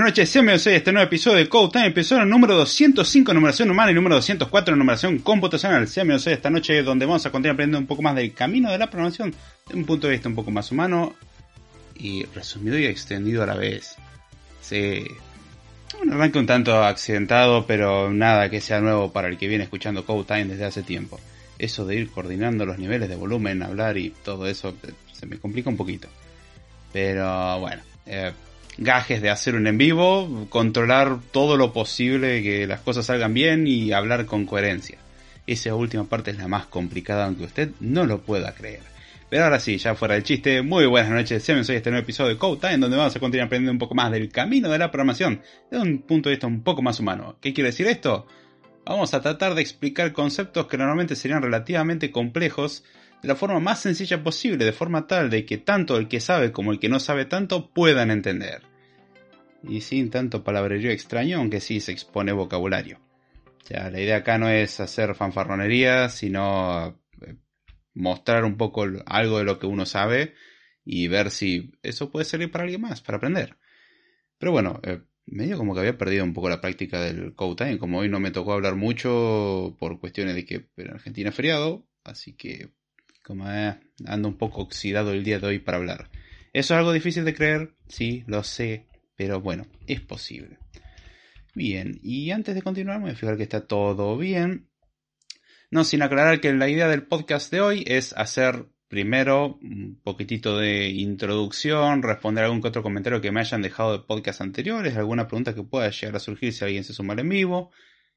buenas noches, sean bienvenidos a este nuevo episodio de Code Time, episodio número 205, numeración humana, y número 204, numeración computacional. Sean bienvenidos a esta noche donde vamos a continuar aprendiendo un poco más del camino de la programación, de un punto de vista un poco más humano, y resumido y extendido a la vez. Sí, un arranque un tanto accidentado, pero nada que sea nuevo para el que viene escuchando Code Time desde hace tiempo. Eso de ir coordinando los niveles de volumen, hablar y todo eso, se me complica un poquito. Pero bueno, gajes de hacer un en vivo, controlar todo lo posible, que las cosas salgan bien y hablar con coherencia. Esa última parte es la más complicada, aunque usted no lo pueda creer. Pero ahora sí, ya fuera del chiste, muy buenas noches, sean bienvenidos a este nuevo episodio de Code Time, donde vamos a continuar aprendiendo un poco más del camino de la programación, desde un punto de vista un poco más humano. ¿Qué quiere decir esto? Vamos a tratar de explicar conceptos que normalmente serían relativamente complejos, de la forma más sencilla posible, de forma tal de que tanto el que sabe como el que no sabe tanto puedan entender. Y sin tanto palabrerío extraño, aunque sí se expone vocabulario. O sea, la idea acá no es hacer fanfarronería, sino mostrar un poco algo de lo que uno sabe y ver si eso puede servir para alguien más, para aprender. Pero bueno, medio como que había perdido un poco la práctica del Code Time, como hoy no me tocó hablar mucho por cuestiones de que en Argentina es feriado, así que como ando un poco oxidado el día de hoy para hablar. Eso es algo difícil de creer, sí, lo sé, pero bueno, es posible. Bien, y antes de continuar me voy a fijar que está todo bien. No sin aclarar que la idea del podcast de hoy es hacer primero un poquitito de introducción, responder algún que otro comentario que me hayan dejado de podcast anteriores, alguna pregunta que pueda llegar a surgir si alguien se suma al en vivo,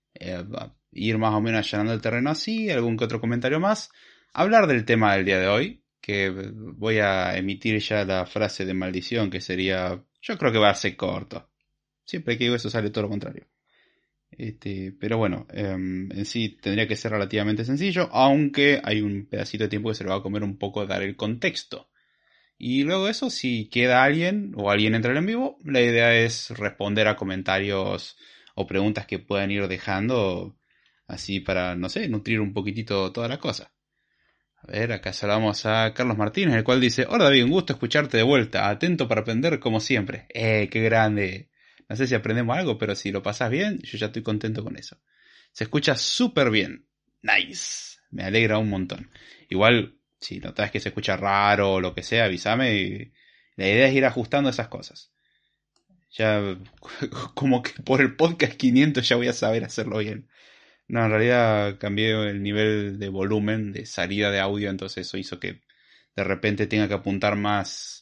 ir más o menos allanando el terreno así, algún que otro comentario más, hablar del tema del día de hoy, que voy a emitir ya la frase de maldición que sería, yo creo que va a ser corto. Siempre que digo eso sale todo lo contrario. Pero bueno, en sí tendría que ser relativamente sencillo, aunque hay un pedacito de tiempo que se le va a comer un poco dar el contexto. Y luego de eso, si queda alguien o alguien entra en vivo, la idea es responder a comentarios o preguntas que puedan ir dejando, así para, no sé, nutrir un poquitito toda la cosa. A ver, acá saludamos a Carlos Martínez, el cual dice: hola David, un gusto escucharte de vuelta, atento para aprender como siempre. ¡Qué grande! No sé si aprendemos algo, pero si lo pasás bien, yo ya estoy contento con eso. Se escucha súper bien. Nice. Me alegra un montón. Igual, si notas que se escucha raro o lo que sea, avísame. Y la idea es ir ajustando esas cosas. Ya, como que por el podcast 500 ya voy a saber hacerlo bien. No, en realidad cambié el nivel de volumen, de salida de audio, entonces eso hizo que de repente tenga que apuntar más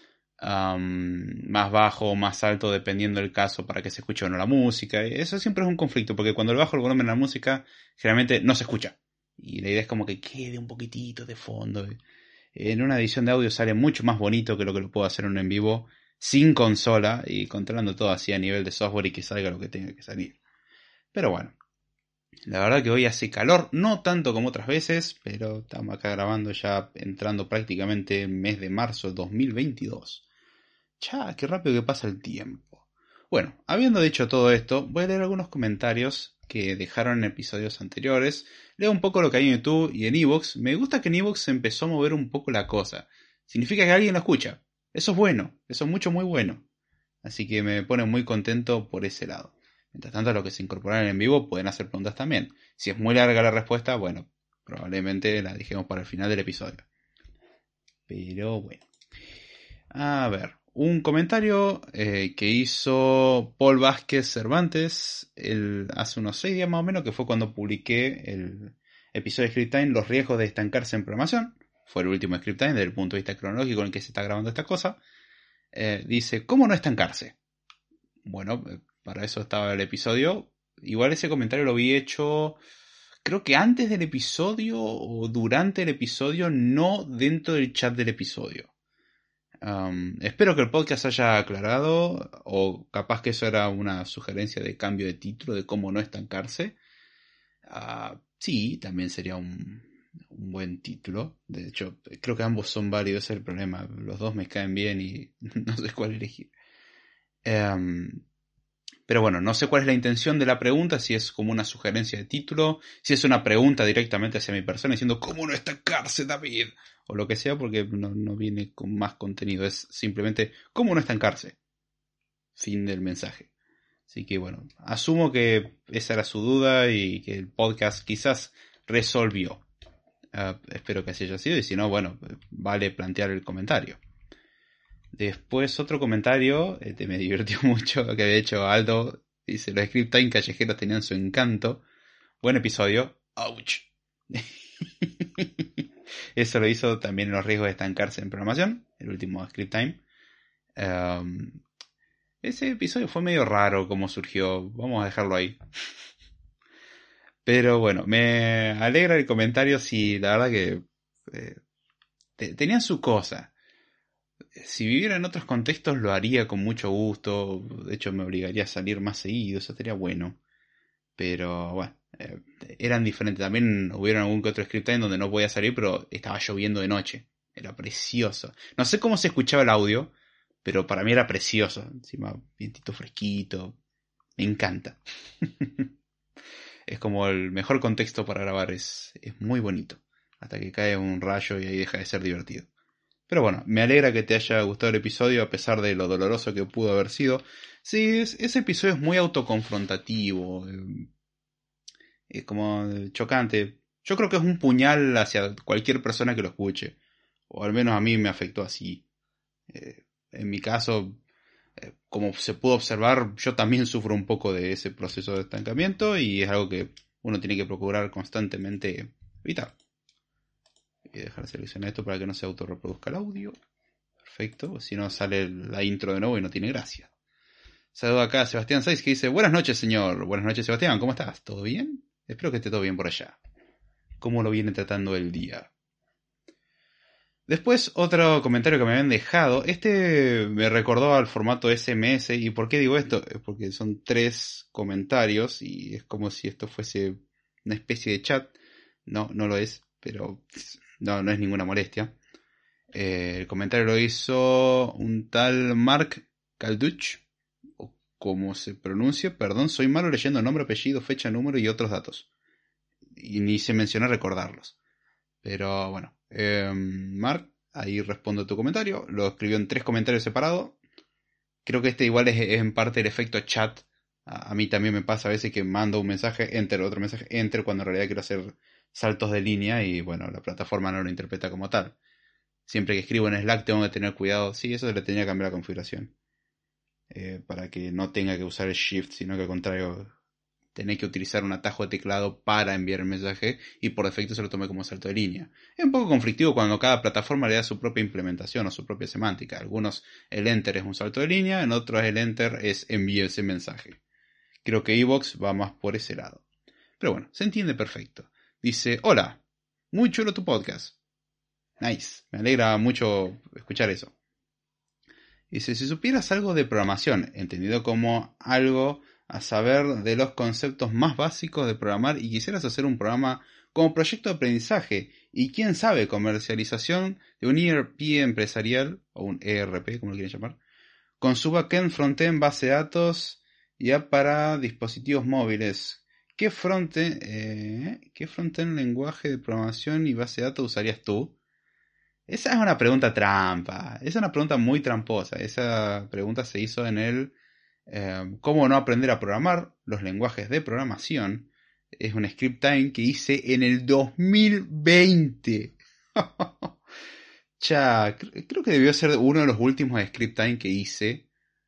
bajo o más alto dependiendo del caso para que se escuche o no la música. Eso siempre es un conflicto, porque cuando le bajo el volumen a la música, generalmente no se escucha. Y la idea es como que quede un poquitito de fondo. En una edición de audio sale mucho más bonito que lo puedo hacer en un en vivo, sin consola y controlando todo así a nivel de software y que salga lo que tenga que salir. Pero bueno. La verdad que hoy hace calor, no tanto como otras veces, pero estamos acá grabando ya entrando prácticamente en mes de marzo de 2022. Chá, qué rápido que pasa el tiempo. Bueno, habiendo dicho todo esto, voy a leer algunos comentarios que dejaron en episodios anteriores. Leo un poco lo que hay en YouTube y en Evox. Me gusta que en Evox se empezó a mover un poco la cosa. Significa que alguien lo escucha. Eso es bueno, eso es mucho, muy bueno. Así que me pone muy contento por ese lado. Mientras tanto, los que se incorporan en vivo pueden hacer preguntas también. Si es muy larga la respuesta, bueno, probablemente la dejemos para el final del episodio. Pero bueno. A ver, un comentario que hizo Paul Vázquez Cervantes hace unos 6 días más o menos, que fue cuando publiqué el episodio de Script Time, los riesgos de estancarse en programación. Fue el último Script Time desde el punto de vista cronológico en el que se está grabando esta cosa. Dice: ¿cómo no estancarse? Bueno, para eso estaba el episodio. Igual ese comentario lo había hecho, creo que antes del episodio o durante el episodio, no dentro del chat del episodio. Espero que el podcast haya aclarado, o capaz que eso era una sugerencia de cambio de título, de cómo no estancarse. Sí, también sería un buen título. De hecho, creo que ambos son válidos, ese es el problema. Los dos me caen bien y no sé cuál elegir. Pero bueno, no sé cuál es la intención de la pregunta, si es como una sugerencia de título, si es una pregunta directamente hacia mi persona diciendo ¿cómo no estancarse, David? O lo que sea, porque no viene con más contenido, es simplemente ¿cómo no estancarse? Fin del mensaje. Así que bueno, asumo que esa era su duda y que el podcast quizás resolvió. Espero que así haya sido y si no, bueno, vale plantear el comentario. Después otro comentario, me divirtió mucho, que había hecho Aldo. Dice, los script time callejeros tenían su encanto. Buen episodio. Ouch. Eso lo hizo también en los riesgos de estancarse en programación, el último script time. Ese episodio fue medio raro como surgió, vamos a dejarlo ahí. Pero bueno, me alegra el comentario si la verdad que tenían su cosa. Si viviera en otros contextos lo haría con mucho gusto, de hecho me obligaría a salir más seguido, eso estaría bueno. Pero bueno, eran diferentes. También hubieron algún que otro script time donde no podía salir, pero estaba lloviendo de noche. Era precioso. No sé cómo se escuchaba el audio, pero para mí era precioso. Encima, vientito fresquito. Me encanta. Es como el mejor contexto para grabar. Es muy bonito. Hasta que cae un rayo y ahí deja de ser divertido. Pero bueno, me alegra que te haya gustado el episodio a pesar de lo doloroso que pudo haber sido. Sí, ese episodio es muy autoconfrontativo. Es como chocante. Yo creo que es un puñal hacia cualquier persona que lo escuche. O al menos a mí me afectó así. En mi caso, como se pudo observar, yo también sufro un poco de ese proceso de estancamiento y es algo que uno tiene que procurar constantemente evitar. Voy a dejar seleccionar esto para que no se autorreproduzca el audio. Perfecto, si no sale la intro de nuevo y no tiene gracia. Saludo acá a Sebastián Saiz que dice: buenas noches, señor. Buenas noches, Sebastián, ¿cómo estás? ¿Todo bien? Espero que esté todo bien por allá. ¿Cómo lo viene tratando el día? Después, otro comentario que me habían dejado. Este me recordó al formato SMS. ¿Y por qué digo esto? Porque son 3 comentarios y es como si esto fuese una especie de chat. No, no lo es, pero no es ninguna molestia. El comentario lo hizo un tal Mark Calduch, o como se pronuncia, perdón, soy malo leyendo nombre, apellido, fecha, número y otros datos. Y ni se menciona recordarlos. Pero bueno, Mark, ahí respondo a tu comentario. Lo escribió en 3 comentarios separados. Creo que este igual es en parte el efecto chat. A mí también me pasa a veces que mando un mensaje, enter, otro mensaje, enter, cuando en realidad quiero hacer saltos de línea y bueno, la plataforma no lo interpreta como tal. Siempre que escribo en Slack tengo que tener cuidado. Sí, eso le tenía que cambiar la configuración. Para que no tenga que usar el Shift, sino que al contrario, tener que utilizar un atajo de teclado para enviar el mensaje y por defecto se lo tome como salto de línea. Es un poco conflictivo cuando cada plataforma le da su propia implementación o su propia semántica. Algunos el enter es un salto de línea, en otros el enter es envíe ese mensaje. Creo que Evox va más por ese lado. Pero bueno, se entiende perfecto. Dice: hola, muy chulo tu podcast. Nice, me alegra mucho escuchar eso. Dice: si supieras algo de programación, entendido como algo a saber de los conceptos más básicos de programar y quisieras hacer un programa como proyecto de aprendizaje y quién sabe comercialización de un ERP empresarial o un ERP como lo quieren llamar, con su backend, frontend, base de datos ya para dispositivos móviles, ¿qué frontend lenguaje de programación y base de datos usarías tú? Esa es una pregunta trampa, es una pregunta muy tramposa. Esa pregunta se hizo en el ¿cómo no aprender a programar? Los lenguajes de programación. Es un script time que hice en el 2020. Creo que debió ser uno de los últimos script time que hice.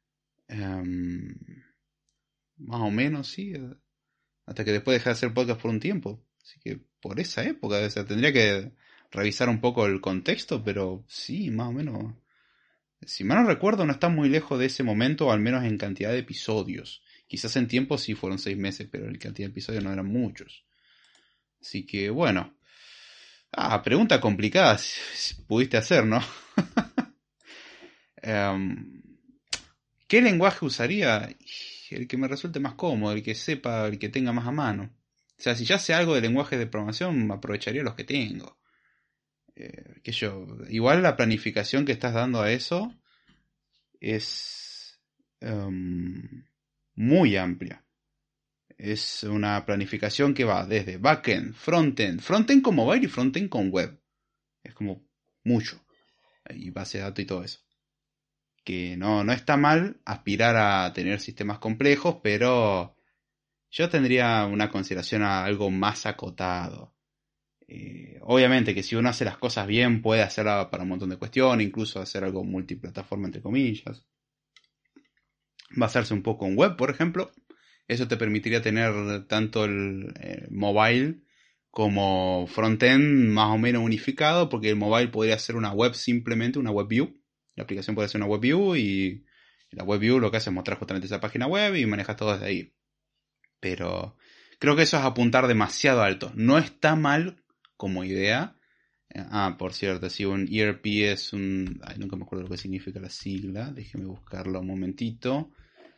Más o menos, sí. Hasta que después dejé de hacer podcast por un tiempo. Así que por esa época, o sea, tendría que revisar un poco el contexto, pero sí, más o menos. Si mal no recuerdo, no está muy lejos de ese momento, al menos en cantidad de episodios. Quizás en tiempo sí fueron 6 meses, pero en cantidad de episodios no eran muchos. Así que bueno. Pregunta complicada si pudiste hacer, ¿no? ¿Qué lenguaje usaría? El que me resulte más cómodo, el que sepa, el que tenga más a mano. O sea, si ya sé algo de lenguaje de programación, aprovecharía los que tengo. Igual la planificación que estás dando a eso es muy amplia. Es una planificación que va desde backend, frontend con mobile y frontend con web. Es como mucho. Y base de datos y todo eso. que no está mal aspirar a tener sistemas complejos, pero yo tendría una consideración a algo más acotado. Obviamente que si uno hace las cosas bien puede hacerla para un montón de cuestiones, incluso hacer algo multiplataforma entre comillas. Basarse un poco en web, por ejemplo. Eso te permitiría tener tanto el mobile como frontend más o menos unificado, porque el mobile podría ser una web simplemente, una web view. La aplicación puede ser una web view y la web view lo que hace es mostrar justamente esa página web y manejas todo desde ahí. Pero creo que eso es apuntar demasiado alto. No está mal como idea. Por cierto, si un ERP es un... Ay, nunca me acuerdo lo que significa la sigla. Déjeme buscarlo un momentito.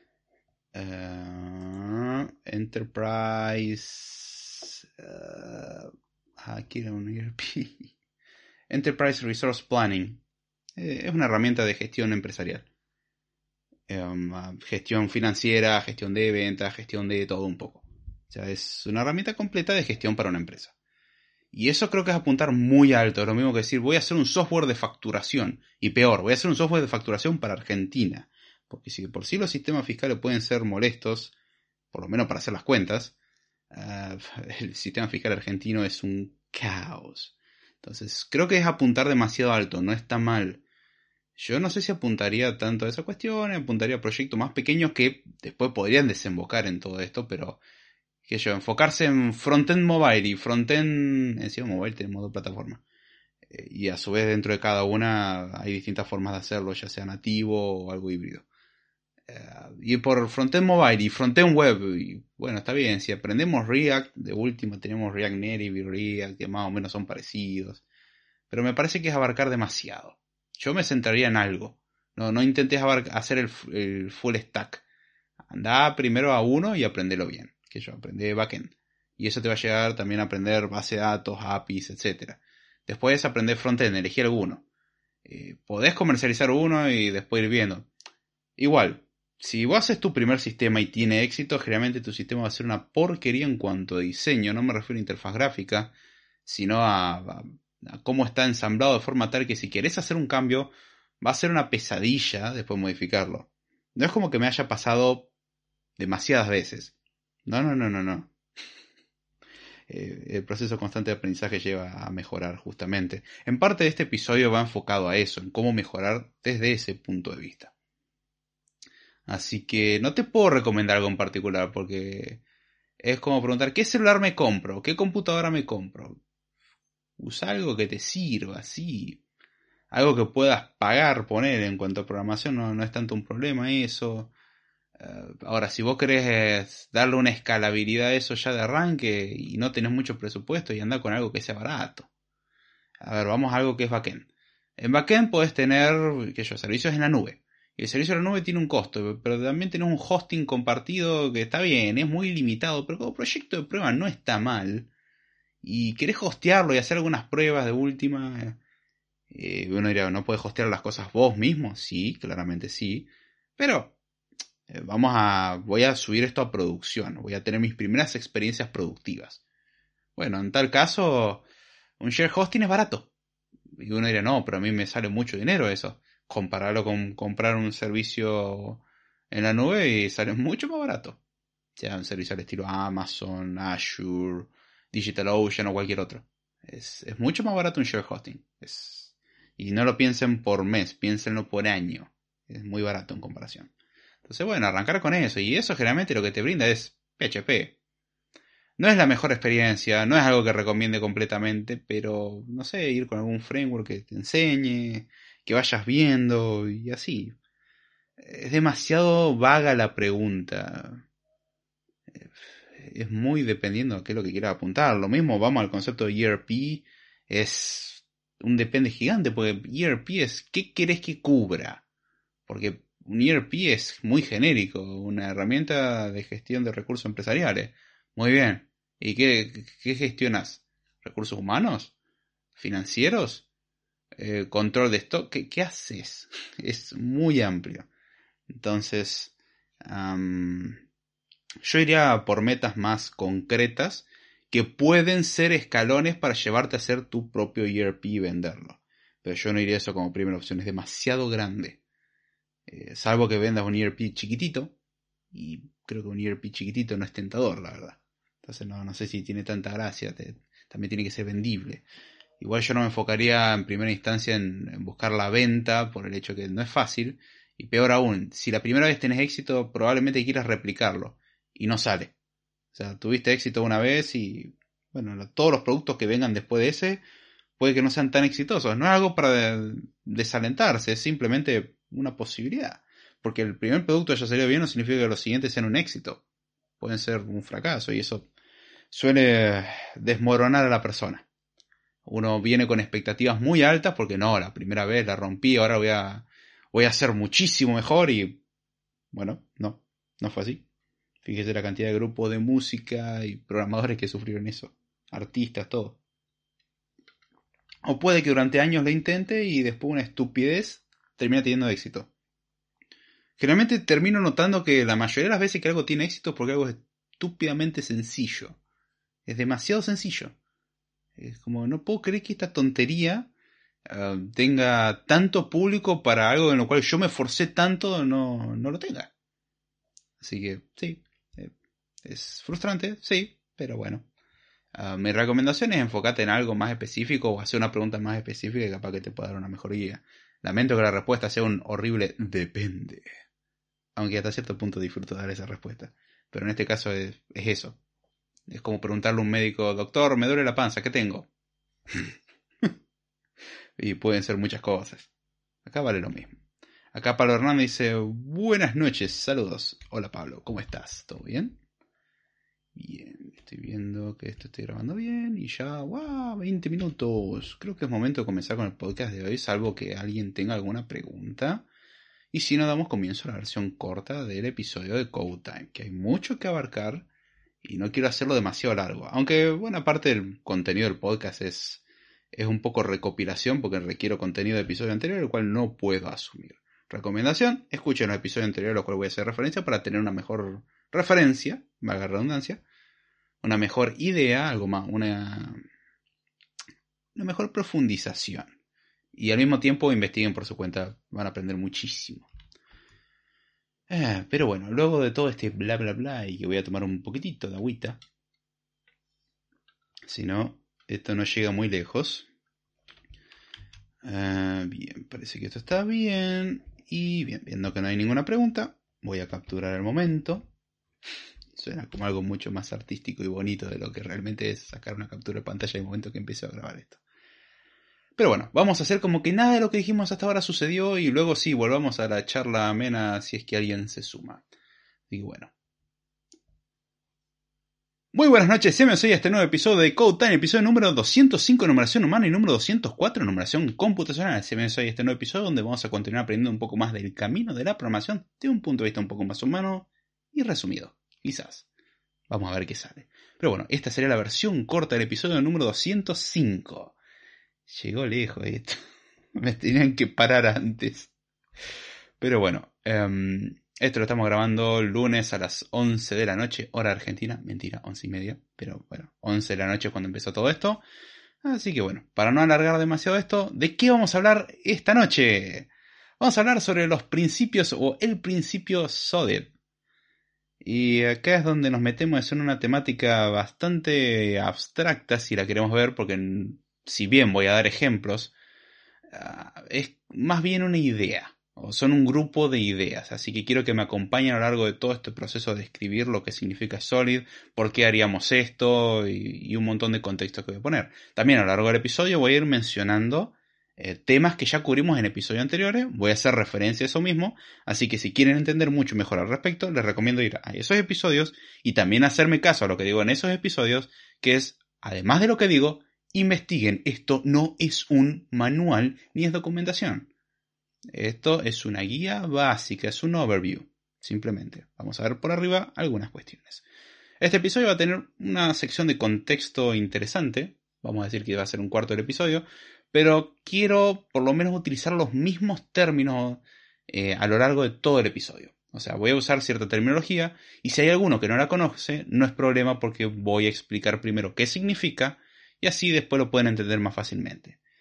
Enterprise... aquí era un ERP. Enterprise Resource Planning. Es una herramienta de gestión empresarial. Gestión financiera, gestión de ventas, gestión de todo un poco. O sea, es una herramienta completa de gestión para una empresa. Y eso creo que es apuntar muy alto. Es lo mismo que decir, voy a hacer un software de facturación. Y peor, voy a hacer un software de facturación para Argentina. Porque si por sí los sistemas fiscales pueden ser molestos, por lo menos para hacer las cuentas, el sistema fiscal argentino es un caos. Entonces, creo que es apuntar demasiado alto. No está mal. Yo no sé si apuntaría tanto a esa cuestión, apuntaría a proyectos más pequeños que después podrían desembocar en todo esto, pero que yo, enfocarse en frontend mobile y frontend, encima mobile tiene modo plataforma. Y a su vez dentro de cada una hay distintas formas de hacerlo, ya sea nativo o algo híbrido. Y por frontend mobile y frontend web, y bueno, está bien, si aprendemos React, de última tenemos React Native y React, que más o menos son parecidos. Pero me parece que es abarcar demasiado. Yo me centraría en algo. No intentes hacer el full stack. Anda primero a uno y aprendelo bien. Que yo aprendí backend. Y eso te va a llegar también a aprender base de datos, APIs, etc. Después aprender frontend, elegí alguno. Podés comercializar uno y después ir viendo. Igual, si vos haces tu primer sistema y tiene éxito, generalmente tu sistema va a ser una porquería en cuanto a diseño. No me refiero a interfaz gráfica, sino a cómo está ensamblado de forma tal que si querés hacer un cambio, va a ser una pesadilla después modificarlo. No es como que me haya pasado demasiadas veces. No. El proceso constante de aprendizaje lleva a mejorar justamente. En parte este episodio va enfocado a eso, en cómo mejorar desde ese punto de vista. Así que no te puedo recomendar algo en particular porque es como preguntar ¿qué celular me compro? ¿Qué computadora me compro? Usa algo que te sirva, sí. Algo que puedas pagar, poner en cuanto a programación, no es tanto un problema eso. Ahora, si vos querés darle una escalabilidad a eso ya de arranque y no tenés mucho presupuesto y andar con algo que sea barato. A ver, vamos a algo que es backend. En backend podés tener, servicios en la nube. Y el servicio en la nube tiene un costo, pero también tenés un hosting compartido que está bien, es muy limitado, pero como proyecto de prueba no está mal. Y querés hostearlo y hacer algunas pruebas de última. Uno dirá, ¿no puedes hostear las cosas vos mismo? Sí, claramente sí. Pero voy a subir esto a producción. Voy a tener mis primeras experiencias productivas. Bueno, en tal caso, un share hosting es barato. Y uno dirá, no, pero a mí me sale mucho dinero eso. Compararlo con comprar un servicio en la nube y sale mucho más barato. Sea un servicio al estilo Amazon, Azure, DigitalOcean o cualquier otro. Es mucho más barato un share hosting. Y no lo piensen por mes, piénsenlo por año. Es muy barato en comparación. Entonces, bueno, arrancar con eso. Y eso generalmente lo que te brinda es PHP. No es la mejor experiencia, no es algo que recomiende completamente, pero, no sé, ir con algún framework que te enseñe, que vayas viendo y así. Es demasiado vaga la pregunta. Es muy dependiendo de qué es lo que quieras apuntar. Lo mismo, vamos al concepto de ERP, es un depende gigante, porque ERP es ¿qué querés que cubra? Porque un ERP es muy genérico, una herramienta de gestión de recursos empresariales. Muy bien. ¿Y qué gestionas? ¿Recursos humanos? ¿Financieros? ¿Control de stock? ¿Qué haces? Es muy amplio. Entonces, yo iría por metas más concretas que pueden ser escalones para llevarte a hacer tu propio ERP y venderlo. Pero yo no iría eso como primera opción, es demasiado grande. Salvo que vendas un ERP chiquitito. Y creo que un ERP chiquitito no es tentador, la verdad. Entonces no sé si tiene tanta gracia. También tiene que ser vendible. Igual yo no me enfocaría en primera instancia en buscar la venta, por el hecho que no es fácil. Y peor aún, si la primera vez tenés éxito, probablemente quieras replicarlo. Y no sale. O sea, tuviste éxito una vez y, bueno, todos los productos que vengan después de ese, puede que no sean tan exitosos. No es algo para desalentarse, es simplemente una posibilidad. Porque el primer producto haya salido bien no significa que los siguientes sean un éxito. Pueden ser un fracaso y eso suele desmoronar a la persona. Uno viene con expectativas muy altas porque no, la primera vez la rompí, ahora voy a hacer muchísimo mejor y bueno, no fue así. Fíjese la cantidad de grupos de música y programadores que sufrieron eso. Artistas, todo. O puede que durante años lo intente y después una estupidez termina teniendo éxito. Generalmente termino notando que la mayoría de las veces que algo tiene éxito es porque algo es estúpidamente sencillo. Es demasiado sencillo. Es como, no puedo creer que esta tontería tenga tanto público para algo en lo cual yo me esforcé tanto no lo tenga. Así que, sí. Es frustrante, sí, pero bueno. Mi recomendación es enfocarte en algo más específico o hacer una pregunta más específica y capaz que te pueda dar una mejor guía. Lamento que la respuesta sea un horrible depende. Aunque hasta cierto punto disfruto dar esa respuesta. Pero en este caso es eso. Es como preguntarle a un médico, doctor, me duele la panza, ¿qué tengo? Y pueden ser muchas cosas. Acá vale lo mismo. Acá Pablo Hernández dice, buenas noches, saludos. Hola Pablo, ¿cómo estás? ¿Todo bien? Bien, estoy viendo que esto estoy grabando bien y ya, ¡wow! 20 minutos. Creo que es momento de comenzar con el podcast de hoy, salvo que alguien tenga alguna pregunta. Y si no, damos comienzo a la versión corta del episodio de Code Time, que hay mucho que abarcar y no quiero hacerlo demasiado largo. Aunque buena parte del contenido del podcast es un poco recopilación porque requiero contenido de episodio anterior, el cual no puedo asumir. Recomendación, escuchen el episodio anterior, al cual voy a hacer referencia para tener una mejor referencia, valga la redundancia, una mejor idea, algo más, una mejor profundización. Y al mismo tiempo investiguen por su cuenta, van a aprender muchísimo. Pero bueno, luego de todo este bla bla bla y que voy a tomar un poquitito de agüita, si no, esto no llega muy lejos. Bien, parece que esto está bien. Y bien, viendo que no hay ninguna pregunta, voy a capturar el momento. Suena como algo mucho más artístico y bonito de lo que realmente es sacar una captura de pantalla en el momento que empiezo a grabar esto. Pero bueno, vamos a hacer como que nada de lo que dijimos hasta ahora sucedió y luego sí, volvamos a la charla amena si es que alguien se suma. Y bueno. Muy buenas noches, bienvenidos a este nuevo episodio de Code Time, episodio número 205, numeración humana, y número 204, numeración computacional. Bienvenidos a este nuevo episodio donde vamos a continuar aprendiendo un poco más del camino de la programación de un punto de vista un poco más humano y resumido, quizás. Vamos a ver qué sale. Pero bueno, esta sería la versión corta del episodio número 205. Llegó lejos esto. Me tenían que parar antes. Pero bueno, esto lo estamos grabando lunes a las 11 de la noche, hora argentina. Mentira, 11:30. Pero bueno, 11 de la noche es cuando empezó todo esto. Así que bueno, para no alargar demasiado esto, ¿de qué vamos a hablar esta noche? Vamos a hablar sobre los principios o el principio SOLID. Y acá es donde nos metemos en una temática bastante abstracta, si la queremos ver, porque si bien voy a dar ejemplos, es más bien una idea, o son un grupo de ideas, así que quiero que me acompañen a lo largo de todo este proceso de describir lo que significa SOLID, por qué haríamos esto y un montón de contextos que voy a poner. También a lo largo del episodio voy a ir mencionando temas que ya cubrimos en episodios anteriores, voy a hacer referencia a eso mismo, así que si quieren entender mucho mejor al respecto, les recomiendo ir a esos episodios y también hacerme caso a lo que digo en esos episodios, que es, además de lo que digo, investiguen, esto no es un manual ni es documentación. Esto es una guía básica, es un overview, simplemente. Vamos a ver por arriba algunas cuestiones. Este episodio va a tener una sección de contexto interesante, vamos a decir que va a ser un cuarto del episodio, pero quiero por lo menos utilizar los mismos términos a lo largo de todo el episodio. O sea, voy a usar cierta terminología y si hay alguno que no la conoce, no es problema porque voy a explicar primero qué significa y así después lo pueden entender más fácilmente.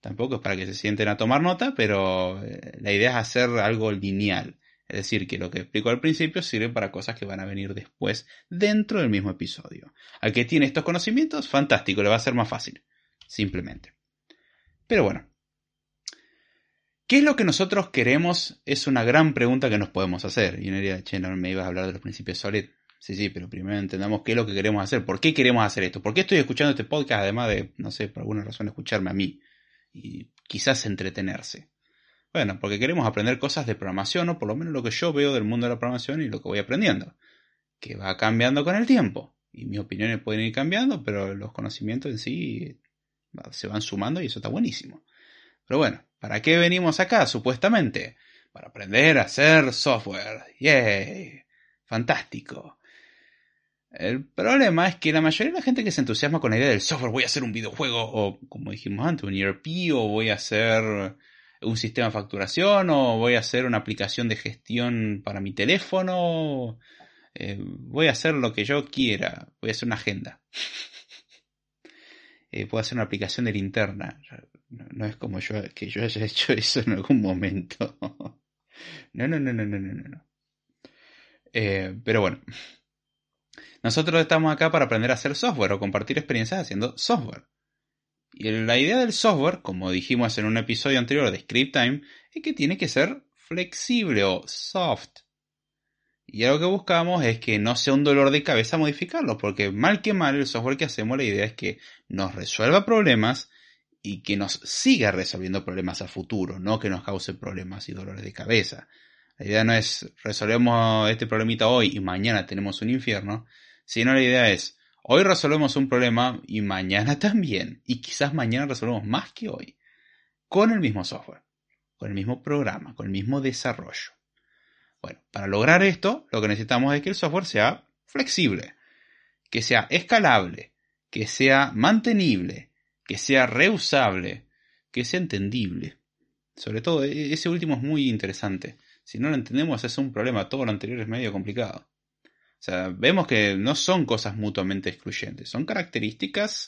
Tampoco es para que se sienten a tomar nota, pero la idea es hacer algo lineal. Es decir, que lo que explico al principio sirve para cosas que van a venir después dentro del mismo episodio. Al que tiene estos conocimientos, fantástico, le va a ser más fácil. Simplemente. Pero bueno. ¿Qué es lo que nosotros queremos? Es una gran pregunta que nos podemos hacer. Y uno diría, che, no me ibas a hablar de los principios SOLID. Sí, pero primero entendamos qué es lo que queremos hacer. ¿Por qué queremos hacer esto? ¿Por qué estoy escuchando este podcast? Además de, no sé, por alguna razón escucharme a mí. Y quizás entretenerse. Bueno, porque queremos aprender cosas de programación, o por lo menos lo que yo veo del mundo de la programación y lo que voy aprendiendo. Que va cambiando con el tiempo. Y mis opiniones pueden ir cambiando, pero los conocimientos en sí se van sumando y eso está buenísimo. Pero bueno, ¿para qué venimos acá, supuestamente? Para aprender a hacer software. ¡Yay! Fantástico. El problema es que la mayoría de la gente que se entusiasma con la idea del software, voy a hacer un videojuego, o como dijimos antes, un ERP, o voy a hacer un sistema de facturación, o voy a hacer una aplicación de gestión para mi teléfono, voy a hacer lo que yo quiera, voy a hacer una agenda. Puedo hacer una aplicación de linterna. No es como que yo haya hecho eso en algún momento. No. Pero bueno. Nosotros estamos acá para aprender a hacer software o compartir experiencias haciendo software. Y la idea del software, como dijimos en un episodio anterior de Script Time, es que tiene que ser flexible o soft. Y algo que buscamos es que no sea un dolor de cabeza modificarlo, porque mal que mal el software que hacemos, la idea es que nos resuelva problemas y que nos siga resolviendo problemas a futuro, no que nos cause problemas y dolores de cabeza. La idea no es resolvemos este problemita hoy y mañana tenemos un infierno, sino la idea es hoy resolvemos un problema y mañana también, y quizás mañana resolvemos más que hoy, con el mismo software, con el mismo programa, con el mismo desarrollo. Bueno, para lograr esto, lo que necesitamos es que el software sea flexible, que sea escalable, que sea mantenible, que sea reusable, que sea entendible. Sobre todo, ese último es muy interesante. Si no lo entendemos es un problema, todo lo anterior es medio complicado. O sea, vemos que no son cosas mutuamente excluyentes, son características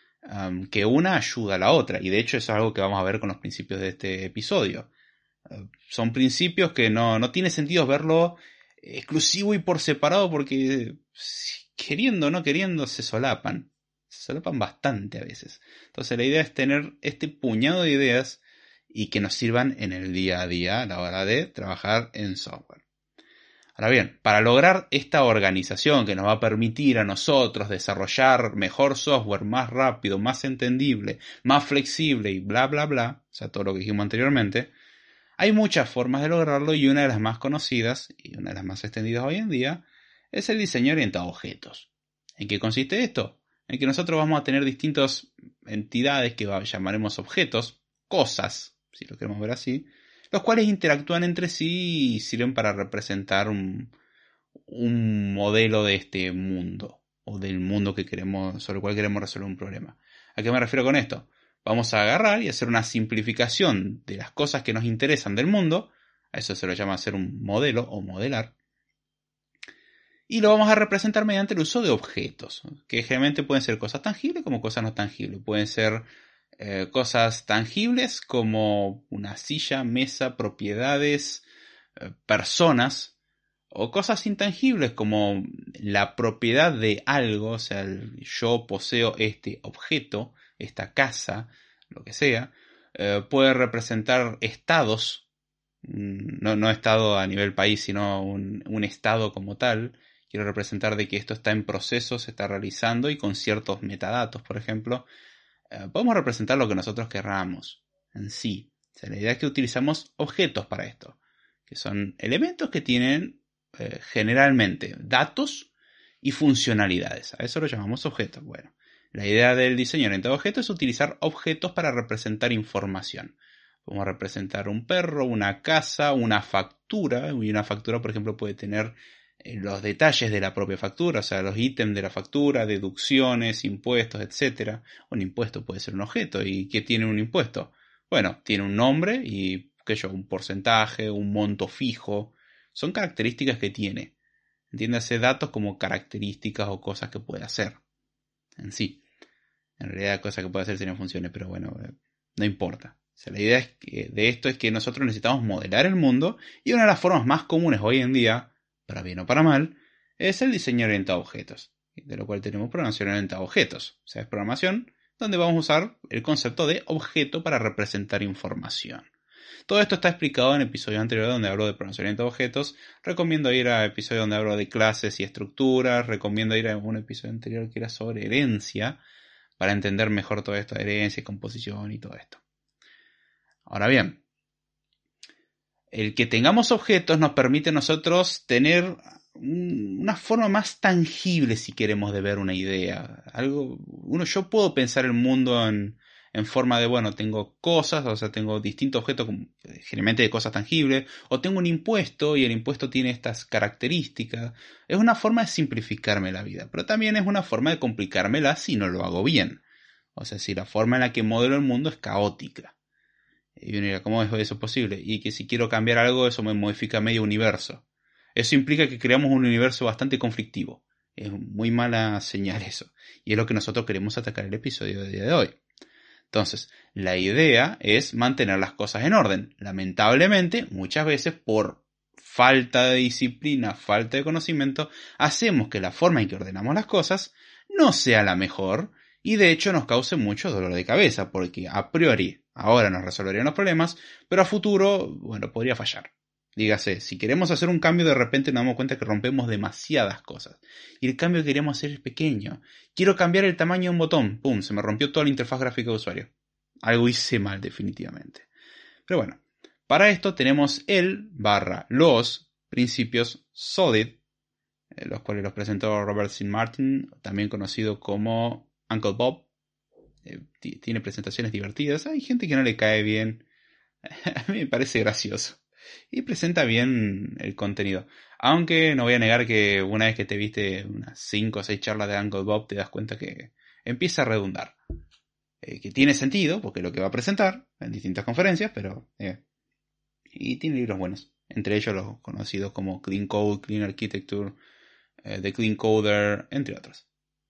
que una ayuda a la otra. Y de hecho eso es algo que vamos a ver con los principios de este episodio. Son principios que no tiene sentido verlo exclusivo y por separado porque queriendo o no queriendo se solapan bastante a veces. Entonces la idea es tener este puñado de ideas y que nos sirvan en el día a día a la hora de trabajar en software. Ahora bien, para lograr esta organización que nos va a permitir a nosotros desarrollar mejor software, más rápido, más entendible, más flexible y bla bla bla, o sea, todo lo que dijimos anteriormente, hay muchas formas de lograrlo y una de las más conocidas y una de las más extendidas hoy en día es el diseño orientado a objetos. ¿En qué consiste esto? En que nosotros vamos a tener distintas entidades que llamaremos objetos, cosas, si lo queremos ver así, los cuales interactúan entre sí y sirven para representar un modelo de este mundo o del mundo que queremos, sobre el cual queremos resolver un problema. ¿A qué me refiero con esto? Vamos a agarrar y hacer una simplificación de las cosas que nos interesan del mundo, a eso se lo llama hacer un modelo o modelar, y lo vamos a representar mediante el uso de objetos, que generalmente pueden ser cosas tangibles como cosas no tangibles. Pueden ser cosas tangibles como una silla, mesa, propiedades, personas, o cosas intangibles como la propiedad de algo, o sea, yo poseo este objeto, esta casa, lo que sea. Puede representar estados, no estado a nivel país, sino un estado como tal. Quiero representar de que esto está en proceso, se está realizando y con ciertos metadatos, por ejemplo. Podemos representar lo que nosotros querramos en sí. O sea, la idea es que utilizamos objetos para esto, que son elementos que tienen generalmente datos y funcionalidades. A eso lo llamamos objetos. Bueno, la idea del diseño orientado a objetos es utilizar objetos para representar información. Podemos representar un perro, una casa, una factura. Y una factura, por ejemplo, puede tener los detalles de la propia factura, o sea, los ítems de la factura, deducciones, impuestos, etc. Un impuesto puede ser un objeto. ¿Y qué tiene un impuesto? Bueno, tiene un nombre y un porcentaje, un monto fijo. Son características que tiene. Entiéndase datos como características o cosas que puede hacer en sí. En realidad cosas que puede hacer serían funciones, pero bueno, no importa. O sea, la idea de esto es que nosotros necesitamos modelar el mundo, y una de las formas más comunes hoy en día, para bien o para mal, es el diseño orientado a objetos, de lo cual tenemos programación orientada a objetos. O sea, es programación donde vamos a usar el concepto de objeto para representar información. Todo esto está explicado en episodios anteriores donde hablo de programación orientada a objetos. Recomiendo ir a episodios donde hablo de clases y estructuras. Recomiendo ir a un episodio anterior que era sobre herencia, para entender mejor todo esto de herencia y composición y todo esto. Ahora bien, el que tengamos objetos nos permite a nosotros tener una forma más tangible, si queremos, de ver una idea. Yo puedo pensar el mundo en forma de, bueno, tengo cosas, o sea, tengo distintos objetos, generalmente de cosas tangibles, o tengo un impuesto y el impuesto tiene estas características. Es una forma de simplificarme la vida, pero también es una forma de complicármela si no lo hago bien. O sea, si la forma en la que modelo el mundo es caótica. Y uno dirá, ¿cómo es eso posible? Y que si quiero cambiar algo, eso me modifica medio universo. Eso implica que creamos un universo bastante conflictivo. Es muy mala señal eso. Y es lo que nosotros queremos atacar el episodio del día de hoy. Entonces, la idea es mantener las cosas en orden. Lamentablemente, muchas veces por falta de disciplina, falta de conocimiento, hacemos que la forma en que ordenamos las cosas no sea la mejor, y de hecho nos cause mucho dolor de cabeza, porque a priori ahora nos resolverían los problemas, pero a futuro, bueno, podría fallar. Dígase, si queremos hacer un cambio, de repente nos damos cuenta que rompemos demasiadas cosas. Y el cambio que queremos hacer es pequeño. Quiero cambiar el tamaño de un botón. ¡Pum! Se me rompió toda la interfaz gráfica de usuario. Algo hice mal, definitivamente. Pero bueno, para esto tenemos los principios SOLID, los cuales los presentó Robert C. Martin, también conocido como Uncle Bob. Tiene presentaciones divertidas. Hay gente que no le cae bien. A mí me parece gracioso. Y presenta bien el contenido. Aunque no voy a negar que una vez que te viste unas 5 o 6 charlas de Uncle Bob, te das cuenta que empieza a redundar. Que tiene sentido, porque es lo que va a presentar en distintas conferencias, pero... y tiene libros buenos. Entre ellos los conocidos como Clean Code, Clean Architecture, The Clean Coder, entre otros.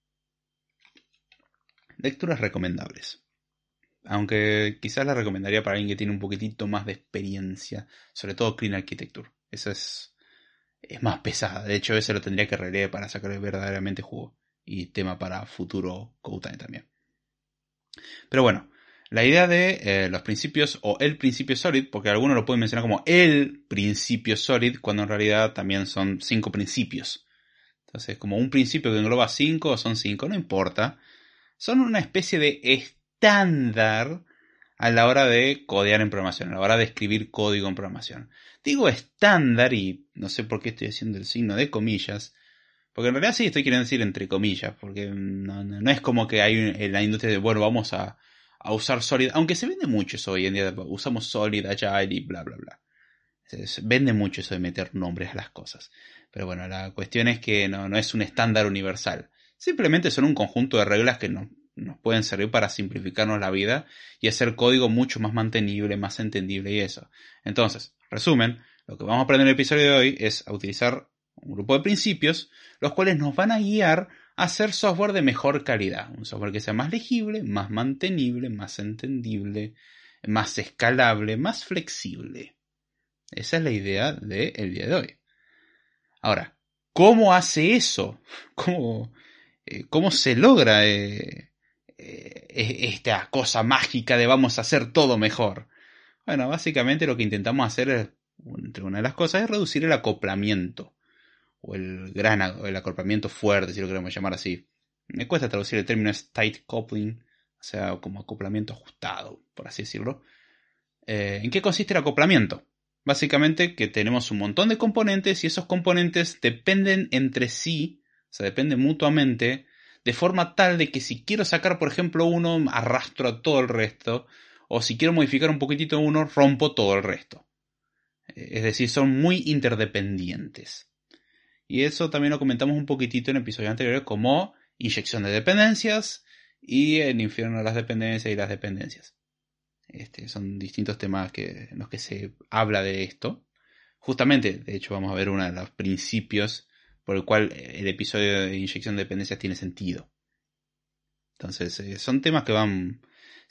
Lecturas recomendables. Aunque quizás la recomendaría para alguien que tiene un poquitito más de experiencia, sobre todo Clean Architecture. Esa es más pesada. De hecho, ese lo tendría que releer para sacarle verdaderamente jugo. Y tema para futuro Code Time también. Pero bueno, la idea de los principios o el principio SOLID, porque algunos lo pueden mencionar como el principio SOLID, cuando en realidad también son 5 principios. Entonces, como un principio que engloba 5 o son 5, no importa. Son una especie de estándar a la hora de codear en programación, a la hora de escribir código en programación. Digo estándar y no sé por qué estoy haciendo el signo de comillas, porque en realidad sí estoy queriendo decir entre comillas, porque no es como que hay en la industria de, bueno, vamos a usar Solid, aunque se vende mucho eso hoy en día, usamos Solid, Agile y bla bla bla. Se vende mucho eso de meter nombres a las cosas. Pero bueno, la cuestión es que no es un estándar universal. Simplemente son un conjunto de reglas que nos pueden servir para simplificarnos la vida y hacer código mucho más mantenible, más entendible y eso. Entonces, resumen, lo que vamos a aprender en el episodio de hoy es a utilizar un grupo de principios, los cuales nos van a guiar a hacer software de mejor calidad. Un software que sea más legible, más mantenible, más entendible, más escalable, más flexible. Esa es la idea del día de hoy. Ahora, ¿cómo hace eso? ¿Cómo se logra esta cosa mágica de vamos a hacer todo mejor? Bueno, básicamente lo que intentamos hacer es, entre una de las cosas, es reducir el acoplamiento. O el acoplamiento fuerte, si lo queremos llamar así. Me cuesta traducir el término, es tight coupling, o sea, como acoplamiento ajustado, por así decirlo. ¿En qué consiste el acoplamiento? Básicamente que tenemos un montón de componentes y esos componentes dependen entre sí, o sea, dependen mutuamente, de forma tal de que si quiero sacar, por ejemplo, uno, arrastro a todo el resto, o si quiero modificar un poquitito uno, rompo todo el resto. Es decir, son muy interdependientes. Y eso también lo comentamos un poquitito en episodios anteriores como inyección de dependencias y el infierno de las dependencias y las dependencias. Son distintos temas en los que se habla de esto. Justamente, de hecho, vamos a ver uno de los principios por el cual el episodio de inyección de dependencias tiene sentido. Entonces, son temas que van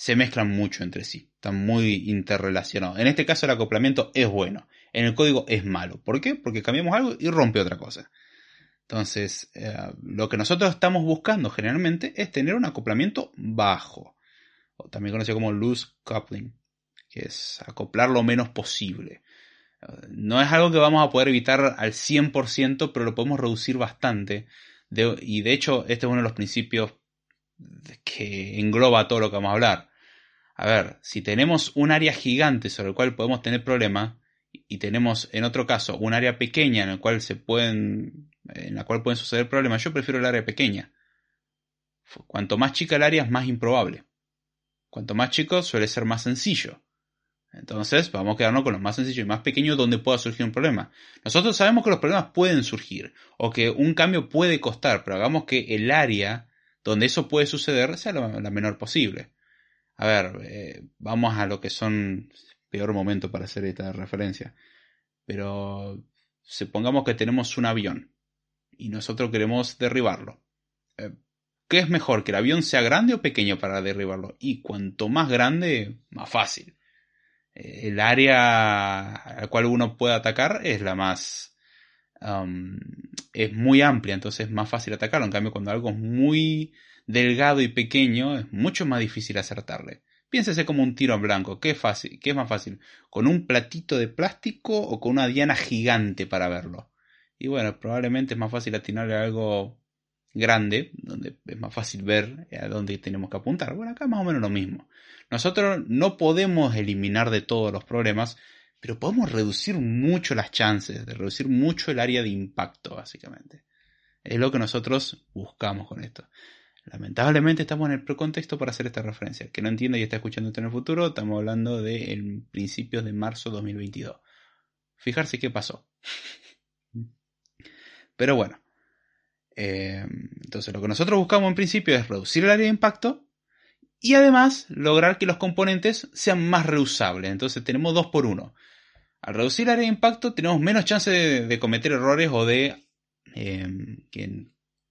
se mezclan mucho entre sí, están muy interrelacionados. En este caso el acoplamiento es bueno, en el código es malo. ¿Por qué? Porque cambiamos algo y rompe otra cosa. Entonces, lo que nosotros estamos buscando generalmente es tener un acoplamiento bajo, o también conocido como loose coupling, que es acoplar lo menos posible. No es algo que vamos a poder evitar al 100%, pero lo podemos reducir bastante. Y de hecho, este es uno de los principios que engloba todo lo que vamos a hablar. A ver, si tenemos un área gigante sobre el cual podemos tener problemas, y tenemos en otro caso un área pequeña en la cual pueden suceder problemas, yo prefiero el área pequeña. Cuanto más chica el área es más improbable. Cuanto más chico suele ser más sencillo. Entonces vamos a quedarnos con lo más sencillo y más pequeño donde pueda surgir un problema. Nosotros sabemos que los problemas pueden surgir o que un cambio puede costar, pero hagamos que el área donde eso puede suceder sea la menor posible. A ver, vamos a lo que son peor momento para hacer esta referencia. Pero supongamos que tenemos un avión y nosotros queremos derribarlo. ¿Qué es mejor? ¿Que el avión sea grande o pequeño para derribarlo? Y cuanto más grande, más fácil. El área a la cual uno puede atacar es la más... es muy amplia, entonces es más fácil atacarlo. En cambio, cuando algo es muy delgado y pequeño, es mucho más difícil acertarle. Piénsese como un tiro en blanco. ¿Qué es más fácil? ¿Con un platito de plástico o con una diana gigante para verlo? Y bueno, probablemente es más fácil atinarle a algo grande, donde es más fácil ver a dónde tenemos que apuntar. Bueno, acá más o menos lo mismo. Nosotros no podemos eliminar de todos los problemas, pero podemos reducir mucho las chances, de reducir mucho el área de impacto, básicamente. Es lo que nosotros buscamos con esto. Lamentablemente estamos en el precontexto para hacer esta referencia. El que no entienda y está escuchando esto en el futuro, estamos hablando de principios de marzo de 2022. Fijarse qué pasó. Pero bueno. Entonces lo que nosotros buscamos en principio es reducir el área de impacto y además lograr que los componentes sean más reusables. Entonces tenemos 2 por 1. Al reducir el área de impacto tenemos menos chance de cometer errores o de que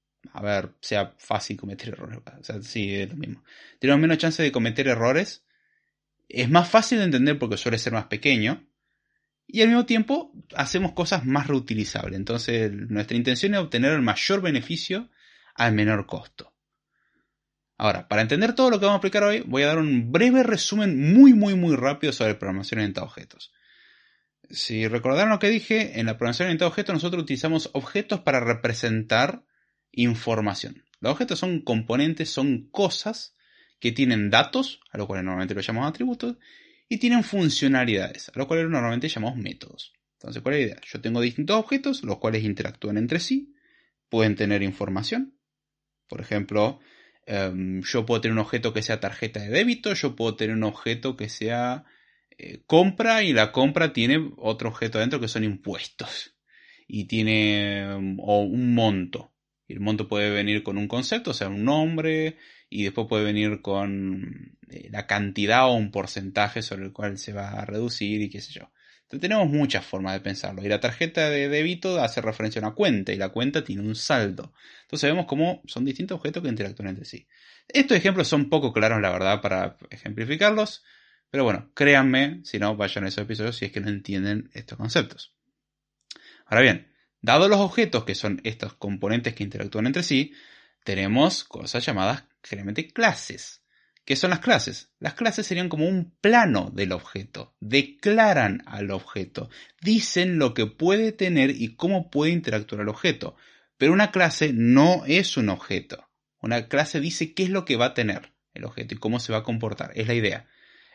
sea fácil cometer errores. O sea, sí, es lo mismo. Tenemos menos chance de cometer errores. Es más fácil de entender porque suele ser más pequeño. Y al mismo tiempo hacemos cosas más reutilizables. Entonces nuestra intención es obtener el mayor beneficio al menor costo. Ahora, para entender todo lo que vamos a explicar hoy, voy a dar un breve resumen muy rápido sobre programación orientada a objetos. Si recordaron lo que dije, en la programación orientada a objetos nosotros utilizamos objetos para representar información. Los objetos son componentes, son cosas que tienen datos, a los cuales normalmente los llamamos atributos, y tienen funcionalidades, a los cuales normalmente llamamos métodos. Entonces, ¿cuál es la idea? Yo tengo distintos objetos, los cuales interactúan entre sí, pueden tener información. Por ejemplo, yo puedo tener un objeto que sea tarjeta de débito, yo puedo tener un objeto que sea compra, y la compra tiene otro objeto dentro que son impuestos. Y tiene un monto. Y el monto puede venir con un concepto, o sea, un nombre, y después puede venir con la cantidad o un porcentaje sobre el cual se va a reducir y qué sé yo. Entonces tenemos muchas formas de pensarlo. Y la tarjeta de débito hace referencia a una cuenta y la cuenta tiene un saldo. Entonces vemos cómo son distintos objetos que interactúan entre sí. Estos ejemplos son poco claros, la verdad, para ejemplificarlos. Pero bueno, créanme, si no, vayan a esos episodios si es que no entienden estos conceptos. Ahora bien, dados los objetos que son estos componentes que interactúan entre sí, tenemos cosas llamadas generalmente clases. ¿Qué son las clases? Las clases serían como un plano del objeto. Declaran al objeto. Dicen lo que puede tener y cómo puede interactuar el objeto. Pero una clase no es un objeto. Una clase dice qué es lo que va a tener el objeto y cómo se va a comportar. Es la idea.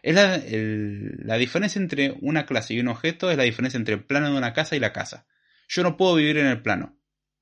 La diferencia entre una clase y un objeto es la diferencia entre el plano de una casa y la casa. Yo no puedo vivir en el plano.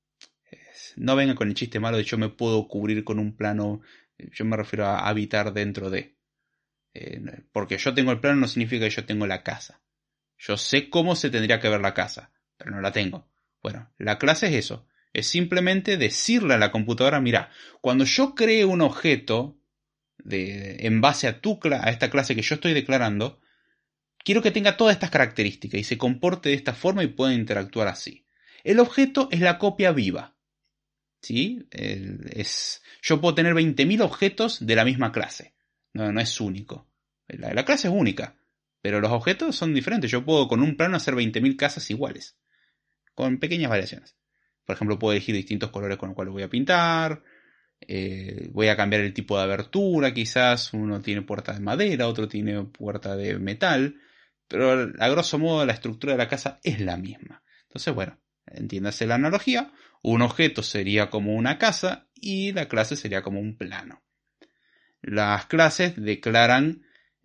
No venga con el chiste malo de yo me puedo cubrir con un plano. Yo me refiero a habitar dentro de. Porque yo tengo el plano no significa que yo tengo la casa. Yo sé cómo se tendría que ver la casa, pero no la tengo. Bueno, la clase es eso. Es simplemente decirle a la computadora, mira, cuando yo cree un objeto en base a esta clase que yo estoy declarando, quiero que tenga todas estas características y se comporte de esta forma y pueda interactuar así. El objeto es la copia viva. ¿Sí? Yo puedo tener 20.000 objetos de la misma clase. No es único. La clase es única, pero los objetos son diferentes. Yo puedo con un plano hacer 20.000 casas iguales, con pequeñas variaciones. Por ejemplo, puedo elegir distintos colores con los cuales voy a pintar. Voy a cambiar el tipo de abertura, quizás uno tiene puerta de madera, otro tiene puerta de metal, pero a grosso modo la estructura de la casa es la misma. Entonces, bueno, entiéndase la analogía, un objeto sería como una casa y la clase sería como un plano. Las clases declaran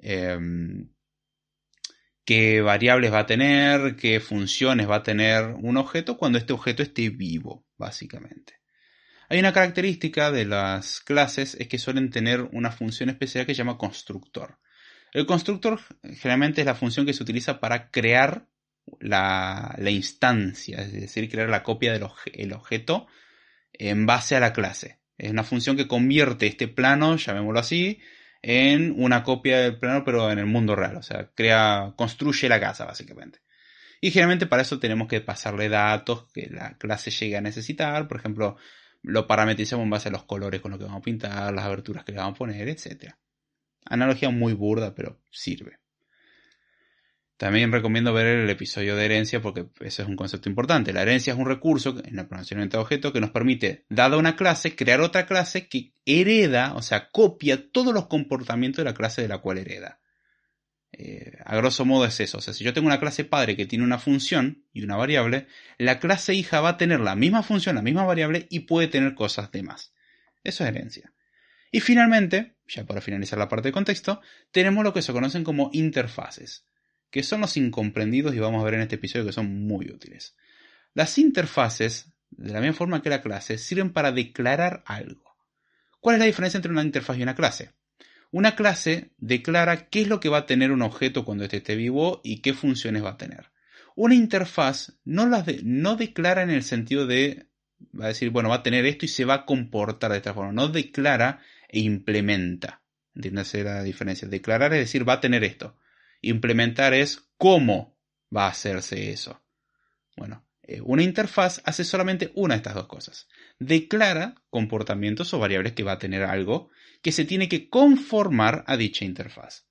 qué variables va a tener, qué funciones va a tener un objeto cuando este objeto esté vivo, básicamente. Hay una característica de las clases, es que suelen tener una función especial que se llama constructor. El constructor generalmente es la función que se utiliza para crear la instancia, es decir, crear la copia del objeto en base a la clase. Es una función que convierte este plano, llamémoslo así, en una copia del plano pero en el mundo real. O sea, construye la casa básicamente. Y generalmente para eso tenemos que pasarle datos que la clase llegue a necesitar. Por ejemplo, lo parametrizamos en base a los colores con los que vamos a pintar, las aberturas que le vamos a poner, etc. Analogía muy burda, pero sirve. También recomiendo ver el episodio de herencia porque ese es un concepto importante. La herencia es un recurso en la programación de objeto que nos permite, dada una clase, crear otra clase que hereda, o sea, copia todos los comportamientos de la clase de la cual hereda. A grosso modo es eso. O sea, si yo tengo una clase padre que tiene una función y una variable, la clase hija va a tener la misma función, la misma variable y puede tener cosas de más. Eso es herencia. Y finalmente, ya para finalizar la parte de contexto, tenemos lo que se conocen como interfaces, que son los incomprendidos y vamos a ver en este episodio que son muy útiles. Las interfaces, de la misma forma que la clase, sirven para declarar algo. ¿Cuál es la diferencia entre una interfaz y una clase? Una clase declara qué es lo que va a tener un objeto cuando este esté vivo y qué funciones va a tener. Una interfaz no declara en el sentido de, va a decir, bueno, va a tener esto y se va a comportar de esta forma. No declara e implementa. ¿Entiéndase la diferencia? Declarar es decir, va a tener esto. Implementar es cómo va a hacerse eso. Bueno, una interfaz hace solamente una de estas dos cosas. Declara comportamientos o variables que va a tener algo que se tiene que conformar a dicha interfaz.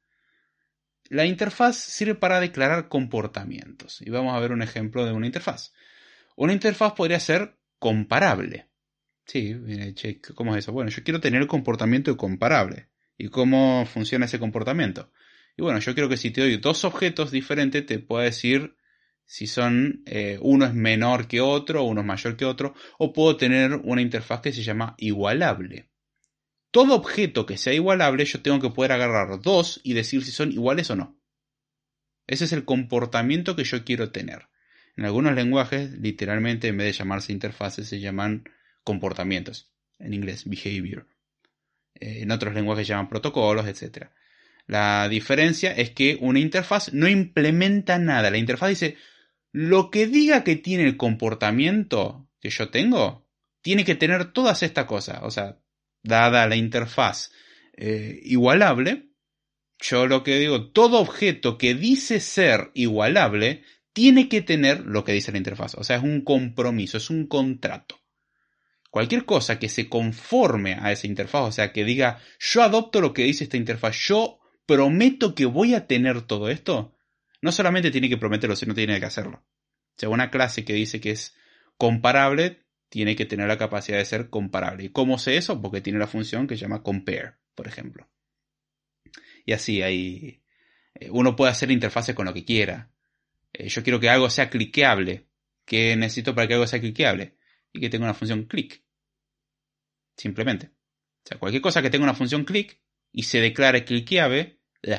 La interfaz sirve para declarar comportamientos. Y vamos a ver un ejemplo de una interfaz. Una interfaz podría ser comparable. Sí, che, ¿cómo es eso? Bueno, yo quiero tener el comportamiento comparable. ¿Y cómo funciona ese comportamiento? Y bueno, yo quiero que si te doy dos objetos diferentes te pueda decir si son uno es menor que otro, uno es mayor que otro, o puedo tener una interfaz que se llama igualable. Todo objeto que sea igualable yo tengo que poder agarrar dos y decir si son iguales o no. Ese es el comportamiento que yo quiero tener. En algunos lenguajes, literalmente, en vez de llamarse interfaces, se llaman comportamientos. En inglés, behavior. En otros lenguajes se llaman protocolos, etc. La diferencia es que una interfaz no implementa nada. La interfaz dice, lo que diga que tiene el comportamiento que yo tengo, tiene que tener todas estas cosas. O sea, dada la interfaz igualable, yo lo que digo, todo objeto que dice ser igualable tiene que tener lo que dice la interfaz. O sea, es un compromiso, es un contrato. Cualquier cosa que se conforme a esa interfaz, o sea, que diga, yo adopto lo que dice esta interfaz, yo prometo que voy a tener todo esto, no solamente tiene que prometerlo, sino tiene que hacerlo. O sea, una clase que dice que es comparable, tiene que tener la capacidad de ser comparable. ¿Y cómo sé eso? Porque tiene la función que se llama compare, por ejemplo. Y así hay... uno puede hacer interfaces con lo que quiera. Yo quiero que algo sea cliqueable. ¿Qué necesito para que algo sea cliqueable? Y que tenga una función click. Simplemente. O sea, cualquier cosa que tenga una función click y se declare cliqueable,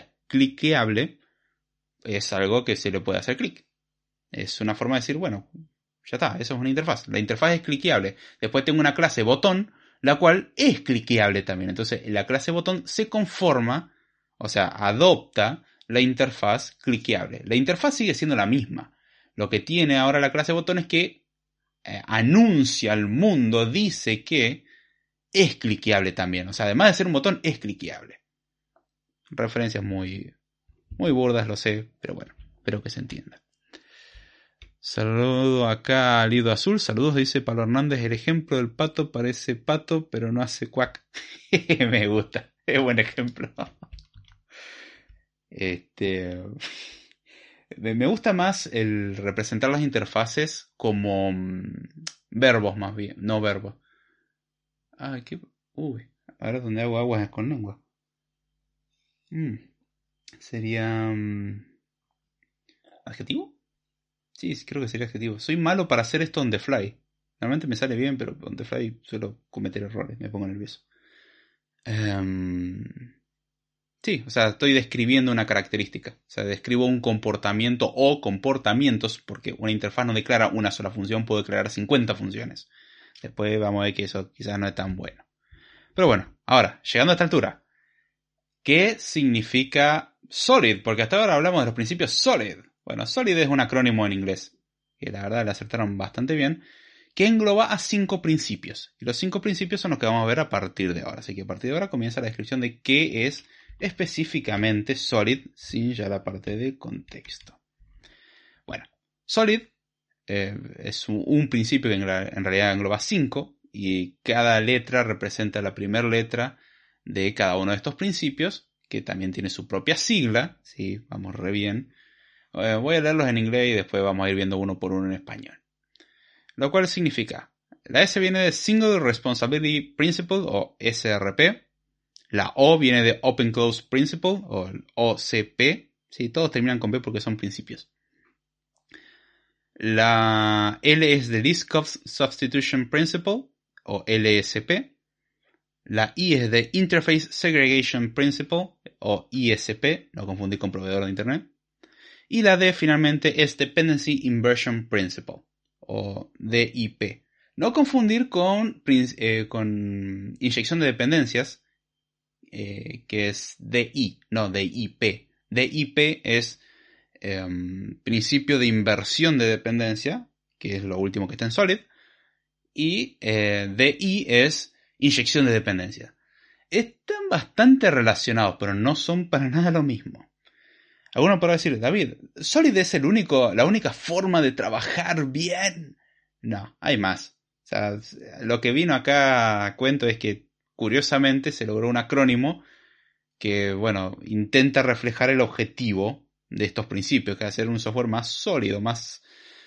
es algo que se le puede hacer clic. Es una forma de decir, bueno, ya está, eso es una interfaz. La interfaz es cliqueable. Después tengo una clase botón, la cual es cliqueable también. Entonces, la clase botón se conforma, o sea, adopta la interfaz cliqueable. La interfaz sigue siendo la misma. Lo que tiene ahora la clase botón es que anuncia al mundo, dice que es cliqueable también. O sea, además de ser un botón, es cliqueable. Referencias muy, muy burdas, lo sé, pero bueno, espero que se entienda. Saludo acá a Lido Azul. Saludos, dice Pablo Hernández. El ejemplo del pato parece pato, pero no hace cuac. Me gusta. Es buen ejemplo. Este, me gusta más el representar las interfaces como verbos más bien, no verbos. Ah, qué... Uy, ahora donde hago aguas es con lengua. Sería... ¿Adjetivo? Sí, sí, creo que sería adjetivo. Soy malo para hacer esto on the fly. Normalmente me sale bien, pero on the fly suelo cometer errores, me pongo nervioso. Sí, o sea, estoy describiendo una característica. O sea, describo un comportamiento o comportamientos, porque una interfaz no declara una sola función, puede declarar 50 funciones. Después vamos a ver que eso quizás no es tan bueno. Pero bueno, ahora, llegando a esta altura, ¿qué significa SOLID? Porque hasta ahora hablamos de los principios SOLID. Bueno, SOLID es un acrónimo en inglés, que la verdad le acertaron bastante bien, que engloba a 5 principios. Y los 5 principios son los que vamos a ver a partir de ahora. Así que a partir de ahora comienza la descripción de qué es específicamente SOLID, sin ya la parte de contexto. Bueno, SOLID es un principio que en realidad engloba 5, y cada letra representa la primera letra de cada uno de estos principios, que también tiene su propia sigla. Sí, vamos re bien. Voy a leerlos en inglés y después vamos a ir viendo uno por uno en español. Lo cual significa, la S viene de Single Responsibility Principle o SRP. La O viene de Open Close Principle o el OCP. Sí, todos terminan con B porque son principios. La L es de Least Cost Substitution Principle o LSP. La I es de Interface Segregation Principle o ISP, no confundir con proveedor de internet. Y la D finalmente es Dependency Inversion Principle o DIP. No confundir con inyección de dependencias, que es DI, no DIP. DIP es principio de inversión de dependencia, que es lo último que está en SOLID. Y DI es inyección de dependencia. Están bastante relacionados, pero no son para nada lo mismo. Alguno podrá decir, David, ¿SOLID es la única forma de trabajar bien? No, hay más. O sea, lo que vino acá a cuento es que, curiosamente, se logró un acrónimo que, bueno, intenta reflejar el objetivo de estos principios, que es hacer un software más sólido, más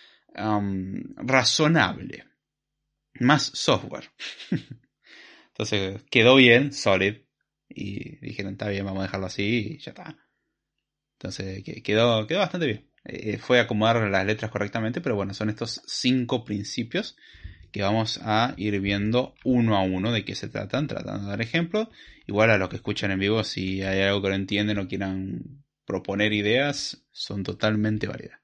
razonable. Más software. Entonces quedó bien, Solid. Y dijeron, está bien, vamos a dejarlo así y ya está. Entonces quedó bastante bien. Fue acomodar las letras correctamente, pero bueno, son estos 5 principios que vamos a ir viendo uno a uno de qué se tratan, tratando de dar ejemplos. Igual a los que escuchan en vivo, si hay algo que no entienden o quieran proponer ideas, son totalmente válidas.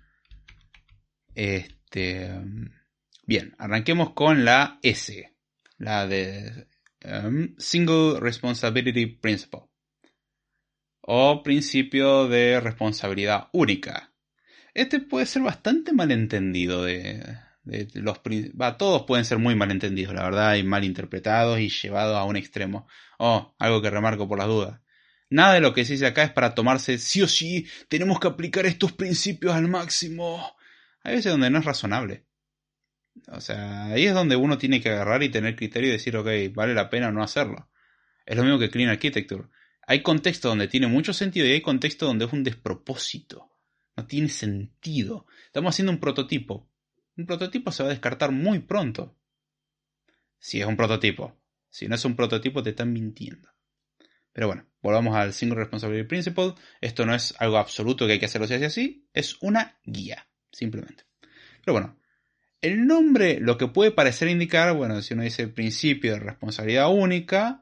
Bien, arranquemos con la S, la de Single Responsibility Principle, o principio de responsabilidad única. Este puede ser bastante malentendido todos pueden ser muy malentendidos, la verdad, y malinterpretados y llevados a un extremo. Algo que remarco por las dudas. Nada de lo que se dice acá es para tomarse sí o sí, tenemos que aplicar estos principios al máximo. Hay veces donde no es razonable. O sea, ahí es donde uno tiene que agarrar y tener criterio y decir, ok, vale la pena o no hacerlo. Es lo mismo que Clean Architecture. Hay contextos donde tiene mucho sentido y hay contextos donde es un despropósito. No tiene sentido. Estamos haciendo un prototipo. Un prototipo se va a descartar muy pronto. Si es un prototipo. Si no es un prototipo, te están mintiendo. Pero bueno, volvamos al Single Responsibility Principle. Esto no es algo absoluto que hay que hacerlo así. Es una guía, simplemente. Pero bueno, el nombre, lo que puede parecer indicar, bueno, si uno dice principio de responsabilidad única,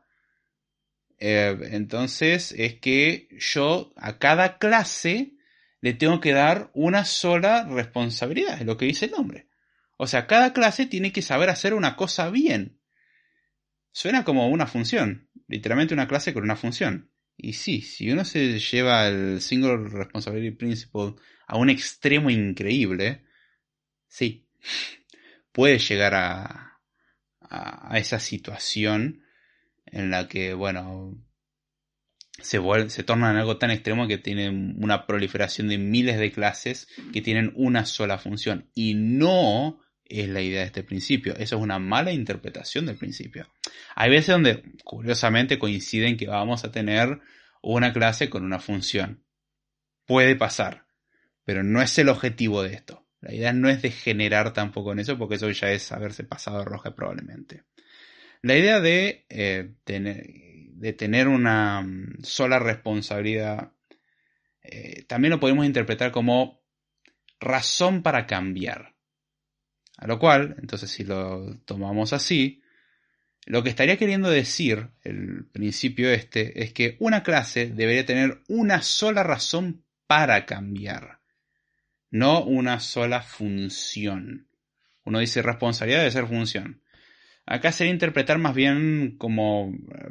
entonces es que yo a cada clase le tengo que dar una sola responsabilidad, es lo que dice el nombre. O sea, cada clase tiene que saber hacer una cosa bien. Suena como una función, literalmente una clase con una función. Y sí, si uno se lleva el Single Responsibility Principle a un extremo increíble, sí, puede llegar a esa situación en la que, bueno, se torna en algo tan extremo que tiene una proliferación de miles de clases que tienen una sola función y no es la idea de este principio. Eso es una mala interpretación del principio. Hay veces donde, curiosamente, coinciden que vamos a tener una clase con una función. Puede pasar, pero no es el objetivo de esto. La idea no es degenerar tampoco en eso, porque eso ya es haberse pasado de rosca probablemente. La idea de tener una sola responsabilidad también lo podemos interpretar como razón para cambiar. A lo cual, entonces si lo tomamos así, lo que estaría queriendo decir el principio este es que una clase debería tener una sola razón para cambiar, no una sola función. Uno dice responsabilidad debe ser función. Acá sería interpretar más bien como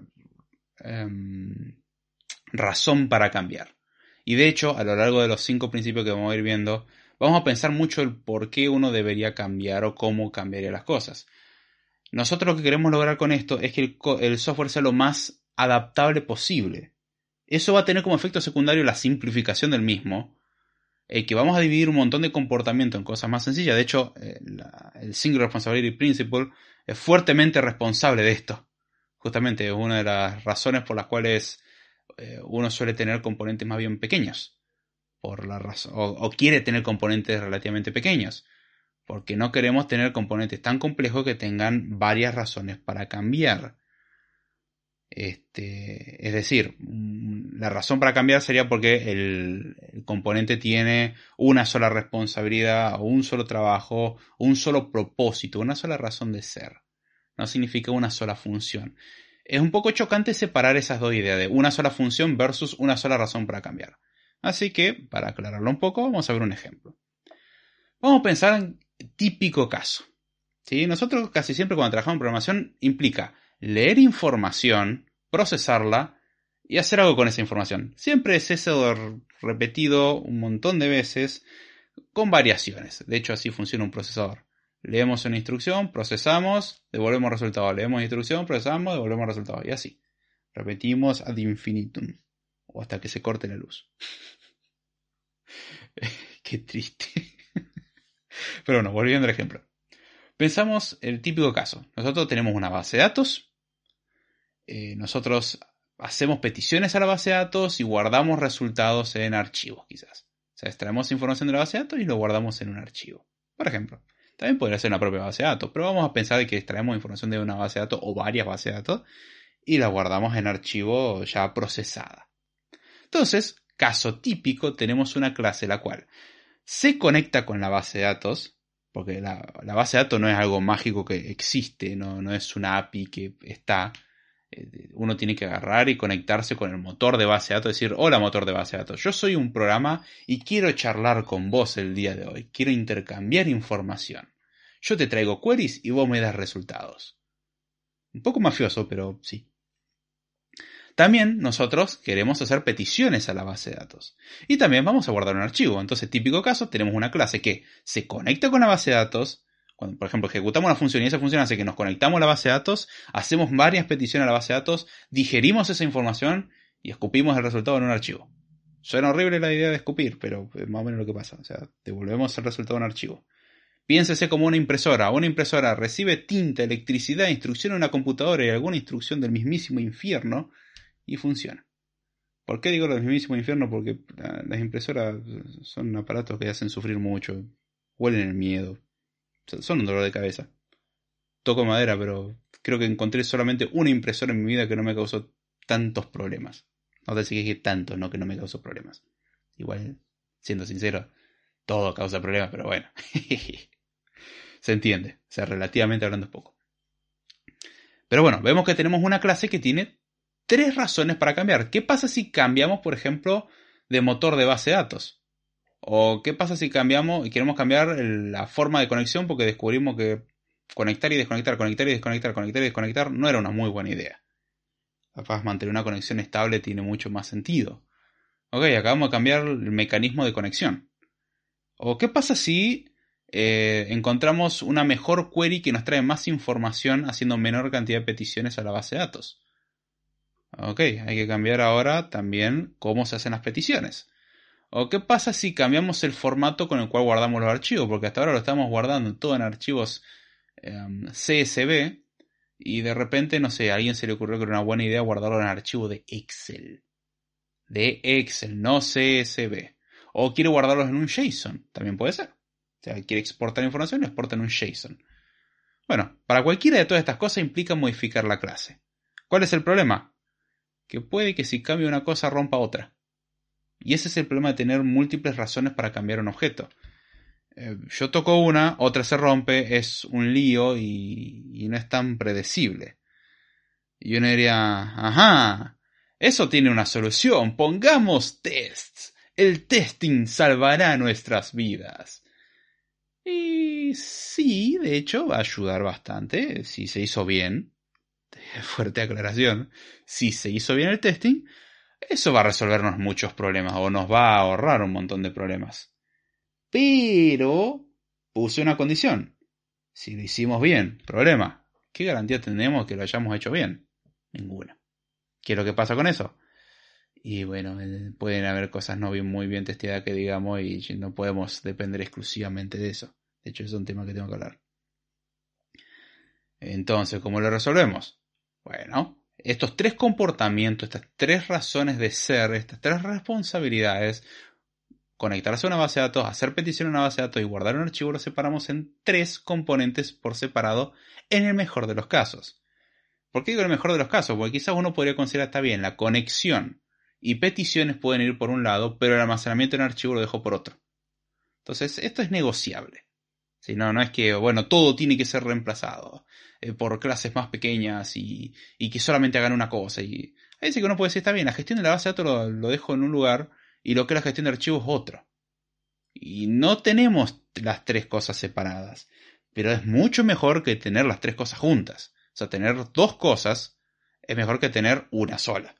razón para cambiar. Y de hecho, a lo largo de los 5 principios que vamos a ir viendo, vamos a pensar mucho el por qué uno debería cambiar o cómo cambiaría las cosas. Nosotros lo que queremos lograr con esto es que el software sea lo más adaptable posible. Eso va a tener como efecto secundario la simplificación del mismo, que vamos a dividir un montón de comportamiento en cosas más sencillas. De hecho, el Single Responsibility Principle es fuertemente responsable de esto. Justamente es una de las razones por las cuales uno suele tener componentes más bien pequeños. Por la razón, o quiere tener componentes relativamente pequeños. Porque no queremos tener componentes tan complejos que tengan varias razones para cambiar. Es decir, la razón para cambiar sería porque el componente tiene una sola responsabilidad, o un solo trabajo, un solo propósito, una sola razón de ser. No significa una sola función. Es un poco chocante separar esas dos ideas de una sola función versus una sola razón para cambiar. Así que, para aclararlo un poco, vamos a ver un ejemplo. Vamos a pensar en típico caso. ¿Sí? Nosotros casi siempre cuando trabajamos en programación implica leer información, procesarla y hacer algo con esa información. Siempre es eso repetido un montón de veces con variaciones. De hecho, así funciona un procesador. Leemos una instrucción, procesamos, devolvemos resultado. Leemos instrucción, procesamos, devolvemos resultado. Y así. Repetimos ad infinitum. O hasta que se corte la luz. Qué triste. Pero bueno, volviendo al ejemplo. Pensamos el típico caso. Nosotros tenemos una base de datos. Nosotros hacemos peticiones a la base de datos y guardamos resultados en archivos, quizás. O sea, extraemos información de la base de datos y lo guardamos en un archivo. Por ejemplo. También podría ser una propia base de datos, pero vamos a pensar que extraemos información de una base de datos o varias bases de datos y la guardamos en archivo ya procesada. Entonces, caso típico, tenemos una clase la cual se conecta con la base de datos, porque la base de datos no es algo mágico que existe, no es una API que está. Uno tiene que agarrar y conectarse con el motor de base de datos, decir, hola motor de base de datos, yo soy un programa y quiero charlar con vos el día de hoy, quiero intercambiar información. Yo te traigo queries y vos me das resultados. Un poco mafioso, pero sí. También nosotros queremos hacer peticiones a la base de datos. Y también vamos a guardar un archivo. Entonces, típico caso, tenemos una clase que se conecta con la base de datos. Cuando, por ejemplo, ejecutamos una función y esa función hace que nos conectamos a la base de datos, hacemos varias peticiones a la base de datos, digerimos esa información y escupimos el resultado en un archivo. Suena horrible la idea de escupir, pero es más o menos lo que pasa. O sea, devolvemos el resultado en un archivo. Piénsese como una impresora. Una impresora recibe tinta, electricidad, instrucción en una computadora y alguna instrucción del mismísimo infierno y funciona. ¿Por qué digo lo del mismísimo infierno? Porque las impresoras son aparatos que hacen sufrir mucho, huelen el miedo, son un dolor de cabeza. Toco madera, pero creo que encontré solamente una impresora en mi vida que no me causó tantos problemas. No te sé que tantos, no que no me causó problemas. Igual, siendo sincero, todo causa problemas, pero bueno. Se entiende, o sea, relativamente hablando es poco. Pero bueno, vemos que tenemos una clase que tiene 3 razones para cambiar. ¿Qué pasa si cambiamos, por ejemplo, de motor de base de datos? ¿O qué pasa si cambiamos y queremos cambiar la forma de conexión porque descubrimos que conectar y desconectar, conectar y desconectar, conectar y desconectar no era una muy buena idea? Capaz mantener una conexión estable tiene mucho más sentido. Ok, acabamos de cambiar el mecanismo de conexión. ¿O qué pasa si encontramos una mejor query que nos trae más información haciendo menor cantidad de peticiones a la base de datos? Ok, hay que cambiar ahora también cómo se hacen las peticiones. ¿O qué pasa si cambiamos el formato con el cual guardamos los archivos? Porque hasta ahora lo estamos guardando todo en archivos CSV y de repente, no sé, a alguien se le ocurrió que era una buena idea guardarlo en archivo de Excel. De Excel, no CSV. O quiere guardarlos en un JSON, también puede ser. O sea, quiere exportar información, lo exporta en un JSON. Bueno, para cualquiera de todas estas cosas implica modificar la clase. ¿Cuál es el problema? Que puede que si cambia una cosa rompa otra. Y ese es el problema de tener múltiples razones para cambiar un objeto. Yo toco una, otra se rompe, es un lío y no es tan predecible. Y uno diría, ajá, eso tiene una solución, pongamos tests. El testing salvará nuestras vidas. Y sí, de hecho, va a ayudar bastante si se hizo bien. Fuerte aclaración. Si se hizo bien el testing, eso va a resolvernos muchos problemas o nos va a ahorrar un montón de problemas. Pero puse una condición. Si lo hicimos bien, problema. ¿Qué garantía tenemos que lo hayamos hecho bien? Ninguna. ¿Qué es lo que pasa con eso? Y bueno, pueden haber cosas no muy bien testeadas que digamos y no podemos depender exclusivamente de eso. De hecho, es un tema que tengo que hablar. Entonces, ¿cómo lo resolvemos? Bueno, estos tres comportamientos, estas tres razones de ser, estas tres responsabilidades, conectarse a una base de datos, hacer petición a una base de datos y guardar un archivo, lo separamos en tres componentes por separado en el mejor de los casos. ¿Por qué digo el mejor de los casos? Porque quizás uno podría considerar, está bien, la conexión y peticiones pueden ir por un lado, pero el almacenamiento en archivo lo dejo por otro. Entonces, esto es negociable. ¿Sí? No es que, bueno, todo tiene que ser reemplazado por clases más pequeñas y que solamente hagan una cosa. Y ahí sí que uno puede decir, está bien, la gestión de la base de datos lo dejo en un lugar y lo que es la gestión de archivos es otro. Y no tenemos las tres cosas separadas, pero es mucho mejor que tener las tres cosas juntas. O sea, tener dos cosas es mejor que tener una sola.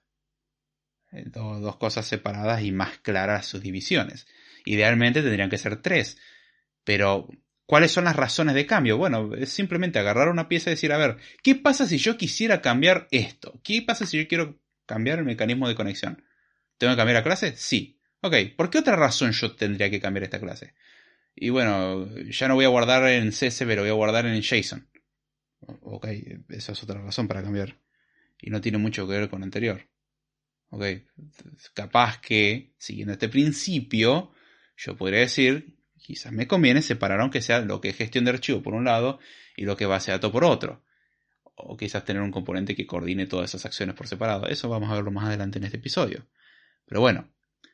Dos cosas separadas y más claras sus divisiones. Idealmente tendrían que ser tres. Pero, ¿cuáles son las razones de cambio? Bueno, es simplemente agarrar una pieza y decir, a ver, ¿qué pasa si yo quisiera cambiar esto? ¿Qué pasa si yo quiero cambiar el mecanismo de conexión? ¿Tengo que cambiar la clase? Sí. Ok, ¿por qué otra razón yo tendría que cambiar esta clase? Y bueno, ya no voy a guardar en CSV, lo voy a guardar en JSON. Ok, esa es otra razón para cambiar. Y no tiene mucho que ver con lo anterior. Ok, capaz que, siguiendo este principio, yo podría decir, quizás me conviene separar aunque sea lo que es gestión de archivo por un lado y lo que es base de datos por otro. O quizás tener un componente que coordine todas esas acciones por separado. Eso vamos a verlo más adelante en este episodio. Pero bueno,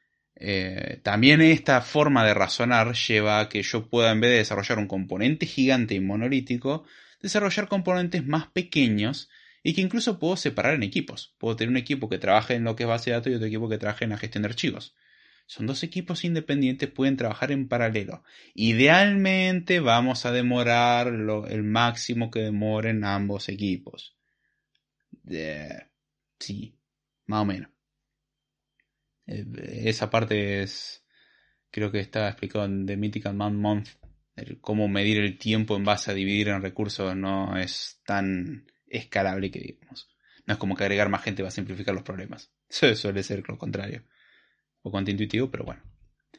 también esta forma de razonar lleva a que yo pueda, en vez de desarrollar un componente gigante y monolítico, desarrollar componentes más pequeños y que incluso puedo separar en equipos. Puedo tener un equipo que trabaje en lo que es base de datos y otro equipo que trabaje en la gestión de archivos. Son dos equipos independientes, pueden trabajar en paralelo. Idealmente vamos a demorar el máximo que demoren ambos equipos. Sí, más o menos. Esa parte es, creo que está explicado en The Mythical Man Month. Cómo medir el tiempo en base a dividir en recursos no es tan escalable que digamos. No es como que agregar más gente va a simplificar los problemas. Eso suele ser lo contrario. Un poco antiintuitivo, pero bueno.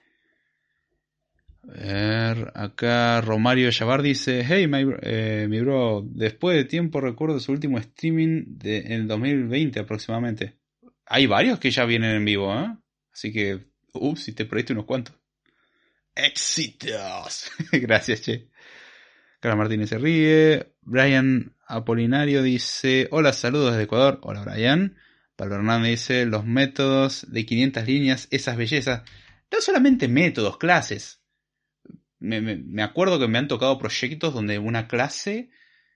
A ver, acá Romario Yavar dice, hey mi bro, después de tiempo recuerdo su último streaming en el 2020 aproximadamente. Hay varios que ya vienen en vivo, ¿eh? Así que, si te perdiste unos cuantos. ¡Éxitos! Gracias, che. Carlos Martínez se ríe. Brian Apolinario dice, hola, saludos desde Ecuador. Hola, Brian. Pablo Hernández dice, los métodos de 500 líneas, esas bellezas. No solamente métodos, clases. Me acuerdo que me han tocado proyectos donde una clase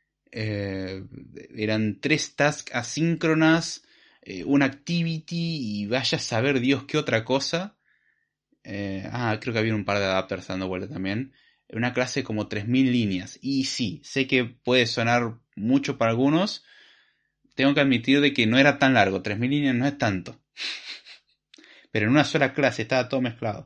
eran 3 tasks asíncronas, una activity y vaya a saber Dios qué otra cosa. Creo que había un par de adapters dando vuelta también. Una clase como 3000 líneas. Y sí, sé que puede sonar mucho para algunos. Tengo que admitir de que no era tan largo. 3000 líneas no es tanto. Pero en una sola clase estaba todo mezclado.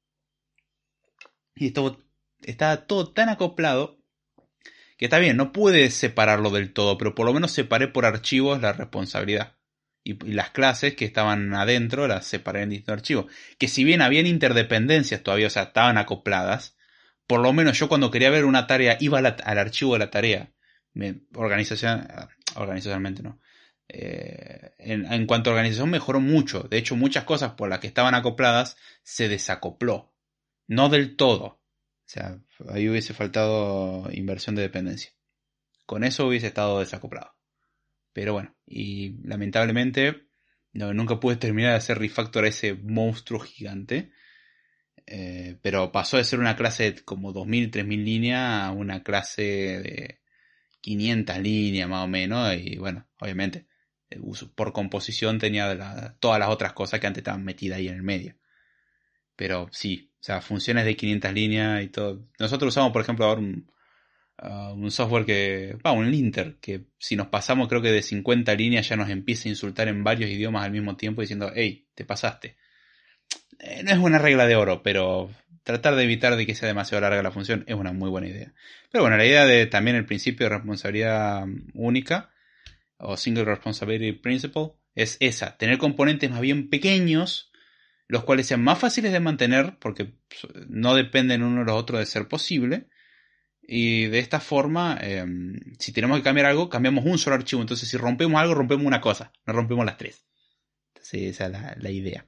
Y estaba todo tan acoplado que está bien, no pude separarlo del todo, pero por lo menos separé por archivos la responsabilidad. y las clases que estaban adentro las separé en distintos archivos. Que si bien habían interdependencias todavía, o sea, estaban acopladas, por lo menos yo cuando quería ver una tarea iba al archivo de la tarea. Organizacionalmente no. En cuanto a organización mejoró mucho. De hecho, muchas cosas por las que estaban acopladas se desacopló. No del todo. O sea, ahí hubiese faltado inversión de dependencia. Con eso hubiese estado desacoplado. Pero bueno, y lamentablemente nunca pude terminar de hacer refactor a ese monstruo gigante. Pero pasó de ser una clase de como 2000, 3000 líneas a una clase de 500 líneas más o menos. Y bueno, obviamente, por composición tenía todas las otras cosas que antes estaban metidas ahí en el medio. Pero sí, o sea, funciones de 500 líneas y todo. Nosotros usamos, por ejemplo, ahora un software un linter, que si nos pasamos creo que de 50 líneas ya nos empieza a insultar en varios idiomas al mismo tiempo diciendo, hey, te pasaste. No es una regla de oro, pero tratar de evitar de que sea demasiado larga la función es una muy buena idea. Pero bueno, la idea de también el principio de responsabilidad única, o Single Responsibility Principle, es esa, tener componentes más bien pequeños, los cuales sean más fáciles de mantener, porque no dependen uno de los otros de ser posible. Y de esta forma, si tenemos que cambiar algo, cambiamos un solo archivo. Entonces, si rompemos algo, rompemos una cosa, no rompemos las tres. Entonces, esa es la idea.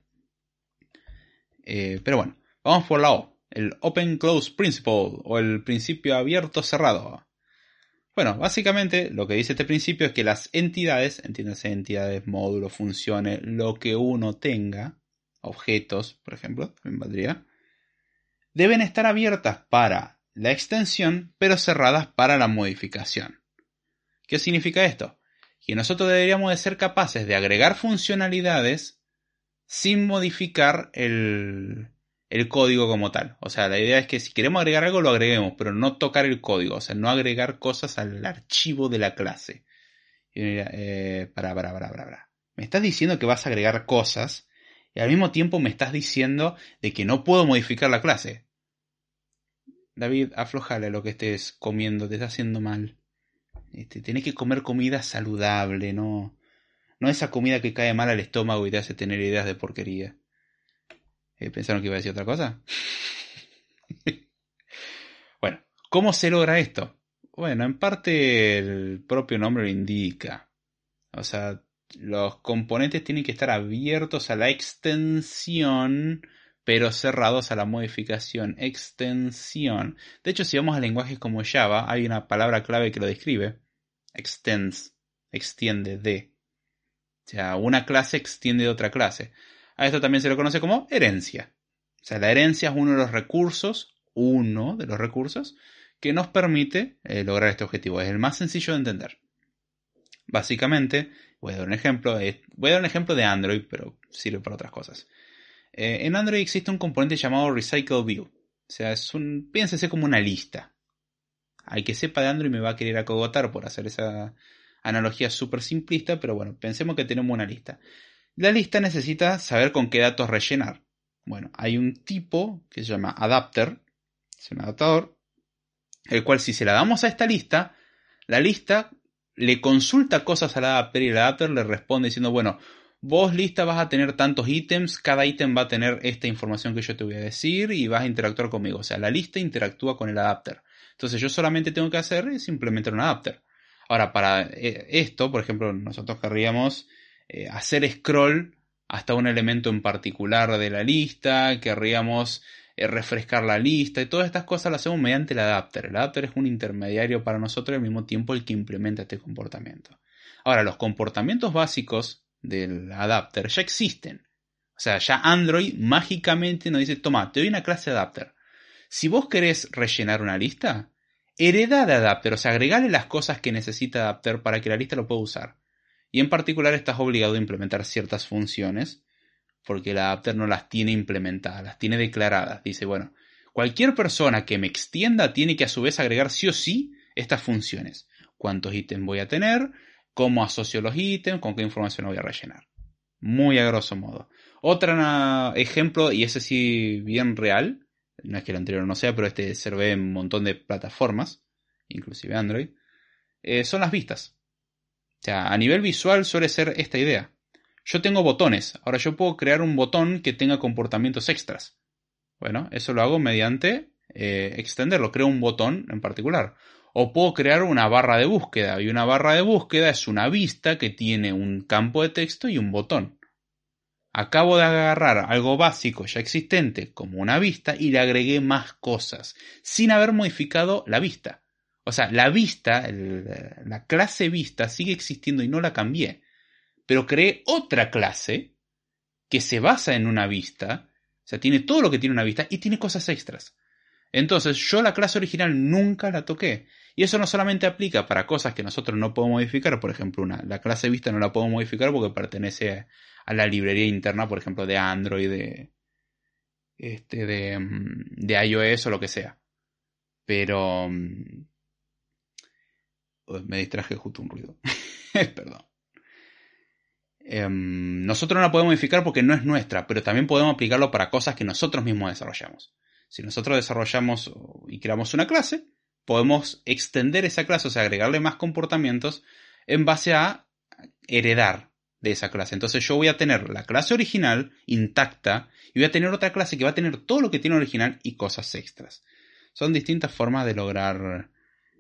Pero bueno, vamos por la O, el Open Close Principle, o el principio abierto cerrado. Bueno, básicamente lo que dice este principio es que las entidades, entiéndase entidades, módulos, funciones, lo que uno tenga, objetos, por ejemplo, también valdría, deben estar abiertas para la extensión, pero cerradas para la modificación. ¿Qué significa esto? Que nosotros deberíamos de ser capaces de agregar funcionalidades sin modificar el código como tal. O sea, la idea es que si queremos agregar algo, lo agreguemos, pero no tocar el código. O sea, no agregar cosas al archivo de la clase. Para. Me estás diciendo que vas a agregar cosas y al mismo tiempo me estás diciendo de que no puedo modificar la clase. David, aflojale lo que estés comiendo, te está haciendo mal. Tenés que comer comida saludable, no esa comida que cae mal al estómago y te hace tener ideas de porquería. ¿Pensaron que iba a decir otra cosa? Bueno, ¿cómo se logra esto? Bueno, en parte el propio nombre lo indica. O sea, los componentes tienen que estar abiertos a la extensión, pero cerrados a la modificación. Extensión. De hecho, si vamos a lenguajes como Java, hay una palabra clave que lo describe. Extends. Extiende de. O sea, una clase extiende de otra clase. A esto también se lo conoce como herencia. O sea, la herencia es uno de los recursos que nos permite lograr este objetivo. Es el más sencillo de entender. Básicamente, voy a dar un ejemplo. Voy a dar un ejemplo de Android, pero sirve para otras cosas. En Android existe un componente llamado Recycle View. O sea, piénsese como una lista. Al que sepa de Android me va a querer acogotar por hacer esa analogía súper simplista, pero bueno, pensemos que tenemos una lista. La lista necesita saber con qué datos rellenar. Bueno, hay un tipo que se llama adapter, es un adaptador, el cual si se la damos a esta lista, la lista le consulta cosas al adapter y el adapter le responde diciendo, bueno, vos lista vas a tener tantos ítems, cada ítem va a tener esta información que yo te voy a decir y vas a interactuar conmigo. O sea, la lista interactúa con el adapter. Entonces yo solamente tengo que hacer es implementar un adapter. Ahora, para esto, por ejemplo, nosotros querríamos hacer scroll hasta un elemento en particular de la lista, querríamos refrescar la lista y todas estas cosas las hacemos mediante el adapter. El adapter es un intermediario para nosotros y al mismo tiempo el que implementa este comportamiento. Ahora, los comportamientos básicos del adapter ya existen. O sea, ya Android mágicamente nos dice, toma, te doy una clase adapter. Si vos querés rellenar una lista, hereda de adapter, o sea, agregale las cosas que necesita adapter para que la lista lo pueda usar. Y en particular estás obligado a implementar ciertas funciones, porque el adapter no las tiene implementadas, las tiene declaradas. Dice, bueno, cualquier persona que me extienda tiene que a su vez agregar sí o sí estas funciones. ¿Cuántos ítems voy a tener? ¿Cómo asocio los ítems? ¿Con qué información voy a rellenar? Muy a grosso modo. Otro ejemplo, y ese sí bien real, no es que el anterior no sea, pero este se ve en un montón de plataformas, inclusive Android, son las vistas. O sea, a nivel visual suele ser esta idea. Yo tengo botones. Ahora yo puedo crear un botón que tenga comportamientos extras. Bueno, eso lo hago mediante extenderlo. Creo un botón en particular. O puedo crear una barra de búsqueda. Y una barra de búsqueda es una vista que tiene un campo de texto y un botón. Acabo de agarrar algo básico ya existente como una vista y le agregué más cosas sin haber modificado la vista. O sea, la vista, la clase vista sigue existiendo y no la cambié. Pero creé otra clase que se basa en una vista. O sea, tiene todo lo que tiene una vista y tiene cosas extras. Entonces yo la clase original nunca la toqué. Y eso no solamente aplica para cosas que nosotros no podemos modificar. Por ejemplo, la clase vista no la puedo modificar porque pertenece a la librería interna, por ejemplo, de Android, de iOS o lo que sea. Pero me distraje justo un ruido. Perdón. Nosotros no la podemos modificar porque no es nuestra, pero también podemos aplicarlo para cosas que nosotros mismos desarrollamos. Si nosotros desarrollamos y creamos una clase, podemos extender esa clase, o sea, agregarle más comportamientos en base a heredar de esa clase. Entonces yo voy a tener la clase original intacta y voy a tener otra clase que va a tener todo lo que tiene original y cosas extras. Son distintas formas de lograr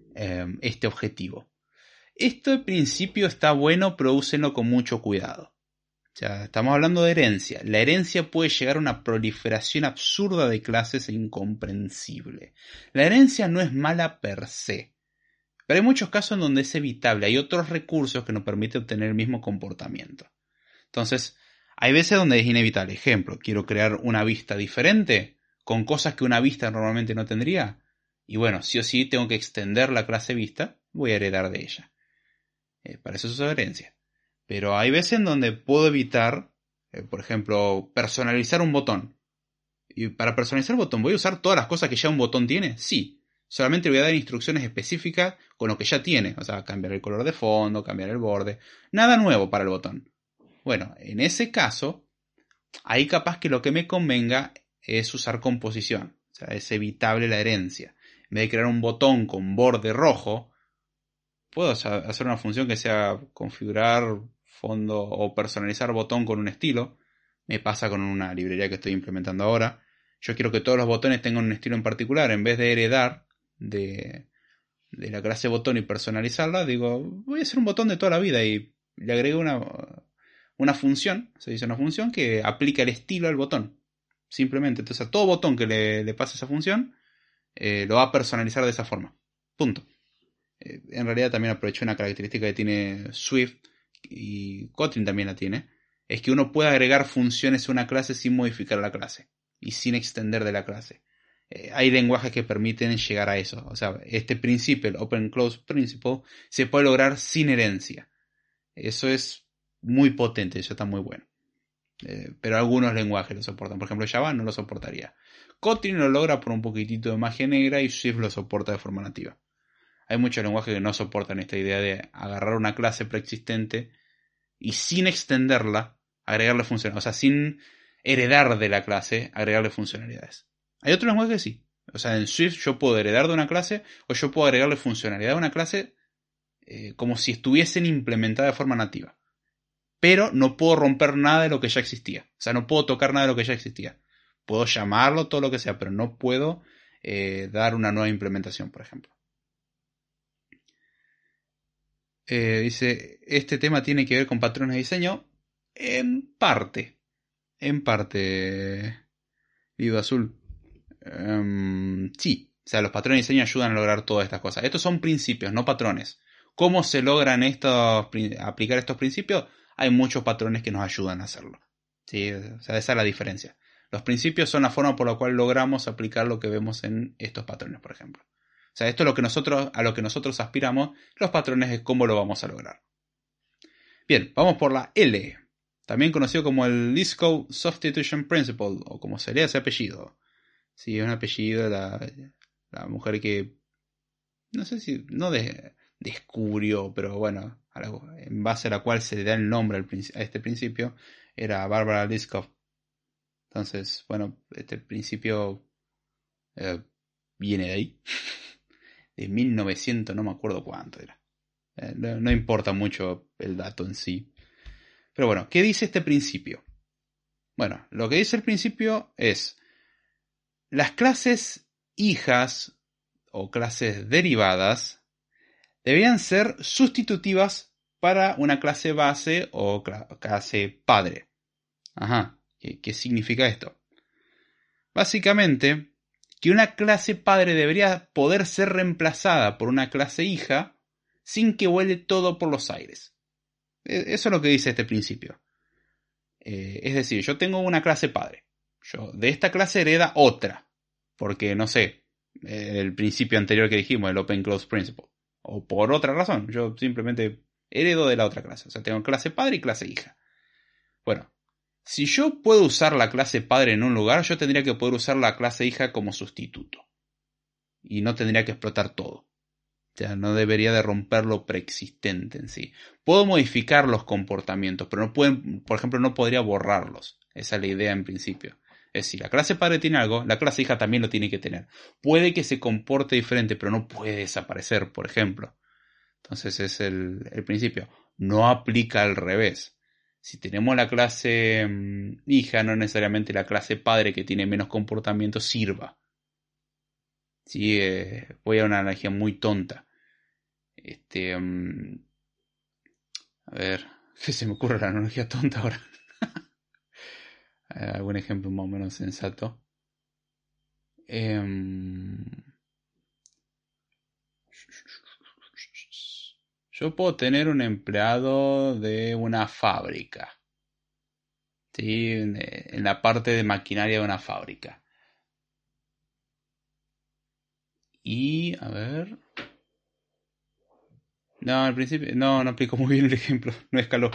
este objetivo. Esto de principio está bueno, pero úsenlo con mucho cuidado. O sea, estamos hablando de herencia. La herencia puede llegar a una proliferación absurda de clases e incomprensible. La herencia no es mala per se, pero hay muchos casos en donde es evitable. Hay otros recursos que nos permiten obtener el mismo comportamiento. Entonces, hay veces donde es inevitable. Ejemplo, quiero crear una vista diferente con cosas que una vista normalmente no tendría. Y bueno, sí o sí tengo que extender la clase vista, voy a heredar de ella. Para eso es herencia. Pero hay veces en donde puedo evitar, por ejemplo, personalizar un botón. Y para personalizar el botón, ¿voy a usar todas las cosas que ya un botón tiene? Sí. Solamente voy a dar instrucciones específicas con lo que ya tiene. O sea, cambiar el color de fondo, cambiar el borde. Nada nuevo para el botón. Bueno, en ese caso, ahí capaz que lo que me convenga es usar composición. O sea, es evitable la herencia. En vez de crear un botón con borde rojo, puedo hacer una función que sea configurar fondo o personalizar botón con un estilo. Me pasa con una librería que estoy implementando ahora. Yo quiero que todos los botones tengan un estilo en particular. En vez de heredar de la clase botón y personalizarla, digo, voy a hacer un botón de toda la vida y le agrego una función, se dice una función que aplica el estilo al botón. Simplemente, entonces a todo botón que le pase esa función, lo va a personalizar de esa forma. Punto. En realidad también aprovecho una característica que tiene Swift y Kotlin también la tiene, es que uno puede agregar funciones a una clase sin modificar la clase y sin extender de la clase. Hay lenguajes que permiten llegar a eso. O sea, este principio, el Open Close Principle, se puede lograr sin herencia. Eso es muy potente, eso está muy bueno. Pero algunos lenguajes lo soportan. Por ejemplo, Java no lo soportaría. Kotlin lo logra por un poquitito de magia negra y Swift lo soporta de forma nativa. Hay muchos lenguajes que no soportan esta idea de agarrar una clase preexistente y sin extenderla, agregarle funcionalidades. O sea, sin heredar de la clase, agregarle funcionalidades. Hay otros lenguajes que sí. O sea, en Swift yo puedo heredar de una clase o yo puedo agregarle funcionalidad a una clase como si estuviesen implementadas de forma nativa. Pero no puedo romper nada de lo que ya existía. O sea, no puedo tocar nada de lo que ya existía. Puedo llamarlo, todo lo que sea, pero no puedo dar una nueva implementación, por ejemplo. Dice, este tema tiene que ver con patrones de diseño. En parte. En parte. Vivo azul. Sí. O sea, los patrones de diseño ayudan a lograr todas estas cosas. Estos son principios, no patrones. ¿Cómo se logran aplicar estos principios? Hay muchos patrones que nos ayudan a hacerlo. ¿Sí? O sea, esa es la diferencia. Los principios son la forma por la cual logramos aplicar lo que vemos en estos patrones, por ejemplo. O sea, esto es a lo que nosotros aspiramos. Los patrones es cómo lo vamos a lograr. Bien, vamos por la L. También conocido como el Liskov Substitution Principle, o como se lee ese apellido. Sí, es un apellido de la mujer que, no sé si, no descubrió, pero bueno, en base a la cual se le da el nombre a este principio, era Barbara Liskov. Entonces, bueno, este principio viene de ahí. De 1900, no me acuerdo cuánto era. No importa mucho el dato en sí. Pero bueno, ¿qué dice este principio? Bueno, lo que dice el principio es: las clases hijas o clases derivadas deberían ser sustitutivas para una clase base o clase padre. Ajá, ¿qué significa esto? Básicamente, que una clase padre debería poder ser reemplazada por una clase hija sin que vuele todo por los aires. Eso es lo que dice este principio. Es decir, yo tengo una clase padre. Yo de esta clase hereda otra. Porque, no sé, el principio anterior que dijimos, el Open Close Principle. O por otra razón, yo simplemente heredo de la otra clase. O sea, tengo clase padre y clase hija. Bueno, si yo puedo usar la clase padre en un lugar, yo tendría que poder usar la clase hija como sustituto. Y no tendría que explotar todo. O sea, no debería de romper lo preexistente en sí. Puedo modificar los comportamientos, pero no pueden, por ejemplo, no podría borrarlos. Esa es la idea en principio. Es decir, la clase padre tiene algo, la clase hija también lo tiene que tener. Puede que se comporte diferente, pero no puede desaparecer, por ejemplo. Entonces es el principio. No aplica al revés. Si tenemos la clase hija, no necesariamente la clase padre que tiene menos comportamiento sirva. Sí, voy a una analogía muy tonta. A ver, ¿qué se me ocurre la analogía tonta ahora? ¿Algún ejemplo más o menos sensato? Yo puedo tener un empleado de una fábrica. ¿Sí? En la parte de maquinaria de una fábrica. Y, a ver... No, al principio... No aplico muy bien el ejemplo. No escaló.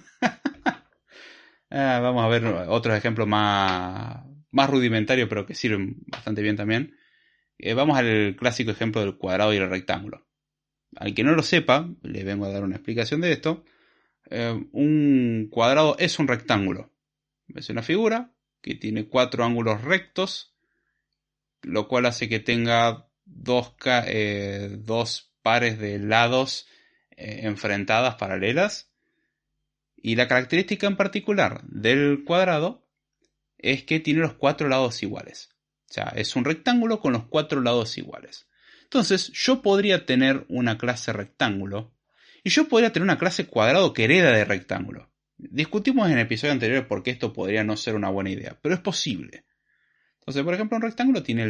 Vamos a ver otros ejemplos más rudimentarios, pero que sirven bastante bien también. Vamos al clásico ejemplo del cuadrado y el rectángulo. Al que no lo sepa, le vengo a dar una explicación de esto. Un cuadrado es un rectángulo. Es una figura que tiene 4 ángulos rectos, lo cual hace que tenga dos pares de lados enfrentadas, paralelas. Y la característica en particular del cuadrado es que tiene los 4 lados iguales. O sea, es un rectángulo con los 4 lados iguales. Entonces, yo podría tener una clase rectángulo y yo podría tener una clase cuadrado que hereda de rectángulo. Discutimos en el episodio anterior por qué esto podría no ser una buena idea, pero es posible. Entonces, por ejemplo, un rectángulo tiene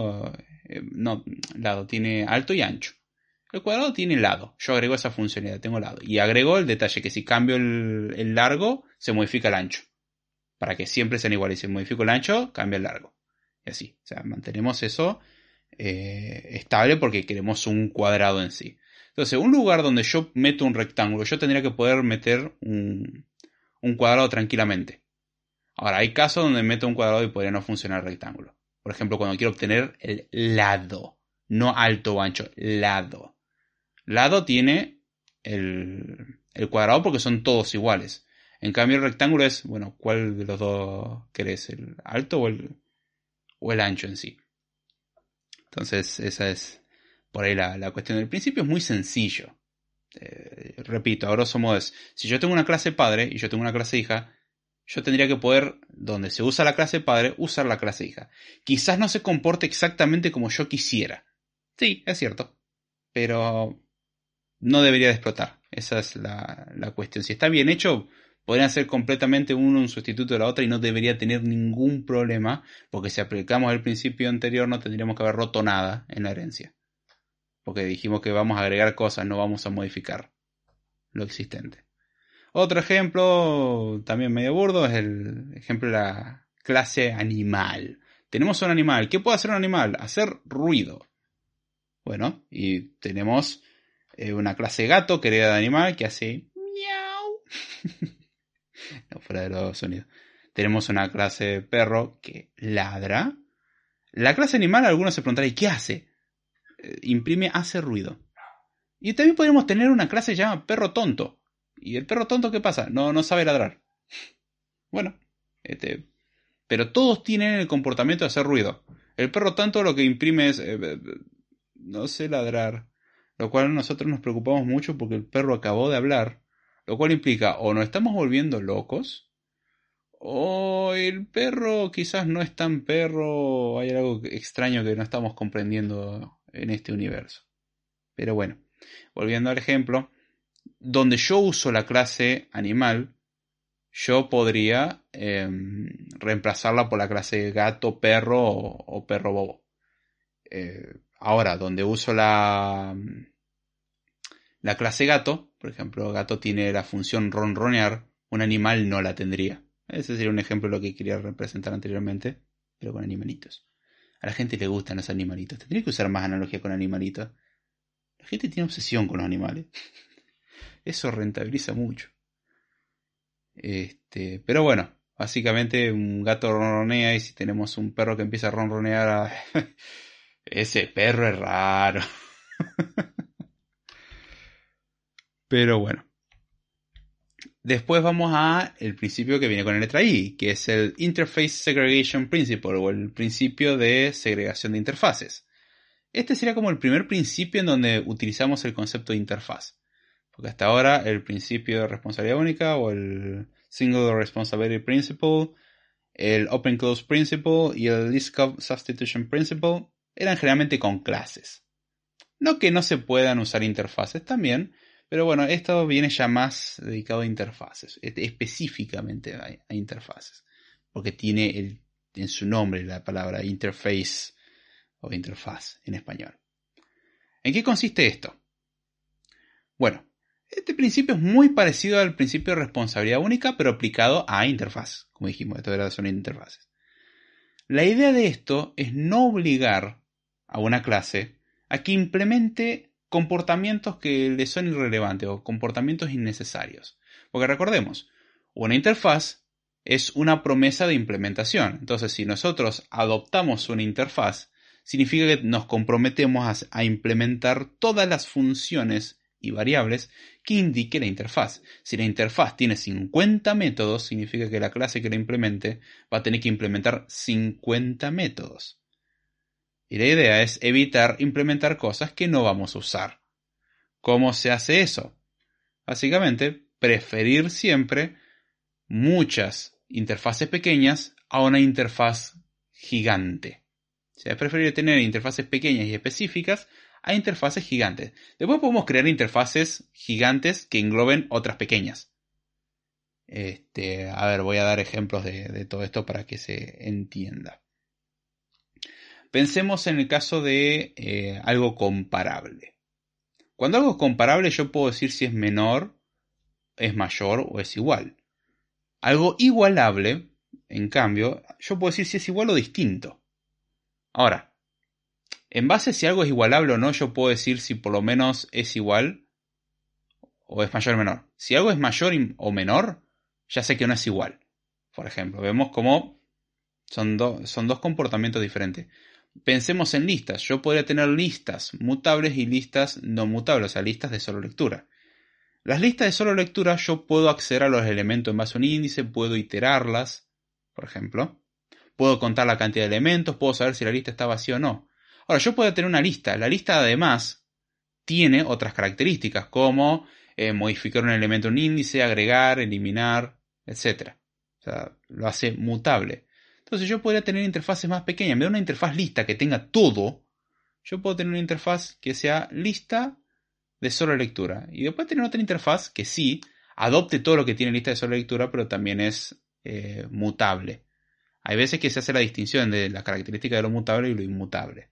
tiene alto y ancho. El cuadrado tiene lado. Yo agrego esa funcionalidad, tengo lado. Y agrego el detalle que si cambio el largo, se modifica el ancho. Para que siempre sean iguales. Si modifico el ancho, cambia el largo. Y así. O sea, mantenemos eso estable porque queremos un cuadrado en sí. Entonces, un lugar donde yo meto un rectángulo, yo tendría que poder meter un cuadrado tranquilamente. Ahora, hay casos donde meto un cuadrado y podría no funcionar el rectángulo. Por ejemplo, cuando quiero obtener el lado. No alto o ancho, lado. Lado tiene el cuadrado porque son todos iguales. En cambio el rectángulo es, bueno, ¿cuál de los dos querés? ¿El alto o el ancho en sí? Entonces esa es por ahí la cuestión. Del principio es muy sencillo. Repito, a grosso modo es, si yo tengo una clase padre y yo tengo una clase hija, yo tendría que poder, donde se usa la clase padre, usar la clase hija. Quizás no se comporte exactamente como yo quisiera. Sí, es cierto. Pero no debería de explotar. Esa es la cuestión. Si está bien hecho, podrían ser completamente uno un sustituto de la otra y no debería tener ningún problema, porque si aplicamos el principio anterior no tendríamos que haber roto nada en la herencia. Porque dijimos que vamos a agregar cosas, no vamos a modificar lo existente. Otro ejemplo, también medio burdo, es el ejemplo de la clase animal. Tenemos un animal. ¿Qué puede hacer un animal? Hacer ruido. Bueno, y tenemos una clase gato que hereda de animal que hace miau. No, fuera de los sonidos. Tenemos una clase perro que ladra. La clase animal, algunos se preguntarán, ¿y qué hace? Imprime, hace ruido. Y también podríamos tener una clase llamada perro tonto. ¿Y el perro tonto qué pasa? No sabe ladrar. Bueno, pero todos tienen el comportamiento de hacer ruido. El perro tonto lo que imprime es no sé ladrar. Lo cual nosotros nos preocupamos mucho porque el perro acabó de hablar. Lo cual implica o nos estamos volviendo locos, o el perro quizás no es tan perro, hay algo extraño que no estamos comprendiendo en este universo. Pero bueno, volviendo al ejemplo, donde yo uso la clase animal, yo podría reemplazarla por la clase gato, perro o perro bobo. Ahora, donde uso la clase gato, por ejemplo, gato tiene la función ronronear, un animal no la tendría. Ese sería un ejemplo de lo que quería representar anteriormente, pero con animalitos. A la gente le gustan los animalitos. Tendría que usar más analogía con animalitos. La gente tiene obsesión con los animales. Eso rentabiliza mucho. Pero bueno, básicamente un gato ronronea y si tenemos un perro que empieza a ronronear, ese perro es raro. Pero bueno. Después vamos a el principio que viene con la letra I, que es el Interface Segregation Principle, o el principio de segregación de interfaces. Este sería como el primer principio en donde utilizamos el concepto de interfaz. Porque hasta ahora el principio de responsabilidad única, o el Single Responsibility Principle, el Open Close Principle y el Least Substitution Principle eran generalmente con clases. No que no se puedan usar interfaces también, pero bueno, esto viene ya más dedicado a interfaces, específicamente a interfaces, porque tiene en su nombre la palabra interface o interfaz en español. ¿En qué consiste esto? Bueno, este principio es muy parecido al principio de responsabilidad única, pero aplicado a interfaz. Como dijimos, esto son interfaces. La idea de esto es no obligar a una clase a que implemente comportamientos que le son irrelevantes o comportamientos innecesarios. Porque recordemos, una interfaz es una promesa de implementación. Entonces, si nosotros adoptamos una interfaz, significa que nos comprometemos a implementar todas las funciones y variables que indique la interfaz. Si la interfaz tiene 50 métodos, significa que la clase que la implemente va a tener que implementar 50 métodos. Y la idea es evitar implementar cosas que no vamos a usar. ¿Cómo se hace eso? Básicamente, preferir siempre muchas interfaces pequeñas a una interfaz gigante. O sea, es preferible tener interfaces pequeñas y específicas a interfaces gigantes. Después podemos crear interfaces gigantes que engloben otras pequeñas. A ver, voy a dar ejemplos de todo esto para que se entienda. Pensemos en el caso de algo comparable. Cuando algo es comparable, yo puedo decir si es menor, es mayor o es igual. Algo igualable, en cambio, yo puedo decir si es igual o distinto. Ahora, en base a si algo es igualable o no, yo puedo decir si por lo menos es igual o es mayor o menor. Si algo es mayor o menor, ya sé que no es igual. Por ejemplo, vemos cómo son dos comportamientos diferentes. Pensemos en listas. Yo podría tener listas mutables y listas no mutables, o sea, listas de solo lectura. Las listas de solo lectura yo puedo acceder a los elementos en base a un índice, puedo iterarlas, por ejemplo. Puedo contar la cantidad de elementos, puedo saber si la lista está vacía o no. Ahora, yo puedo tener una lista. La lista además tiene otras características como modificar un elemento en un índice, agregar, eliminar, etc. O sea, lo hace mutable. Entonces yo podría tener interfaces más pequeñas. En vez de una interfaz lista que tenga todo, yo puedo tener una interfaz que sea lista de solo lectura. Y después tener otra interfaz que sí adopte todo lo que tiene lista de solo lectura, pero también es mutable. Hay veces que se hace la distinción de las características de lo mutable y lo inmutable.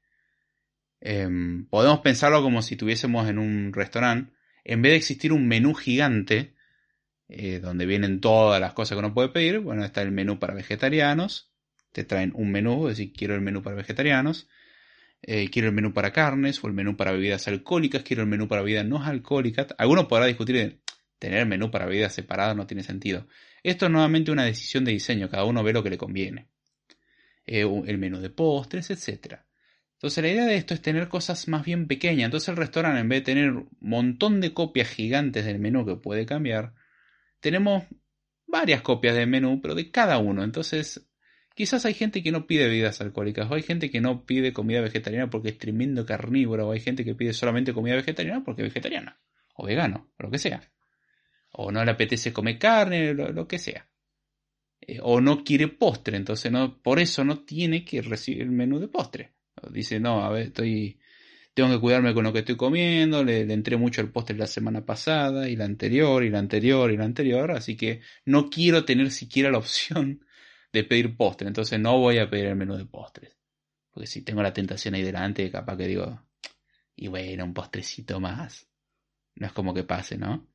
Podemos pensarlo como si estuviésemos en un restaurante. En vez de existir un menú gigante, donde vienen todas las cosas que uno puede pedir, bueno, está el menú para vegetarianos. Te traen un menú, es decir, quiero el menú para vegetarianos. Quiero el menú para carnes o el menú para bebidas alcohólicas, quiero el menú para bebidas no alcohólicas. Alguno podrá discutir de tener el menú para bebidas separadas, no tiene sentido. Esto es nuevamente una decisión de diseño, cada uno ve lo que le conviene. El menú de postres, etc. Entonces la idea de esto es tener cosas más bien pequeñas. Entonces el restaurante, en vez de tener un montón de copias gigantes del menú que puede cambiar, tenemos varias copias del menú, pero de cada uno. Entonces quizás hay gente que no pide bebidas alcohólicas, o hay gente que no pide comida vegetariana porque es tremendo carnívoro, o hay gente que pide solamente comida vegetariana porque es vegetariana, o vegano, o lo que sea. O no le apetece comer carne, lo que sea. O no quiere postre, entonces no, por eso no tiene que recibir el menú de postre. Dice, no, a ver, tengo que cuidarme con lo que estoy comiendo, le entré mucho el postre la semana pasada, y la anterior, y la anterior, y la anterior, así que no quiero tener siquiera la opción de pedir postre, entonces no voy a pedir el menú de postres. Porque si tengo la tentación ahí delante, capaz que digo, y bueno, un postrecito más. No es como que pase, ¿no?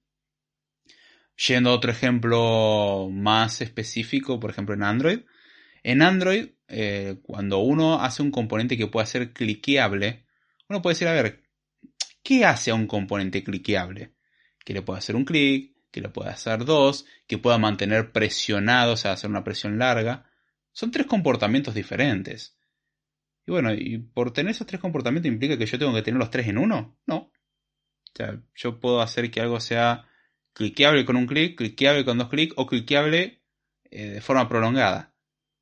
Yendo a otro ejemplo más específico, por ejemplo en Android. En Android, cuando uno hace un componente que pueda ser cliqueable, uno puede decir, a ver, ¿qué hace a un componente cliqueable? Que le pueda hacer un clic, que le pueda hacer dos, que pueda mantener presionado, o sea, hacer una presión larga. Son tres comportamientos diferentes. Y bueno, ¿y por tener esos tres comportamientos implica que yo tengo que tener los tres en uno? No. O sea, yo puedo hacer que algo sea cliqueable con un clic, cliqueable con dos clics o cliqueable de forma prolongada.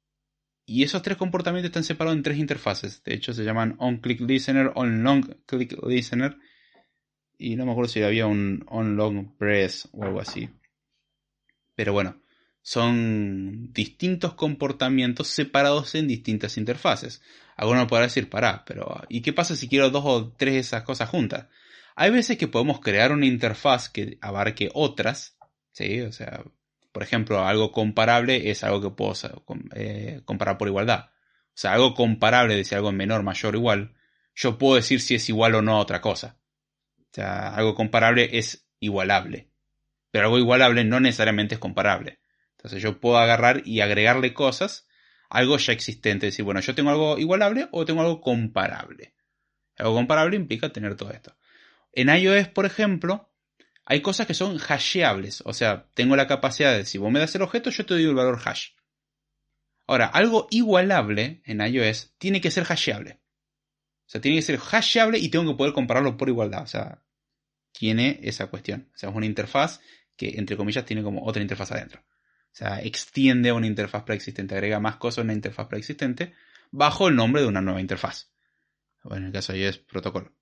Y esos tres comportamientos están separados en tres interfaces. De hecho, se llaman onClickListener, onLongClickListener. Y no me acuerdo si había un onLongPress o algo así. Pero bueno, son distintos comportamientos separados en distintas interfaces. Alguno podrá decir, pará, pero ¿y qué pasa si quiero dos o tres de esas cosas juntas? Hay veces que podemos crear una interfaz que abarque otras, ¿sí? O sea, por ejemplo, algo comparable es algo que puedo comparar por igualdad. O sea, algo comparable, decir algo menor, mayor o igual, yo puedo decir si es igual o no a otra cosa. O sea, algo comparable es igualable. Pero algo igualable no necesariamente es comparable. Entonces yo puedo agarrar y agregarle cosas a algo ya existente. Decir, bueno, yo tengo algo igualable o tengo algo comparable. Algo comparable implica tener todo esto. En iOS, por ejemplo, hay cosas que son hasheables. O sea, tengo la capacidad de, si vos me das el objeto, yo te doy el valor hash. Ahora, algo igualable en iOS tiene que ser hasheable. O sea, tiene que ser hasheable y tengo que poder compararlo por igualdad. O sea, tiene esa cuestión. O sea, es una interfaz que, entre comillas, tiene como otra interfaz adentro. O sea, extiende a una interfaz preexistente, agrega más cosas a una interfaz preexistente bajo el nombre de una nueva interfaz. O en el caso de iOS, protocolo.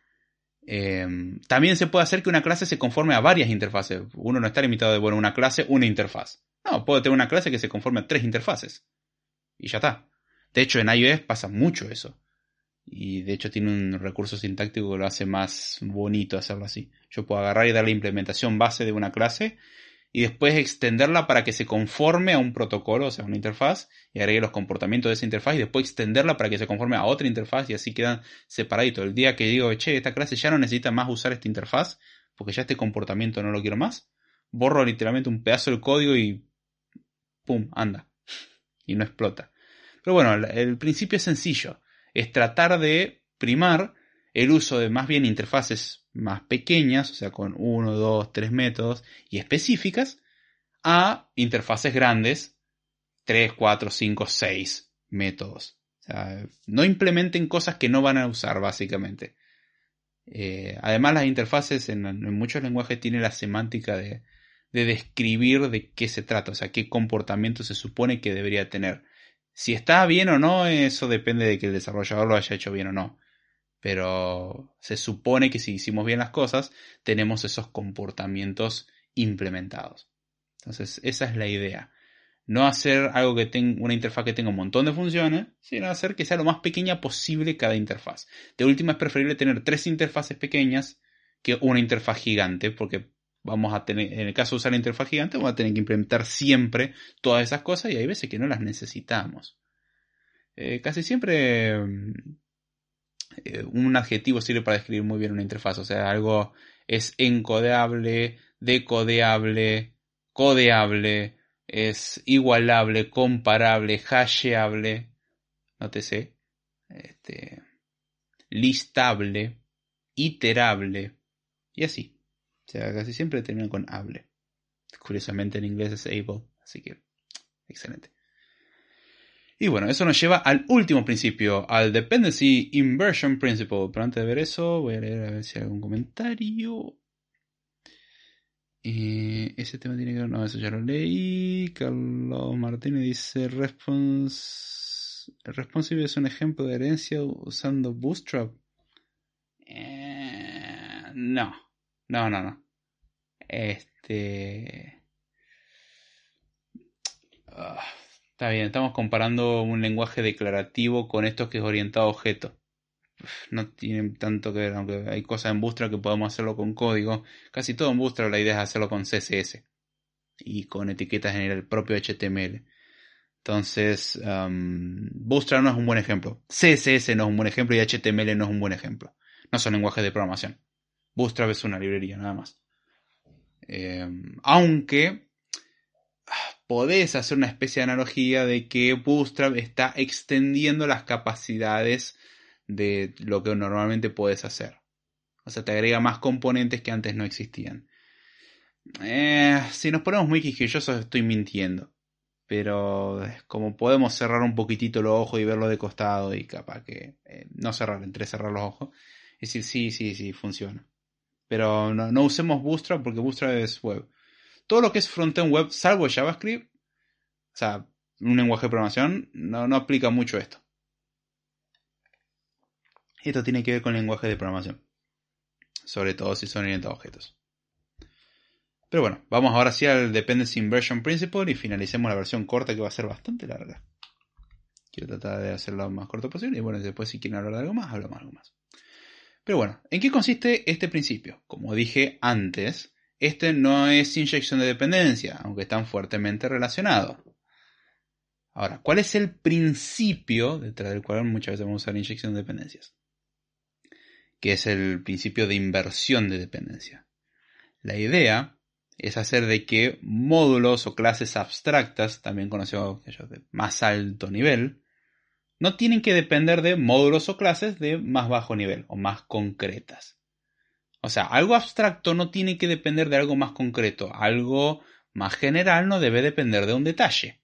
También se puede hacer que una clase se conforme a varias interfaces. Uno no está limitado de, bueno, una clase, una interfaz. No, puedo tener una clase que se conforme a tres interfaces. Y ya está. De hecho, en iOS pasa mucho eso. Y de hecho tiene un recurso sintáctico que lo hace más bonito hacerlo así. Yo puedo agarrar y darle implementación base de una clase y después extenderla para que se conforme a un protocolo, o sea, una interfaz, y agregue los comportamientos de esa interfaz y después extenderla para que se conforme a otra interfaz y así quedan separaditos. El día que digo, che, esta clase ya no necesita más usar esta interfaz porque ya este comportamiento no lo quiero más, borro literalmente un pedazo del código y pum, anda. Y no explota. Pero bueno, el principio es sencillo. Es tratar de primar el uso de más bien interfaces más pequeñas, o sea, con 1, 2, 3 métodos y específicas, a interfaces grandes, 3, 4, 5, 6 métodos. O sea, no implementen cosas que no van a usar, básicamente. Además, las interfaces en muchos lenguajes tienen la semántica de describir de qué se trata, o sea, qué comportamiento se supone que debería tener. Si está bien o no, eso depende de que el desarrollador lo haya hecho bien o no. Pero se supone que si hicimos bien las cosas, tenemos esos comportamientos implementados. Entonces, esa es la idea. No hacer algo que tenga una interfaz que tenga un montón de funciones, sino hacer que sea lo más pequeña posible cada interfaz. De última es preferible tener 3 interfaces pequeñas que una interfaz gigante, porque vamos a tener, en el caso de usar la interfaz gigante, vamos a tener que implementar siempre todas esas cosas y hay veces que no las necesitamos. Casi siempre un adjetivo sirve para describir muy bien una interfaz, o sea, algo es encodeable, decodeable, codeable, es igualable, comparable, hasheable, nótese, listable, iterable, y así. O sea, casi siempre terminan con able. Curiosamente en inglés es able, así que excelente. Y bueno, eso nos lleva al último principio, al Dependency Inversion Principle. Pero antes de ver eso, voy a leer a ver si hay algún comentario. Ese tema tiene que ver... No, eso ya lo leí. Carlos Martínez dice... Responsive es un ejemplo de herencia usando Bootstrap. No. No. Este... ah, está bien, estamos comparando un lenguaje declarativo con esto que es orientado a objetos. No tienen tanto que ver, aunque hay cosas en Bootstrap que podemos hacerlo con código. Casi todo en Bootstrap la idea es hacerlo con CSS y con etiquetas en el propio HTML. Entonces, Bootstrap no es un buen ejemplo. CSS no es un buen ejemplo y HTML no es un buen ejemplo. No son lenguajes de programación. Bootstrap es una librería, nada más. Aunque podés hacer una especie de analogía de que Bootstrap está extendiendo las capacidades de lo que normalmente puedes hacer. O sea, te agrega más componentes que antes no existían. Si nos ponemos muy quisquillosos estoy mintiendo. Pero como podemos cerrar un poquitito los ojos y verlo de costado y capaz que no cerrar, entre cerrar los ojos. Es decir, sí, funciona. Pero no usemos Bootstrap porque Bootstrap es web. Todo lo que es frontend web, salvo JavaScript, o sea, un lenguaje de programación, no aplica mucho esto. Esto tiene que ver con lenguaje de programación. Sobre todo si son orientados a objetos. Pero bueno, vamos ahora sí al Dependency Inversion Principle y finalicemos la versión corta que va a ser bastante larga. Quiero tratar de hacerlo lo más corto posible y bueno, después si quieren hablar de algo más, hablamos algo más. Pero bueno, ¿en qué consiste este principio? Como dije antes, este no es inyección de dependencia, aunque están fuertemente relacionados. Ahora, ¿cuál es el principio detrás del cual muchas veces vamos a usar inyección de dependencias? Que es el principio de inversión de dependencia. La idea es hacer de que módulos o clases abstractas, también conocidos de más alto nivel, no tienen que depender de módulos o clases de más bajo nivel o más concretas. O sea, algo abstracto no tiene que depender de algo más concreto. Algo más general no debe depender de un detalle.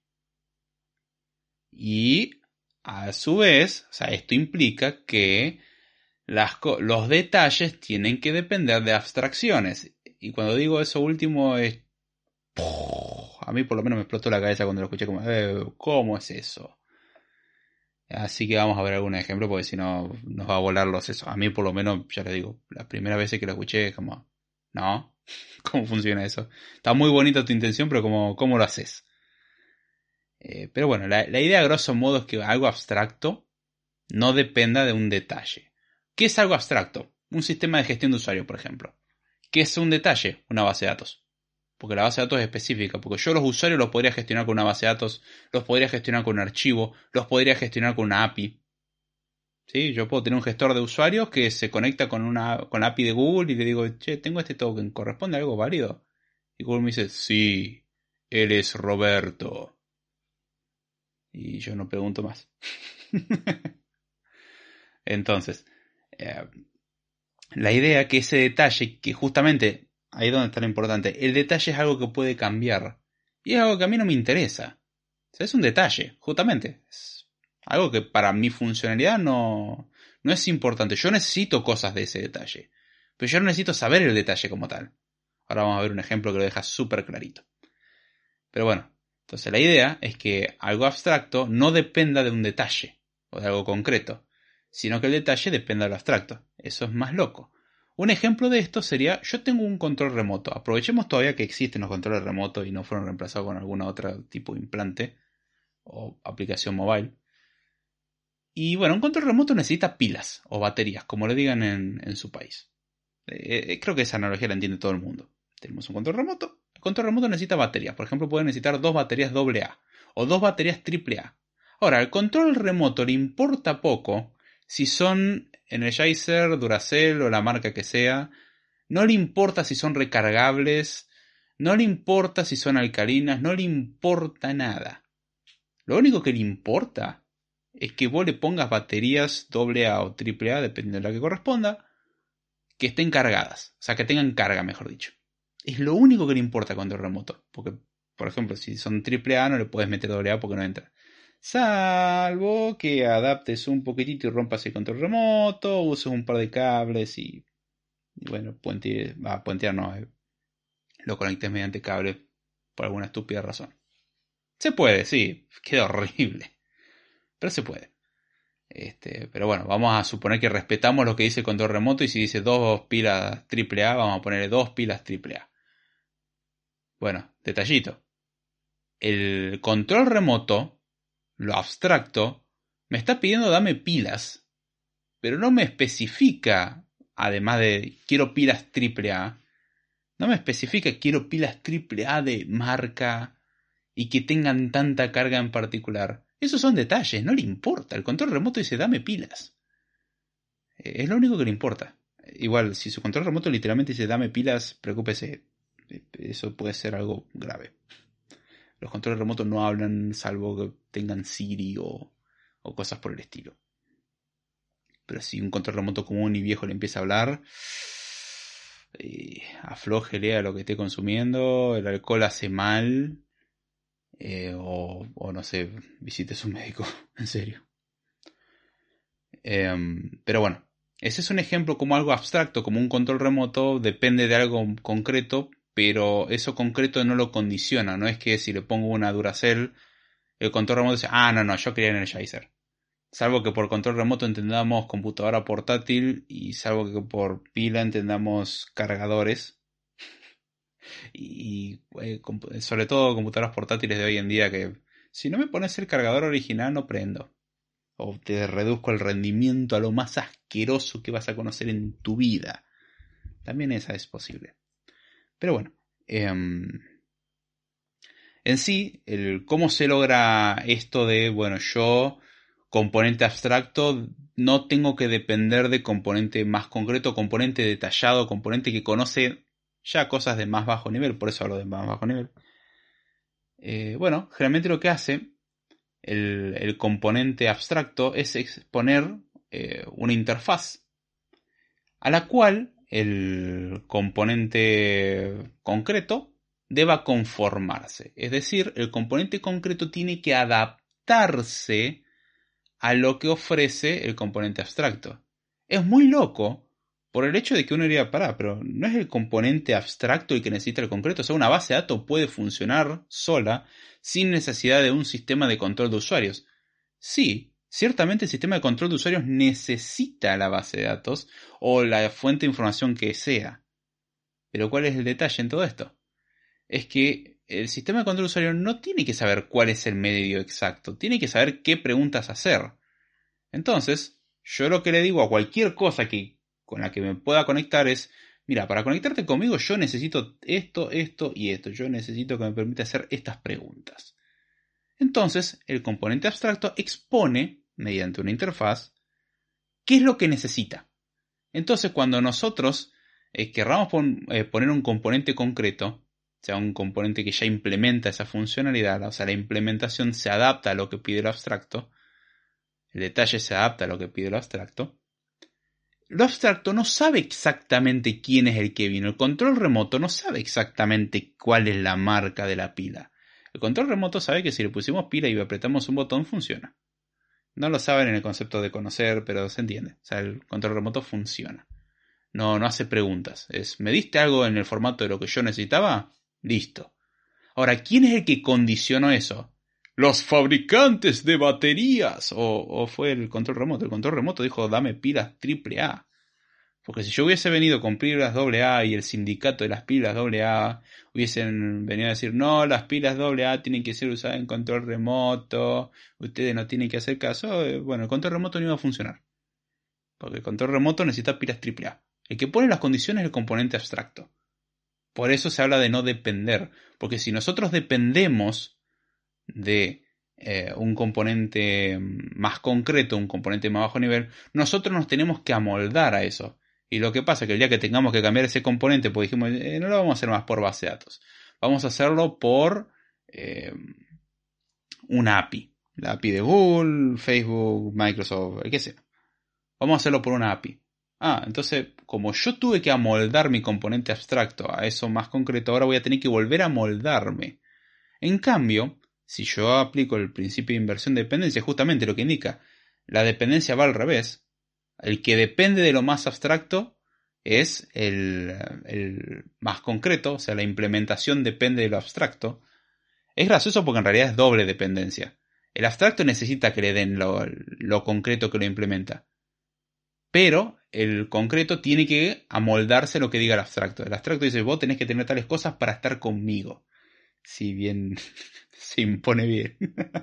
Y a su vez, o sea, esto implica que los detalles tienen que depender de abstracciones. Y cuando digo eso último es... A mí por lo menos me explotó la cabeza cuando lo escuché como... ¿Cómo es eso? Así que vamos a ver algún ejemplo porque si no nos va a volar los sesos. A mí por lo menos, ya les digo, las primeras veces que lo escuché es como... ¿No? ¿Cómo funciona eso? Está muy bonita tu intención, pero ¿cómo lo haces? Pero bueno, la idea grosso modo es que algo abstracto no dependa de un detalle. ¿Qué es algo abstracto? Un sistema de gestión de usuario, por ejemplo. ¿Qué es un detalle? Una base de datos. Porque la base de datos es específica. Porque yo los usuarios los podría gestionar con una base de datos, los podría gestionar con un archivo, los podría gestionar con una API. ¿Sí? Yo puedo tener un gestor de usuarios que se conecta con la API de Google y le digo, che, tengo este token, ¿corresponde a algo válido? Y Google me dice, sí, él es Roberto. Y yo no pregunto más. Entonces, la idea que ese detalle, que justamente ahí es donde está lo importante, el detalle es algo que puede cambiar. Y es algo que a mí no me interesa. O sea, es un detalle, justamente. Es algo que para mi funcionalidad no es importante. Yo necesito cosas de ese detalle. Pero yo no necesito saber el detalle como tal. Ahora vamos a ver un ejemplo que lo deja súper clarito. Pero bueno, entonces la idea es que algo abstracto no dependa de un detalle o de algo concreto, sino que el detalle dependa de lo abstracto. Eso es más loco. Un ejemplo de esto sería, yo tengo un control remoto. Aprovechemos todavía que existen los controles remotos y no fueron reemplazados con algún otro tipo de implante o aplicación mobile. Y bueno, un control remoto necesita pilas o baterías, como le digan en su país. Creo que esa analogía la entiende todo el mundo. Tenemos un control remoto. El control remoto necesita baterías. Por ejemplo, puede necesitar 2 baterías AA o 2 baterías AAA. Ahora, al control remoto le importa poco si son Energizer, Duracell o la marca que sea. No le importa si son recargables. No le importa si son alcalinas. No le importa nada. Lo único que le importa es que vos le pongas baterías AA o AAA, dependiendo de la que corresponda, que estén cargadas. O sea, que tengan carga, mejor dicho. Es lo único que le importa con control remoto. Porque, por ejemplo, si son AAA no le puedes meter AA porque no entra. Salvo que adaptes un poquitito y rompas el control remoto, uses un par de cables y bueno, puentear no, lo conectes mediante cable por alguna estúpida razón. Se puede, sí, queda horrible, pero se puede. Pero bueno, vamos a suponer que respetamos lo que dice el control remoto y si dice 2 pilas AAA, vamos a ponerle 2 pilas AAA. Bueno, detallito. El control remoto, lo abstracto, me está pidiendo dame pilas, pero no me especifica, además de quiero pilas AAA, no me especifica quiero pilas AAA de marca y que tengan tanta carga en particular. Esos son detalles, no le importa. El control remoto dice dame pilas. Es lo único que le importa. Igual, si su control remoto literalmente dice dame pilas, preocúpese. Eso puede ser algo grave. Los controles remotos no hablan salvo que tengan Siri o cosas por el estilo. Pero si un control remoto común y viejo le empieza a hablar, aflójele a lo que esté consumiendo, el alcohol hace mal, o no sé, visite a su médico, en serio. Pero bueno, ese es un ejemplo como algo abstracto, como un control remoto, depende de algo concreto, pero eso concreto no lo condiciona. No es que si le pongo una Duracell, el control remoto dice, no, yo quería Energizer. Salvo que por control remoto entendamos computadora portátil y salvo que por pila entendamos cargadores. Y sobre todo computadoras portátiles de hoy en día que si no me pones el cargador original no prendo. O te reduzco el rendimiento a lo más asqueroso que vas a conocer en tu vida. También esa es posible. Pero bueno. En sí, cómo se logra esto de, bueno, yo, componente abstracto, no tengo que depender de componente más concreto, componente detallado, componente que conoce ya cosas de más bajo nivel, por eso hablo de más bajo nivel. Bueno, generalmente lo que hace el componente abstracto es exponer una interfaz a la cual el componente concreto deba conformarse. Es decir, el componente concreto tiene que adaptarse a lo que ofrece el componente abstracto. Es muy loco por el hecho de que uno diría, pero no es el componente abstracto el que necesita el concreto. O sea, una base de datos puede funcionar sola sin necesidad de un sistema de control de usuarios. Sí, ciertamente el sistema de control de usuarios necesita la base de datos o la fuente de información que sea. Pero ¿cuál es el detalle en todo esto? Es que el sistema de control de usuarios no tiene que saber cuál es el medio exacto, tiene que saber qué preguntas hacer. Entonces, yo lo que le digo a cualquier cosa con la que me pueda conectar es, mira, para conectarte conmigo yo necesito esto, esto y esto. Yo necesito que me permita hacer estas preguntas. Entonces, el componente abstracto expone, mediante una interfaz, qué es lo que necesita. Entonces, cuando nosotros querramos poner un componente concreto, o sea, un componente que ya implementa esa funcionalidad, o sea, la implementación se adapta a lo que pide el abstracto, el detalle se adapta a lo que pide el abstracto, lo abstracto no sabe exactamente quién es el que vino. El control remoto no sabe exactamente cuál es la marca de la pila. El control remoto sabe que si le pusimos pila y apretamos un botón funciona. No lo saben en el concepto de conocer, pero se entiende. O sea, el control remoto funciona. No hace preguntas. ¿Me diste algo en el formato de lo que yo necesitaba? Listo. Ahora, ¿quién es el que condicionó eso? ¿Los fabricantes de baterías? ¿O fue el control remoto? El control remoto dijo, dame pilas AAA. Porque si yo hubiese venido con pilas AA y el sindicato de las pilas AA hubiesen venido a decir, no, las pilas AA tienen que ser usadas en control remoto, ustedes no tienen que hacer caso, bueno, el control remoto no iba a funcionar. Porque el control remoto necesita pilas AAA. El que pone las condiciones es el componente abstracto. Por eso se habla de no depender. Porque si nosotros dependemos de un componente más concreto, un componente más bajo nivel, nosotros nos tenemos que amoldar a eso. Y lo que pasa es que el día que tengamos que cambiar ese componente, pues dijimos, no lo vamos a hacer más por base de datos. Vamos a hacerlo por una API. La API de Google, Facebook, Microsoft, el que sea. Vamos a hacerlo por una API. Entonces, como yo tuve que amoldar mi componente abstracto a eso más concreto, ahora voy a tener que volver a moldarme. En cambio, si yo aplico el principio de inversión de dependencia, justamente lo que indica, la dependencia va al revés. El que depende de lo más abstracto es el más concreto, o sea, la implementación depende de lo abstracto. Es gracioso porque en realidad es doble dependencia. El abstracto necesita que le den lo concreto que lo implementa. Pero el concreto tiene que amoldarse a lo que diga el abstracto. El abstracto dice, vos tenés que tener tales cosas para estar conmigo. Si bien se impone bien.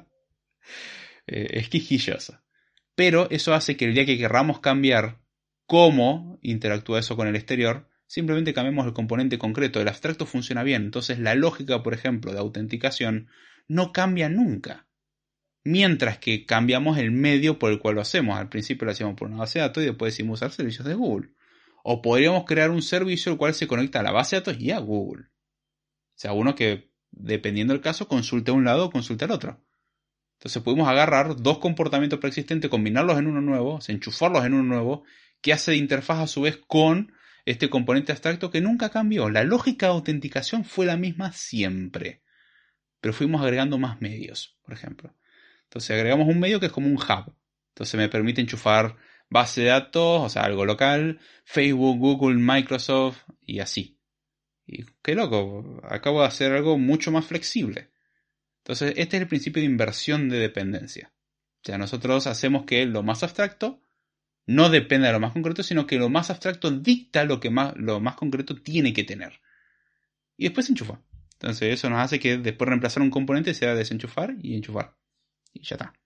Es quisquilloso. Pero eso hace que el día que querramos cambiar cómo interactúa eso con el exterior, simplemente cambiemos el componente concreto. El abstracto funciona bien. Entonces la lógica, por ejemplo, de autenticación no cambia nunca. Mientras que cambiamos el medio por el cual lo hacemos. Al principio lo hacíamos por una base de datos y después decidimos usar servicios de Google. O podríamos crear un servicio el cual se conecta a la base de datos y a Google. O sea, uno que, dependiendo del caso, consulte a un lado o consulte al otro. Entonces podemos agarrar dos comportamientos preexistentes, combinarlos en uno nuevo, enchufarlos en uno nuevo, que hace de interfaz a su vez con este componente abstracto que nunca cambió. La lógica de autenticación fue la misma siempre. Pero fuimos agregando más medios, por ejemplo. Entonces agregamos un medio que es como un hub. Entonces me permite enchufar base de datos, o sea, algo local, Facebook, Google, Microsoft y así. Y qué loco, acabo de hacer algo mucho más flexible. Entonces este es el principio de inversión de dependencia. O sea, nosotros hacemos que lo más abstracto no dependa de lo más concreto, sino que lo más abstracto dicta lo más concreto tiene que tener. Y después se enchufa. Entonces eso nos hace que después reemplazar un componente sea desenchufar y enchufar. Y ya está.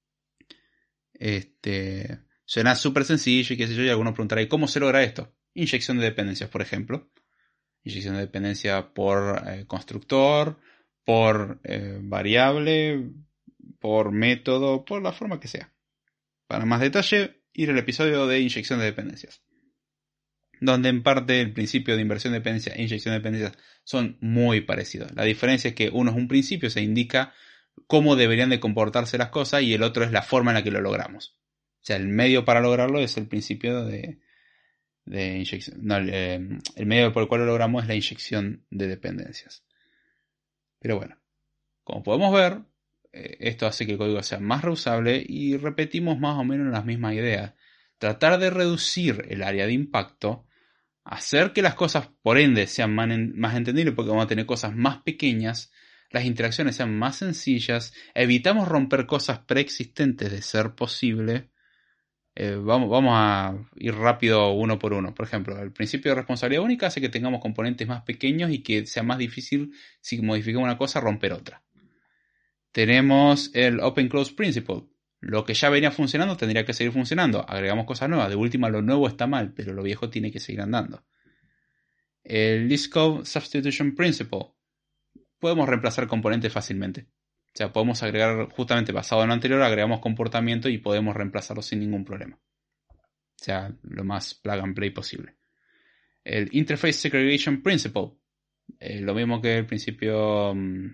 Suena súper sencillo y qué sé yo, y algunos preguntarán, ¿cómo se logra esto? Inyección de dependencias, por ejemplo. Inyección de dependencia por constructor, por variable, por método, por la forma que sea. Para más detalle, ir al episodio de inyección de dependencias. Donde en parte el principio de inversión de dependencia e inyección de dependencias son muy parecidos. La diferencia es que uno es un principio, se indica cómo deberían de comportarse las cosas y el otro es la forma en la que lo logramos. O sea, el medio para lograrlo es el principio de inyección. No, el medio por el cual lo logramos es la inyección de dependencias. Pero bueno, como podemos ver, esto hace que el código sea más reusable y repetimos más o menos las mismas ideas. Tratar de reducir el área de impacto, hacer que las cosas por ende sean más entendibles porque vamos a tener cosas más pequeñas, las interacciones sean más sencillas, evitamos romper cosas preexistentes de ser posible. Vamos a ir rápido uno por uno. Por ejemplo, el principio de responsabilidad única hace que tengamos componentes más pequeños y que sea más difícil, si modificamos una cosa, romper otra. Tenemos el Open Close Principle. Lo que ya venía funcionando tendría que seguir funcionando. Agregamos cosas nuevas. De última, lo nuevo está mal, pero lo viejo tiene que seguir andando. El Least Code Substitution Principle. Podemos reemplazar componentes fácilmente. O sea, podemos agregar, justamente basado en lo anterior, agregamos comportamiento y podemos reemplazarlo sin ningún problema. O sea, lo más plug and play posible. El Interface Segregation Principle. Lo mismo que el principio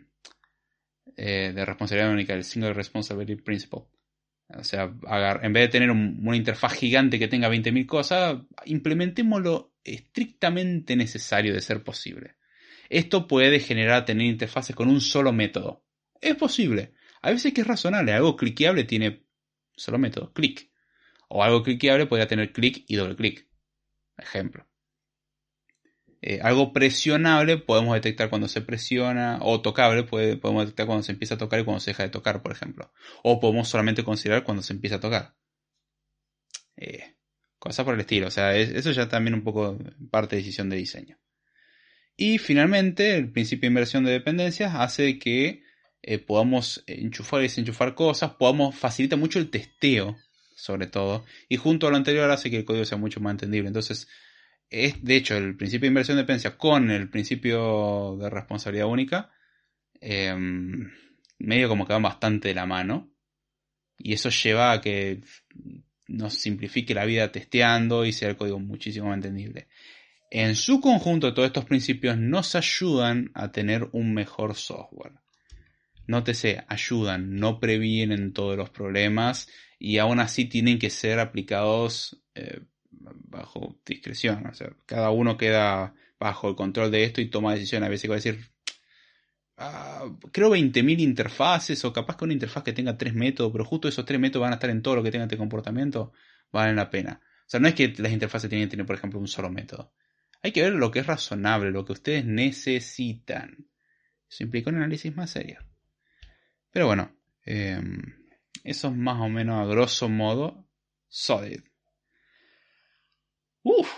de responsabilidad única, el Single Responsibility Principle. O sea, en vez de tener una interfaz gigante que tenga 20.000 cosas, implementemos lo estrictamente necesario de ser posible. Esto puede generar tener interfaces con un solo método. Es posible. A veces que es razonable. Algo cliqueable tiene solo método, clic. O algo cliqueable podría tener clic y doble clic. Ejemplo. Algo presionable podemos detectar cuando se presiona, o tocable podemos detectar cuando se empieza a tocar y cuando se deja de tocar, por ejemplo. O podemos solamente considerar cuando se empieza a tocar. Cosas por el estilo. O sea, eso ya también un poco parte de decisión de diseño. Y finalmente, el principio de inversión de dependencias hace que podamos enchufar y desenchufar cosas, facilita mucho el testeo, sobre todo, y junto a lo anterior hace que el código sea mucho más entendible. Entonces, es de hecho el principio de inversión de dependencia con el principio de responsabilidad única, medio como que van bastante de la mano, y eso lleva a que nos simplifique la vida testeando y sea el código muchísimo más entendible. En su conjunto, todos estos principios nos ayudan a tener un mejor software. Nótese, ayudan, no previenen todos los problemas y aún así tienen que ser aplicados bajo discreción. O sea, cada uno queda bajo el control de esto y toma decisiones. A veces va a decir, creo 20.000 interfaces o capaz que una interfaz que tenga 3 métodos, pero justo esos 3 métodos van a estar en todo lo que tenga este comportamiento, valen la pena. O sea, no es que las interfaces tienen que tener, por ejemplo, un solo método. Hay que ver lo que es razonable, lo que ustedes necesitan. Eso implica un análisis más serio. Pero bueno, eso es más o menos a grosso modo Solid. Uf.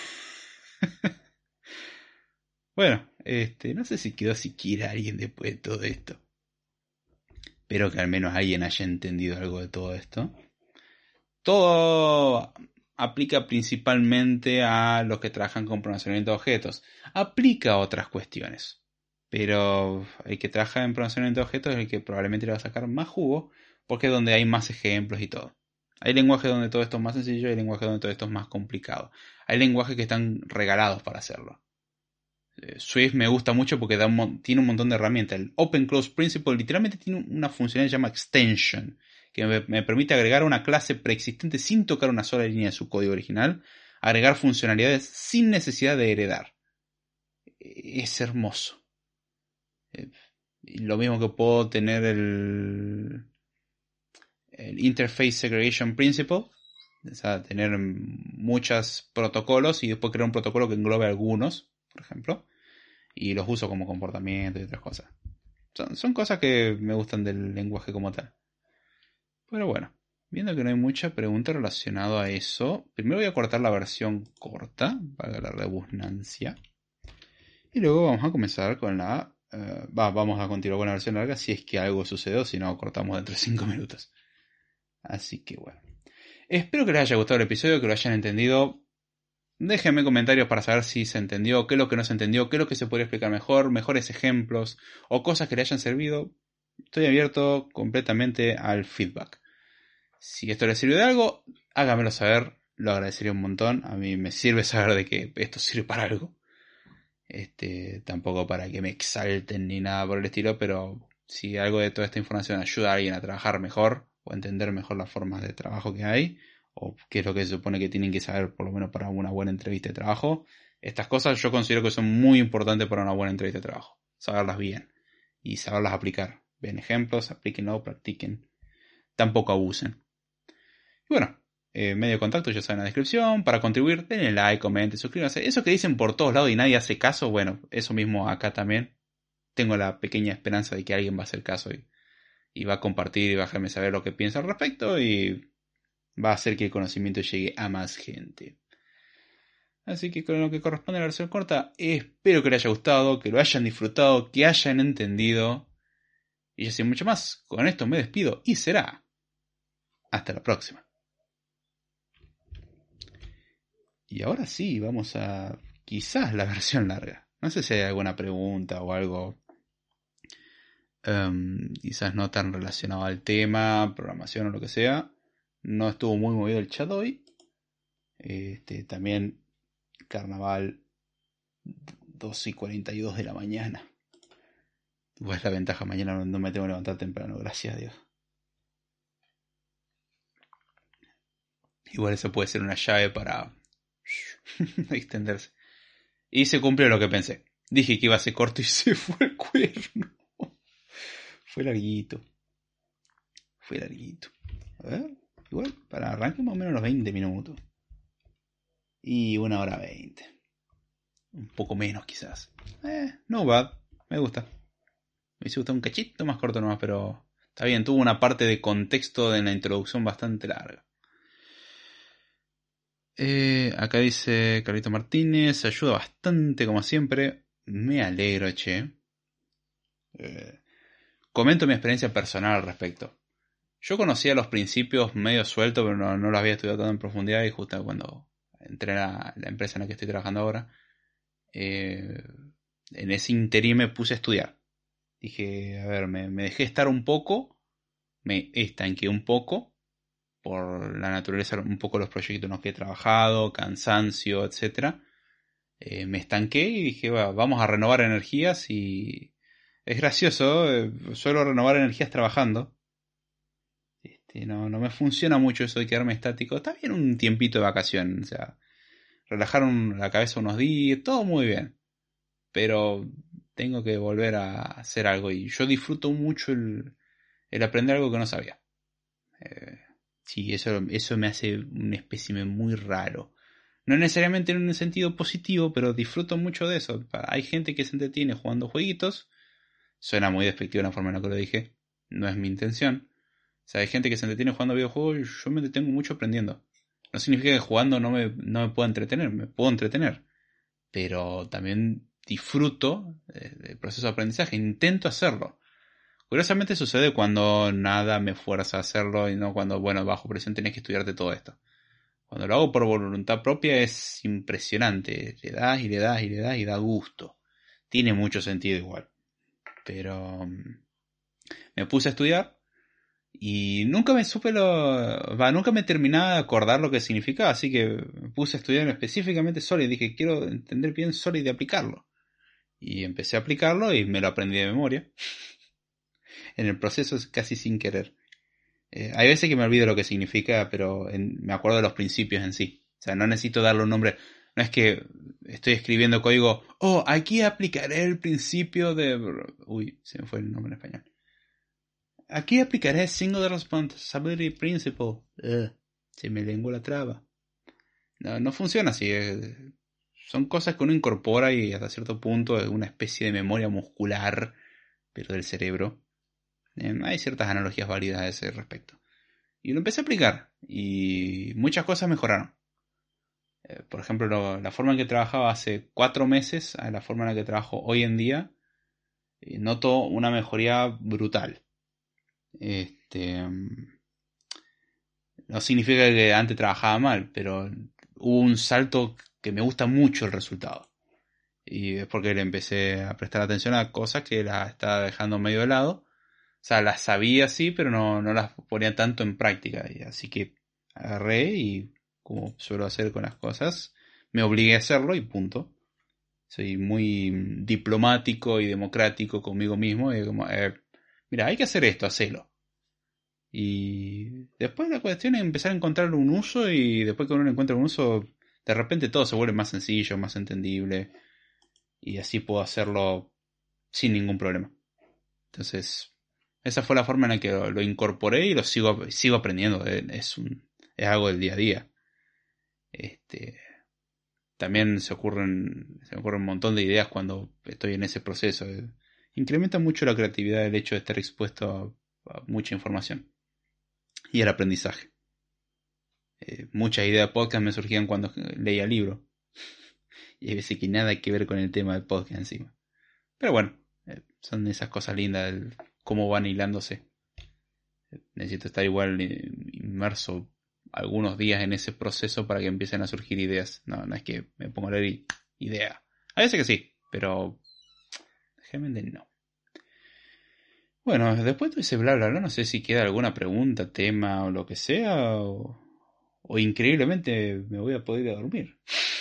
Bueno, no sé si quedó siquiera alguien después de todo esto. Espero que al menos alguien haya entendido algo de todo esto. Todo aplica principalmente a los que trabajan con procesamiento de objetos. Aplica a otras cuestiones. Pero el que trabaja en procesamiento de objetos es el que probablemente le va a sacar más jugo, porque es donde hay más ejemplos y todo. Hay lenguajes donde todo esto es más sencillo y hay lenguajes donde todo esto es más complicado. Hay lenguajes que están regalados para hacerlo. Swift me gusta mucho porque tiene un montón de herramientas. El Open Close Principle literalmente tiene una funcionalidad que se llama Extension, que me permite agregar una clase preexistente sin tocar una sola línea de su código original, agregar funcionalidades sin necesidad de heredar. Es hermoso. Lo mismo que puedo tener el Interface Segregation Principle, o sea, tener muchos protocolos y después crear un protocolo que englobe algunos, por ejemplo, y los uso como comportamiento y otras cosas. Son cosas que me gustan del lenguaje como tal. Pero bueno, viendo que no hay mucha pregunta relacionada a eso, primero voy a cortar la versión corta, para la redundancia, y luego vamos a comenzar con vamos a continuar con la versión larga si es que algo sucedió, si no cortamos dentro de 5 minutos. Así que bueno. Espero que les haya gustado el episodio, que lo hayan entendido. Déjenme comentarios para saber si se entendió, qué es lo que no se entendió, qué es lo que se podría explicar mejor, mejores ejemplos o cosas que le hayan servido. Estoy abierto completamente al feedback. Si esto les sirve de algo, háganmelo saber, lo agradecería un montón. A mí me sirve saber de que esto sirve para algo. Tampoco para que me exalten ni nada por el estilo, pero si algo de toda esta información ayuda a alguien a trabajar mejor o a entender mejor las formas de trabajo que hay, o qué es lo que se supone que tienen que saber por lo menos para una buena entrevista de trabajo, estas cosas yo considero que son muy importantes para una buena entrevista de trabajo. Saberlas bien y saberlas aplicar. Ven ejemplos, aplíquenlo, practiquen. Tampoco abusen. Y bueno, medio de contacto ya está en la descripción. Para contribuir, denle like, comenten, suscríbanse. Eso que dicen por todos lados y nadie hace caso, bueno, eso mismo acá también. Tengo la pequeña esperanza de que alguien va a hacer caso y va a compartir y va a dejarme saber lo que piensa al respecto y va a hacer que el conocimiento llegue a más gente. Así que con lo que corresponde a la versión corta, espero que les haya gustado, que lo hayan disfrutado, que hayan entendido. Y ya sin mucho más, con esto me despido y será hasta la próxima. Y ahora sí, vamos a quizás la versión larga. No sé si hay alguna pregunta o algo quizás no tan relacionado al tema, programación o lo que sea. No estuvo muy movido el chat hoy. También carnaval 2:42 de la mañana. Igual es la ventaja, mañana no me tengo que levantar temprano, gracias a Dios. Igual eso puede ser una llave para extenderse. Y se cumplió lo que pensé. Dije que iba a ser corto y se fue el cuerno. Fue larguito. A ver, igual, para arranque más o menos unos 20 minutos. Y 1 hora 20. Un poco menos quizás. No bad. Me gusta. Me hubiese gustado un cachito más corto nomás, pero está bien. Tuvo una parte de contexto en la introducción bastante larga. Acá dice Carlito Martínez. Ayuda bastante como siempre. Me alegro, che. Comento mi experiencia personal al respecto. Yo conocía los principios medio sueltos, pero no los había estudiado tan en profundidad y justo cuando entré a la empresa en la que estoy trabajando ahora, en ese interín me puse a estudiar. Dije, a ver, me dejé estar un poco, me estanqué un poco por la naturaleza, un poco los proyectos en los que he trabajado, cansancio, etc. Me estanqué y dije, vamos a renovar energías y es gracioso, suelo renovar energías trabajando. No me funciona mucho eso de quedarme estático. Está bien un tiempito de vacación, o sea, relajar la cabeza unos días, todo muy bien. Pero tengo que volver a hacer algo y yo disfruto mucho el aprender algo que no sabía. Sí, eso me hace un espécimen muy raro. No necesariamente en un sentido positivo, pero disfruto mucho de eso. Hay gente que se entretiene jugando jueguitos. Suena muy despectivo la forma en la que lo dije. No es mi intención. O sea, hay gente que se entretiene jugando videojuegos y yo me detengo mucho aprendiendo. No significa que jugando no me pueda entretener, me puedo entretener. Pero también disfruto del proceso de aprendizaje, intento hacerlo. Curiosamente sucede cuando nada me fuerza a hacerlo y no cuando, bueno, bajo presión tenés que estudiarte todo esto. Cuando lo hago por voluntad propia es impresionante. Le das y le das y le das y da gusto. Tiene mucho sentido igual. Pero me puse a estudiar y nunca me supe nunca me terminaba de acordar lo que significaba. Así que me puse a estudiar específicamente Solid. Dije, quiero entender bien Solid y aplicarlo. Y empecé a aplicarlo y me lo aprendí de memoria. En el proceso casi sin querer. Hay veces que me olvido lo que significa, pero me acuerdo de los principios en sí. O sea, no necesito darle un nombre. No es que estoy escribiendo código, aquí aplicaré el principio de... Uy, se me fue el nombre en español. Aquí aplicaré Single Responsibility Principle. Se me lengua la traba. No funciona así. Son cosas que uno incorpora y hasta cierto punto es una especie de memoria muscular, pero del cerebro. Hay ciertas analogías válidas a ese respecto. Y lo empecé a aplicar y muchas cosas mejoraron. Por ejemplo, la forma en que trabajaba hace 4 meses a la forma en la que trabajo hoy en día, noto una mejoría brutal. No significa que antes trabajaba mal, pero hubo un salto que me gusta mucho el resultado. Y es porque le empecé a prestar atención a cosas que las estaba dejando medio de lado. O sea, las sabía sí, pero no las ponía tanto en práctica. Y así que agarré y, como suelo hacer con las cosas, me obligué a hacerlo y punto. Soy muy diplomático y democrático conmigo mismo. Y como, mira, hay que hacer esto, hacelo. Y después la cuestión es empezar a encontrarle un uso y después que uno encuentra un uso, de repente todo se vuelve más sencillo, más entendible. Y así puedo hacerlo sin ningún problema. Entonces, esa fue la forma en la que lo incorporé y lo sigo aprendiendo. Es algo del día a día. También se me ocurren un montón de ideas cuando estoy en ese proceso. Incrementa mucho la creatividad el hecho de estar expuesto a mucha información. Y el aprendizaje. Muchas ideas de podcast me surgían cuando leía libros. Y hay veces que nada que ver con el tema del podcast encima. Pero bueno, son esas cosas lindas, cómo van hilándose. Necesito estar igual inmerso algunos días en ese proceso para que empiecen a surgir ideas. No es que me pongo a leer idea. A veces que sí, pero generalmente no. Bueno, después de ese bla bla bla, no sé si queda alguna pregunta, tema o lo que sea, o increíblemente me voy a poder ir a dormir.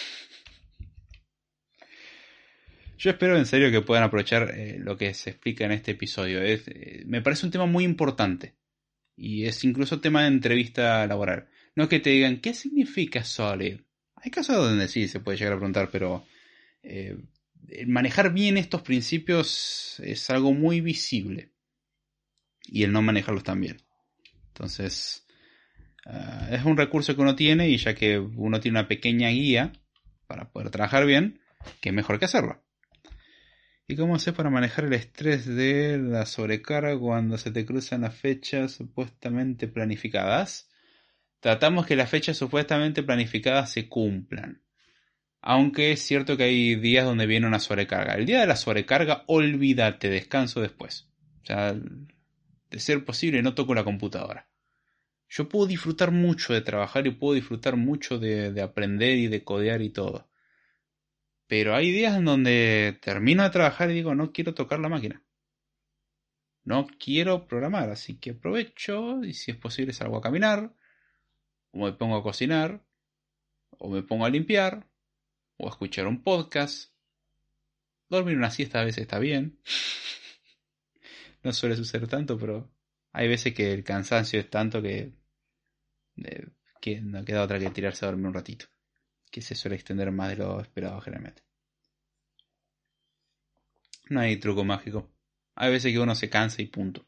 Yo espero en serio que puedan aprovechar lo que se explica en este episodio. Me parece un tema muy importante. Y es incluso tema de entrevista laboral. No que te digan, ¿qué significa Solid? Hay casos donde sí se puede llegar a preguntar, pero manejar bien estos principios es algo muy visible. Y el no manejarlos también. Entonces, es un recurso que uno tiene y ya que uno tiene una pequeña guía para poder trabajar bien, ¿qué mejor que hacerlo? ¿Y cómo haces para manejar el estrés de la sobrecarga cuando se te cruzan las fechas supuestamente planificadas? Tratamos que las fechas supuestamente planificadas se cumplan. Aunque es cierto que hay días donde viene una sobrecarga. El día de la sobrecarga, olvídate, descanso después. O sea, de ser posible, no toco la computadora. Yo puedo disfrutar mucho de trabajar y puedo disfrutar mucho de aprender y de codear y todo. Pero hay días en donde termino de trabajar y digo, no quiero tocar la máquina. No quiero programar, así que aprovecho y si es posible salgo a caminar, o me pongo a cocinar, o me pongo a limpiar, o a escuchar un podcast. Dormir una siesta a veces está bien. No suele suceder tanto, pero hay veces que el cansancio es tanto que no queda otra que tirarse a dormir un ratito. Que se suele extender más de lo esperado generalmente. No hay truco mágico. Hay veces que uno se cansa y punto.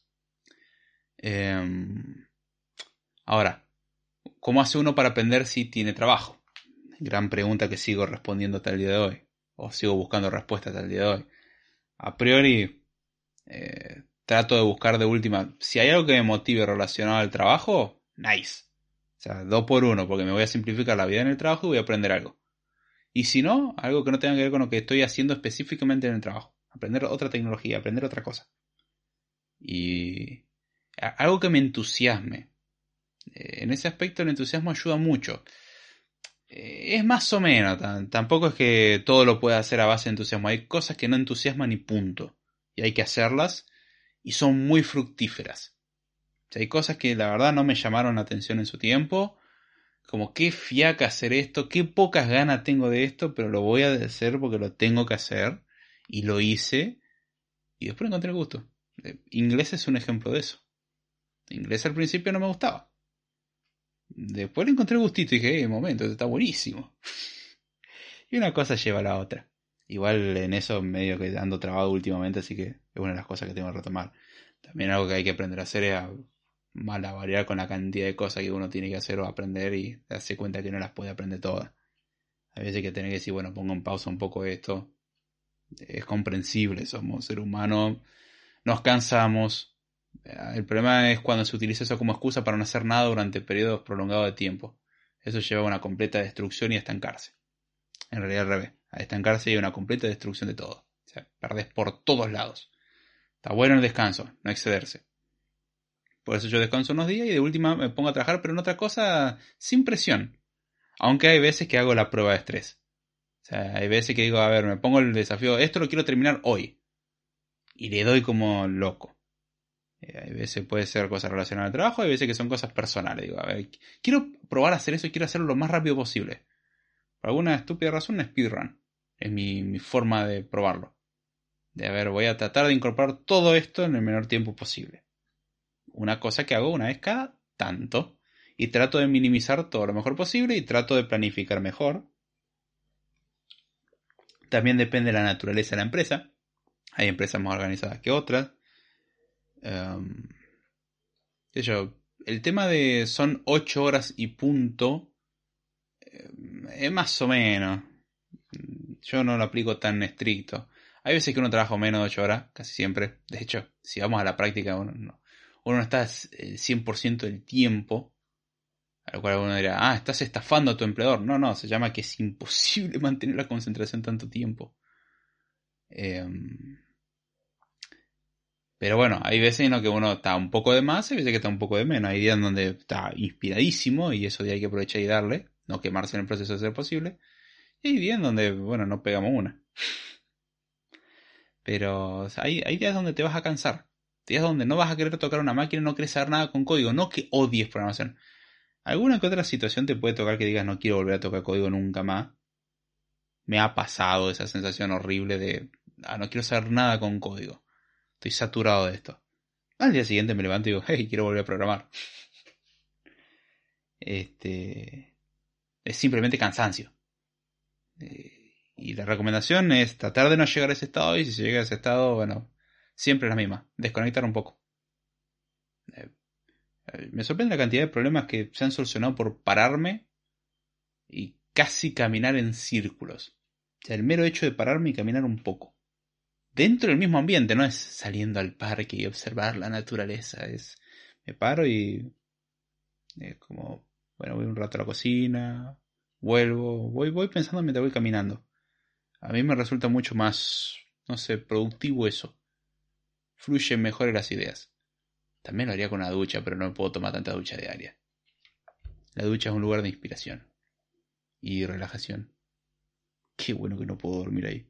Ahora, ¿cómo hace uno para aprender si tiene trabajo? Gran pregunta que sigo respondiendo hasta el día de hoy. O sigo buscando respuestas hasta el día de hoy. A priori, trato de buscar de última. Si hay algo que me motive relacionado al trabajo, nice. O sea, 2 por 1, porque me voy a simplificar la vida en el trabajo y voy a aprender algo. Y si no, algo que no tenga que ver con lo que estoy haciendo específicamente en el trabajo. Aprender otra tecnología, aprender otra cosa. Y algo que me entusiasme. En ese aspecto el entusiasmo ayuda mucho. Es más o menos, tampoco es que todo lo pueda hacer a base de entusiasmo. Hay cosas que no entusiasman y punto. Y hay que hacerlas y son muy fructíferas. O sea, hay cosas que la verdad no me llamaron la atención en su tiempo. Como qué fiaca hacer esto, qué pocas ganas tengo de esto, pero lo voy a hacer porque lo tengo que hacer. Y lo hice. Y después encontré el gusto. Inglés es un ejemplo de eso. Inglés al principio no me gustaba. Después le encontré el gustito y dije, momento, esto está buenísimo. Y una cosa lleva a la otra. Igual en eso medio que ando trabado últimamente, así que es una de las cosas que tengo que retomar. También algo que hay que aprender a hacer es a malabarear con la cantidad de cosas que uno tiene que hacer o aprender y darse cuenta que no las puede aprender todas. A veces hay que tener que decir, bueno, pongo en pausa un poco esto. Es comprensible, somos seres humanos, nos cansamos. El problema es cuando se utiliza eso como excusa para no hacer nada durante periodos prolongados de tiempo. Eso lleva a una completa destrucción y a estancarse. En realidad al revés. A estancarse y a una completa destrucción de todo. O sea, perdés por todos lados. Está bueno el descanso, no excederse. Por eso yo descanso unos días y de última me pongo a trabajar, pero en otra cosa sin presión. Aunque hay veces que hago la prueba de estrés. O sea, hay veces que digo, a ver, me pongo el desafío, esto lo quiero terminar hoy. Y le doy como loco. Hay veces puede ser cosas relacionadas al trabajo, hay veces que son cosas personales. Digo, a ver, quiero probar a hacer eso y quiero hacerlo lo más rápido posible. Por alguna estúpida razón, un speedrun. Es mi forma de probarlo. De a ver, voy a tratar de incorporar todo esto en el menor tiempo posible. Una cosa que hago una vez cada tanto. Y trato de minimizar todo lo mejor posible y trato de planificar mejor. También depende de la naturaleza de la empresa. Hay empresas más organizadas que otras. Um, el tema de son 8 horas y punto. Es más o menos. Yo no lo aplico tan estricto. Hay veces que uno trabaja menos de 8 horas, casi siempre. De hecho, si vamos a la práctica, uno no está el 100% del tiempo. A lo cual uno dirá, estás estafando a tu empleador. No, no, se llama que es imposible mantener la concentración tanto tiempo. Pero bueno, hay veces en los que uno está un poco de más y hay veces que está un poco de menos. Hay días en donde está inspiradísimo y eso día hay que aprovechar y darle, no quemarse en el proceso de ser posible. Y hay días en donde, bueno, no pegamos una. Pero o sea, hay días donde te vas a cansar. Días donde no vas a querer tocar una máquina y no quieres saber nada con código. No que odies programación. Alguna que otra situación te puede tocar que digas no quiero volver a tocar código nunca más. Me ha pasado esa sensación horrible de no quiero saber nada con código. Estoy saturado de esto. Al día siguiente me levanto y digo, hey, quiero volver a programar. Es simplemente cansancio. Y la recomendación es tratar de no llegar a ese estado y si se llega a ese estado, bueno, siempre es la misma, desconectar un poco. Me sorprende la cantidad de problemas que se han solucionado por pararme y casi caminar en círculos. O sea, el mero hecho de pararme y caminar un poco. Dentro del mismo ambiente, no es saliendo al parque y observar la naturaleza. Es, me paro y es como, bueno, voy un rato a la cocina, vuelvo, voy pensando mientras voy caminando. A mí me resulta mucho más, no sé, productivo eso. Fluyen mejor las ideas. También lo haría con una ducha, pero no puedo tomar tanta ducha diaria. La ducha es un lugar de inspiración y relajación. Qué bueno que no puedo dormir ahí.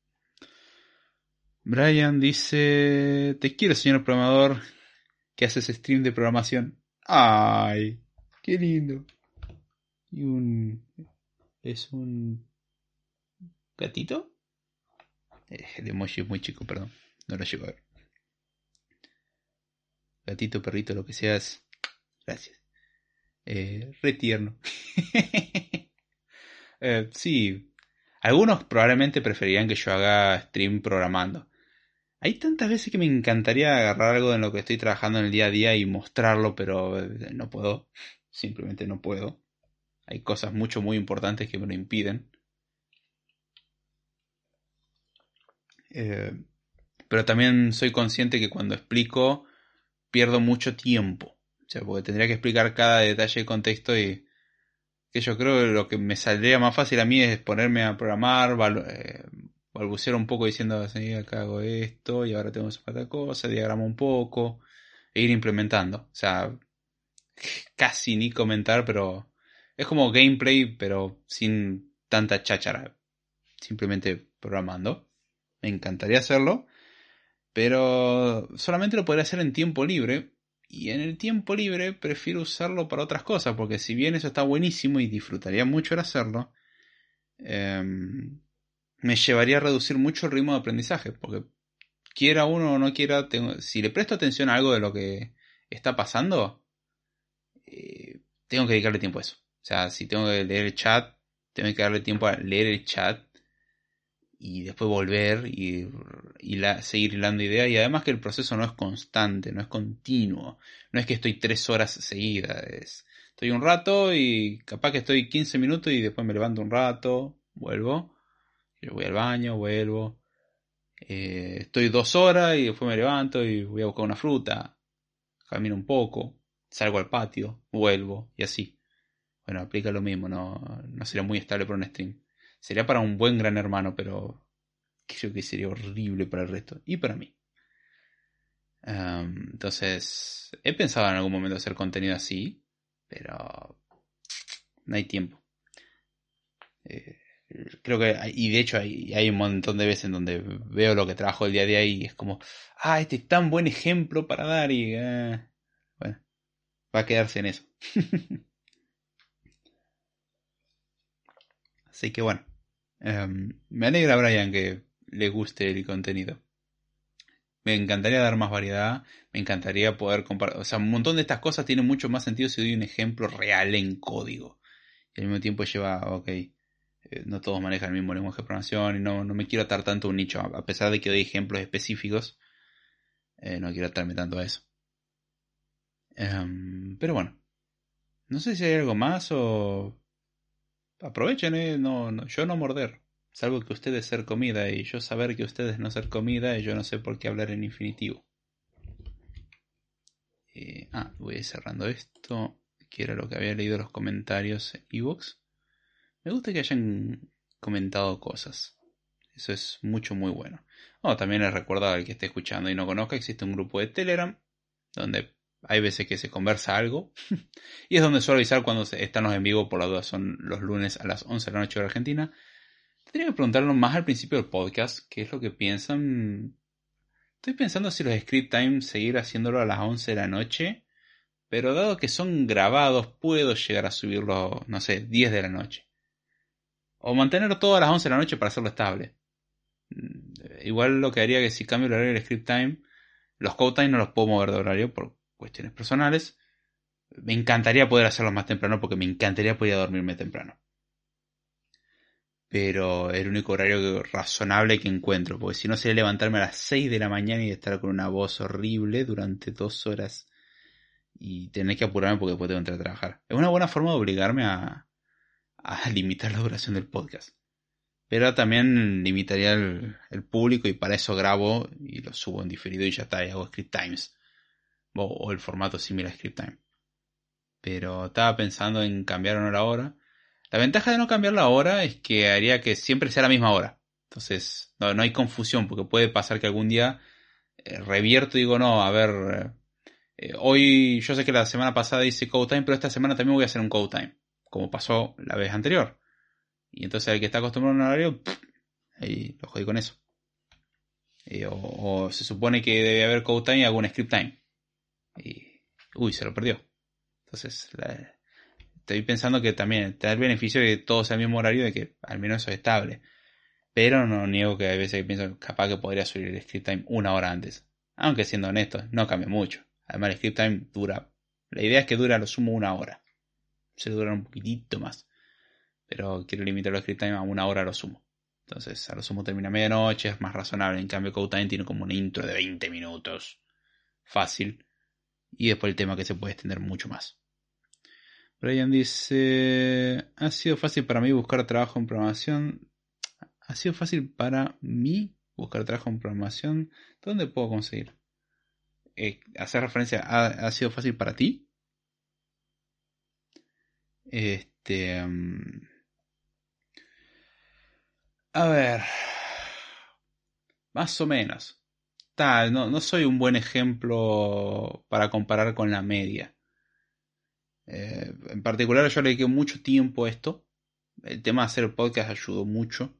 Brian dice, te quiero señor programador, que haces stream de programación. Ay, qué lindo. Y ¿es un gatito? El emoji es muy chico, perdón. No lo llego a ver. Gatito, perrito, lo que seas. Gracias. Re tierno. Sí. Algunos probablemente preferirían que yo haga stream programando. Hay tantas veces que me encantaría agarrar algo en lo que estoy trabajando en el día a día y mostrarlo, pero no puedo. Simplemente no puedo. Hay cosas muy importantes que me lo impiden. Pero también soy consciente que cuando explico pierdo mucho tiempo. sea, porque tendría que explicar cada detalle de contexto y que yo creo que lo que me saldría más fácil a mí es ponerme a programar, balbucear un poco diciendo, sí, acá hago esto y ahora tengo esa otra cosa, diagramo un poco e ir implementando. O sea, casi ni comentar, pero es como gameplay, pero sin tanta cháchara. Simplemente programando. Me encantaría hacerlo, pero solamente lo podría hacer en tiempo libre. Y en el tiempo libre prefiero usarlo para otras cosas, porque si bien eso está buenísimo y disfrutaría mucho el hacerlo, me llevaría a reducir mucho el ritmo de aprendizaje, porque quiera uno o no quiera, si le presto atención a algo de lo que está pasando, tengo que dedicarle tiempo a eso. O sea, si tengo que leer el chat, tengo que darle tiempo a leer el chat y después volver y seguir hilando ideas. Y además que el proceso no es constante, no es continuo. No es que estoy 3 horas seguidas. Estoy un rato y capaz que estoy 15 minutos y después me levanto un rato, vuelvo. Yo voy al baño, vuelvo. Estoy 2 horas y después me levanto y voy a buscar una fruta. Camino un poco, salgo al patio, vuelvo y así. Bueno, aplica lo mismo, no sería muy estable para un stream. Sería para un buen gran hermano, pero creo que sería horrible para el resto. Y para mí. Entonces, he pensado en algún momento hacer contenido así, pero no hay tiempo. Creo que, y de hecho hay un montón de veces en donde veo lo que trabajo el día a día y es como, este es tan buen ejemplo para dar y, bueno, va a quedarse en eso. Así que bueno, me alegra, Brian, que le guste el contenido. Me encantaría dar más variedad, me encantaría poder comparar, o sea, un montón de estas cosas tienen mucho más sentido si doy un ejemplo real en código. Y al mismo tiempo lleva, ok, no todos manejan el mismo lenguaje de programación y no me quiero atar tanto a un nicho, a pesar de que doy ejemplos específicos, no quiero atarme tanto a eso. Pero bueno, no sé si hay algo más o aprovechen, yo no morder. Salvo que ustedes ser comida y yo saber que ustedes no ser comida y yo no sé por qué hablar en infinitivo. Voy a ir cerrando esto, que era lo que había leído en los comentarios en iVoox. Me gusta que hayan comentado cosas. Eso es muy bueno. También les recuerdo al que esté escuchando y no conozca, existe un grupo de Telegram donde hay veces que se conversa algo y es donde suelo avisar cuando están los en vivo, por la duda son los lunes a las 11 de la noche de Argentina. Tendría que preguntarlo más al principio del podcast, qué es lo que piensan. Estoy pensando si los script time seguir haciéndolo a las 11 de la noche, pero dado que son grabados puedo llegar a subirlo, no sé, 10 de la noche. O mantenerlo todo a las 11 de la noche para hacerlo estable. Igual lo que haría que si cambio el horario del script time, los code time no los puedo mover de horario por cuestiones personales. Me encantaría poder hacerlo más temprano porque me encantaría poder dormirme temprano. Pero es el único horario razonable que encuentro, porque si no sería levantarme a las 6 de la mañana y estar con una voz horrible durante 2 horas y tener que apurarme porque después tengo que entrar a trabajar. Es una buena forma de obligarme a limitar la duración del podcast. Pero también limitaría el público y para eso grabo y lo subo en diferido y ya está, y hago script times. O el formato similar a script time. Pero estaba pensando en cambiar o no la hora. La ventaja de no cambiar la hora es que haría que siempre sea la misma hora. Entonces no hay confusión porque puede pasar que algún día revierto y digo, no, a ver, hoy yo sé que la semana pasada hice code time, pero esta semana también voy a hacer un code time, como pasó la vez anterior. Y entonces el que está acostumbrado a un horario, ahí lo jodí con eso. O se supone que debe haber code time y hago un script time. Y, se lo perdió. Entonces, estoy pensando que también te da el beneficio de que todo sea el mismo horario, de que al menos eso es estable. Pero no niego que hay veces que pienso capaz que podría subir el script time una hora antes. Aunque siendo honesto, no cambia mucho. Además el script time dura. La idea es que dura a lo sumo una hora. Se dura un poquitito más. Pero quiero limitar el script time a una hora a lo sumo. Entonces a lo sumo termina a medianoche, es más razonable. En cambio Code Time tiene como una intro de 20 minutos. Fácil. Y después el tema que se puede extender mucho más. Brian dice, ha sido fácil para mí buscar trabajo en programación. Ha sido fácil para mí buscar trabajo en programación. ¿Dónde puedo conseguir? Hacer referencia a, ¿ha sido fácil para ti? Este, a ver, más o menos. No soy un buen ejemplo para comparar con la media. En particular yo le dediqué mucho tiempo a esto. El tema de hacer podcast ayudó mucho.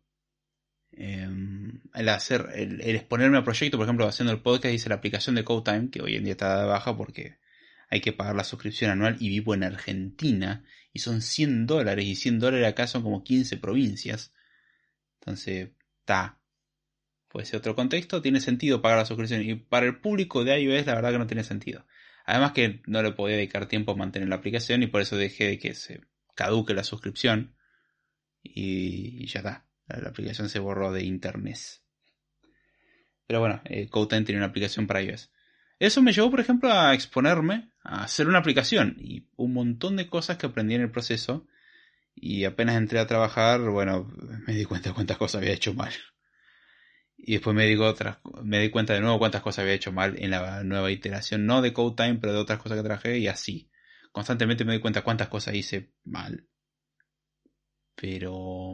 El exponerme al proyecto, por ejemplo, haciendo el podcast, hice la aplicación de CodeTime, que hoy en día está de baja porque hay que pagar la suscripción anual y vivo en Argentina y son $100 y $100 acá son como 15 provincias. Entonces, puede ser otro contexto, tiene sentido pagar la suscripción y para el público de iOS la verdad que no tiene sentido. Además que no le podía dedicar tiempo a mantener la aplicación y por eso dejé de que se caduque la suscripción y ya está. La aplicación se borró de internet. Pero bueno, CodeTime tiene una aplicación para iOS. Eso me llevó, por ejemplo, a exponerme a hacer una aplicación y un montón de cosas que aprendí en el proceso. Y apenas entré a trabajar, bueno, me di cuenta de cuántas cosas había hecho mal. Y después me di cuenta de nuevo cuántas cosas había hecho mal en la nueva iteración, no de CodeTime, pero de otras cosas que traje y así. Constantemente me di cuenta cuántas cosas hice mal. Pero...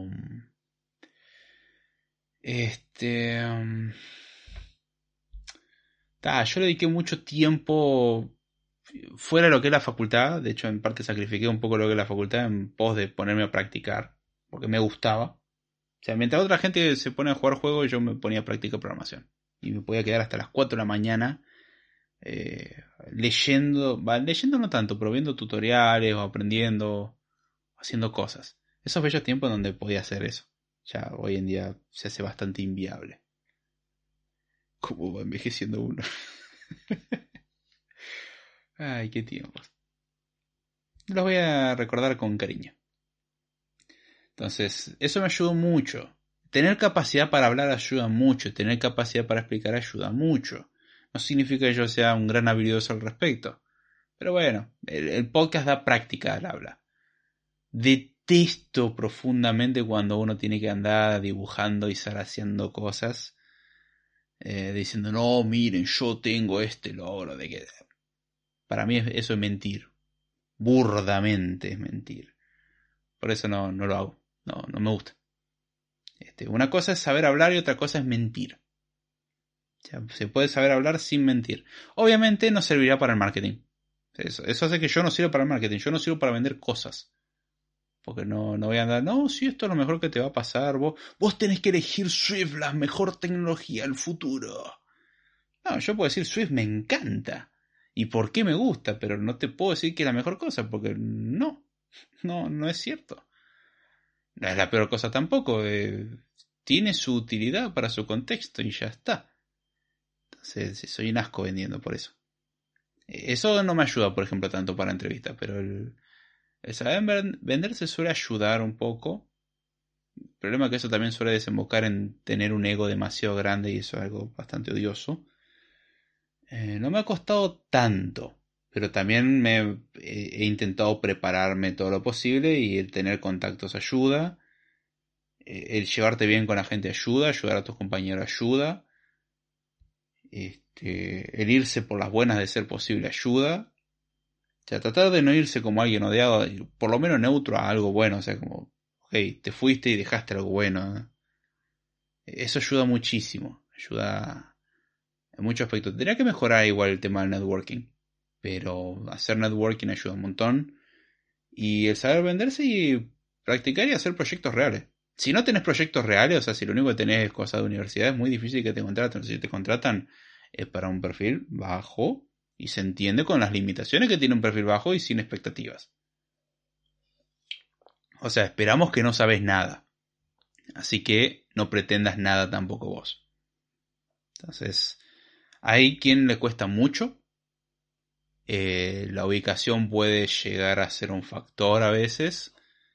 yo le dediqué mucho tiempo fuera de lo que es la facultad. De hecho, en parte sacrifiqué un poco lo que es la facultad en pos de ponerme a practicar. Porque me gustaba. O sea, mientras otra gente se pone a jugar juegos, yo me ponía a practicar programación. Y me podía quedar hasta las 4 de la mañana leyendo. Leyendo no tanto, pero viendo tutoriales o aprendiendo, haciendo cosas. Esos bellos tiempos donde podía hacer eso. Ya hoy en día se hace bastante inviable. ¿Cómo va envejeciendo uno? Ay, qué tiempos. Los voy a recordar con cariño. Entonces, eso me ayudó mucho. Tener capacidad para hablar ayuda mucho. Tener capacidad para explicar ayuda mucho. No significa que yo sea un gran habilidoso al respecto. Pero bueno, el podcast da práctica al habla. Detesto profundamente cuando uno tiene que andar dibujando y estar haciendo cosas. Diciendo, no, miren, yo tengo este logro de que... Para mí eso es mentir. Burdamente es mentir. Por eso no lo hago. No me gusta. Una cosa es saber hablar y otra cosa es mentir. O sea, se puede saber hablar sin mentir. Obviamente no servirá para el marketing. Eso hace que yo no sirva para el marketing. Yo no sirvo para vender cosas. Porque no voy a andar, no, si esto es lo mejor que te va a pasar. Vos tenés que elegir Swift, la mejor tecnología del futuro. No, yo puedo decir Swift me encanta. ¿Y por qué me gusta? Pero no te puedo decir que es la mejor cosa. Porque no es cierto. No es la peor cosa tampoco. Tiene su utilidad para su contexto y ya está. Entonces soy un asco vendiendo por eso. Eso no me ayuda, por ejemplo, tanto para entrevistas, pero el saber vender se suele ayudar un poco. El problema es que eso también suele desembocar en tener un ego demasiado grande y eso es algo bastante odioso. No me ha costado tanto, pero también he intentado prepararme todo lo posible y el tener contactos ayuda. El llevarte bien con la gente ayuda, ayudar a tus compañeros ayuda. El irse por las buenas de ser posible ayuda. O sea, tratar de no irse como alguien odiado, por lo menos neutro a algo bueno. O sea, como, ok, te fuiste y dejaste algo bueno. Eso ayuda muchísimo. Ayuda en muchos aspectos. Tendría que mejorar igual el tema del networking. Pero hacer networking ayuda un montón. Y el saber venderse y practicar y hacer proyectos reales. Si no tenés proyectos reales, o sea, si lo único que tenés es cosas de universidad, es muy difícil que te contraten. Si te contratan es para un perfil bajo y se entiende con las limitaciones que tiene un perfil bajo y sin expectativas. O sea, esperamos que no sabes nada. Así que no pretendas nada tampoco vos. Entonces, hay quien le cuesta mucho. La ubicación puede llegar a ser un factor a veces.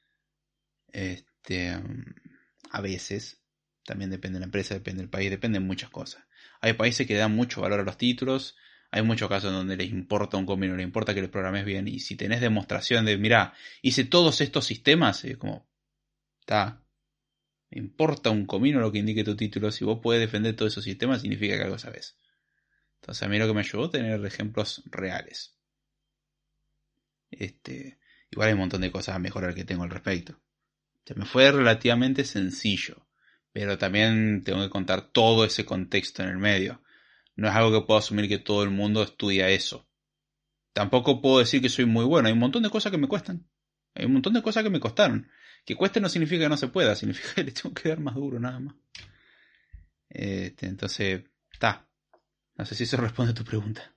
A veces. También depende de la empresa, depende del país, depende de muchas cosas. Hay países que dan mucho valor a los títulos. Hay muchos casos en donde les importa un comino, les importa que les programes bien. Y si tenés demostración de, mirá, hice todos estos sistemas, es como, está, me importa un comino lo que indique tu título. Si vos podés defender todos esos sistemas, significa que algo sabés. Entonces a mí lo que me ayudó a tener ejemplos reales. Igual hay un montón de cosas a mejorar que tengo al respecto. Se me fue relativamente sencillo, pero también tengo que contar todo ese contexto en el medio. No es algo que puedo asumir que todo el mundo estudia eso. Tampoco puedo decir que soy muy bueno. Hay un montón de cosas que me cuestan. Hay un montón de cosas que me costaron. Que cueste no significa que no se pueda, significa que le tengo que dar más duro, nada más. Entonces, está. No sé si eso responde a tu pregunta.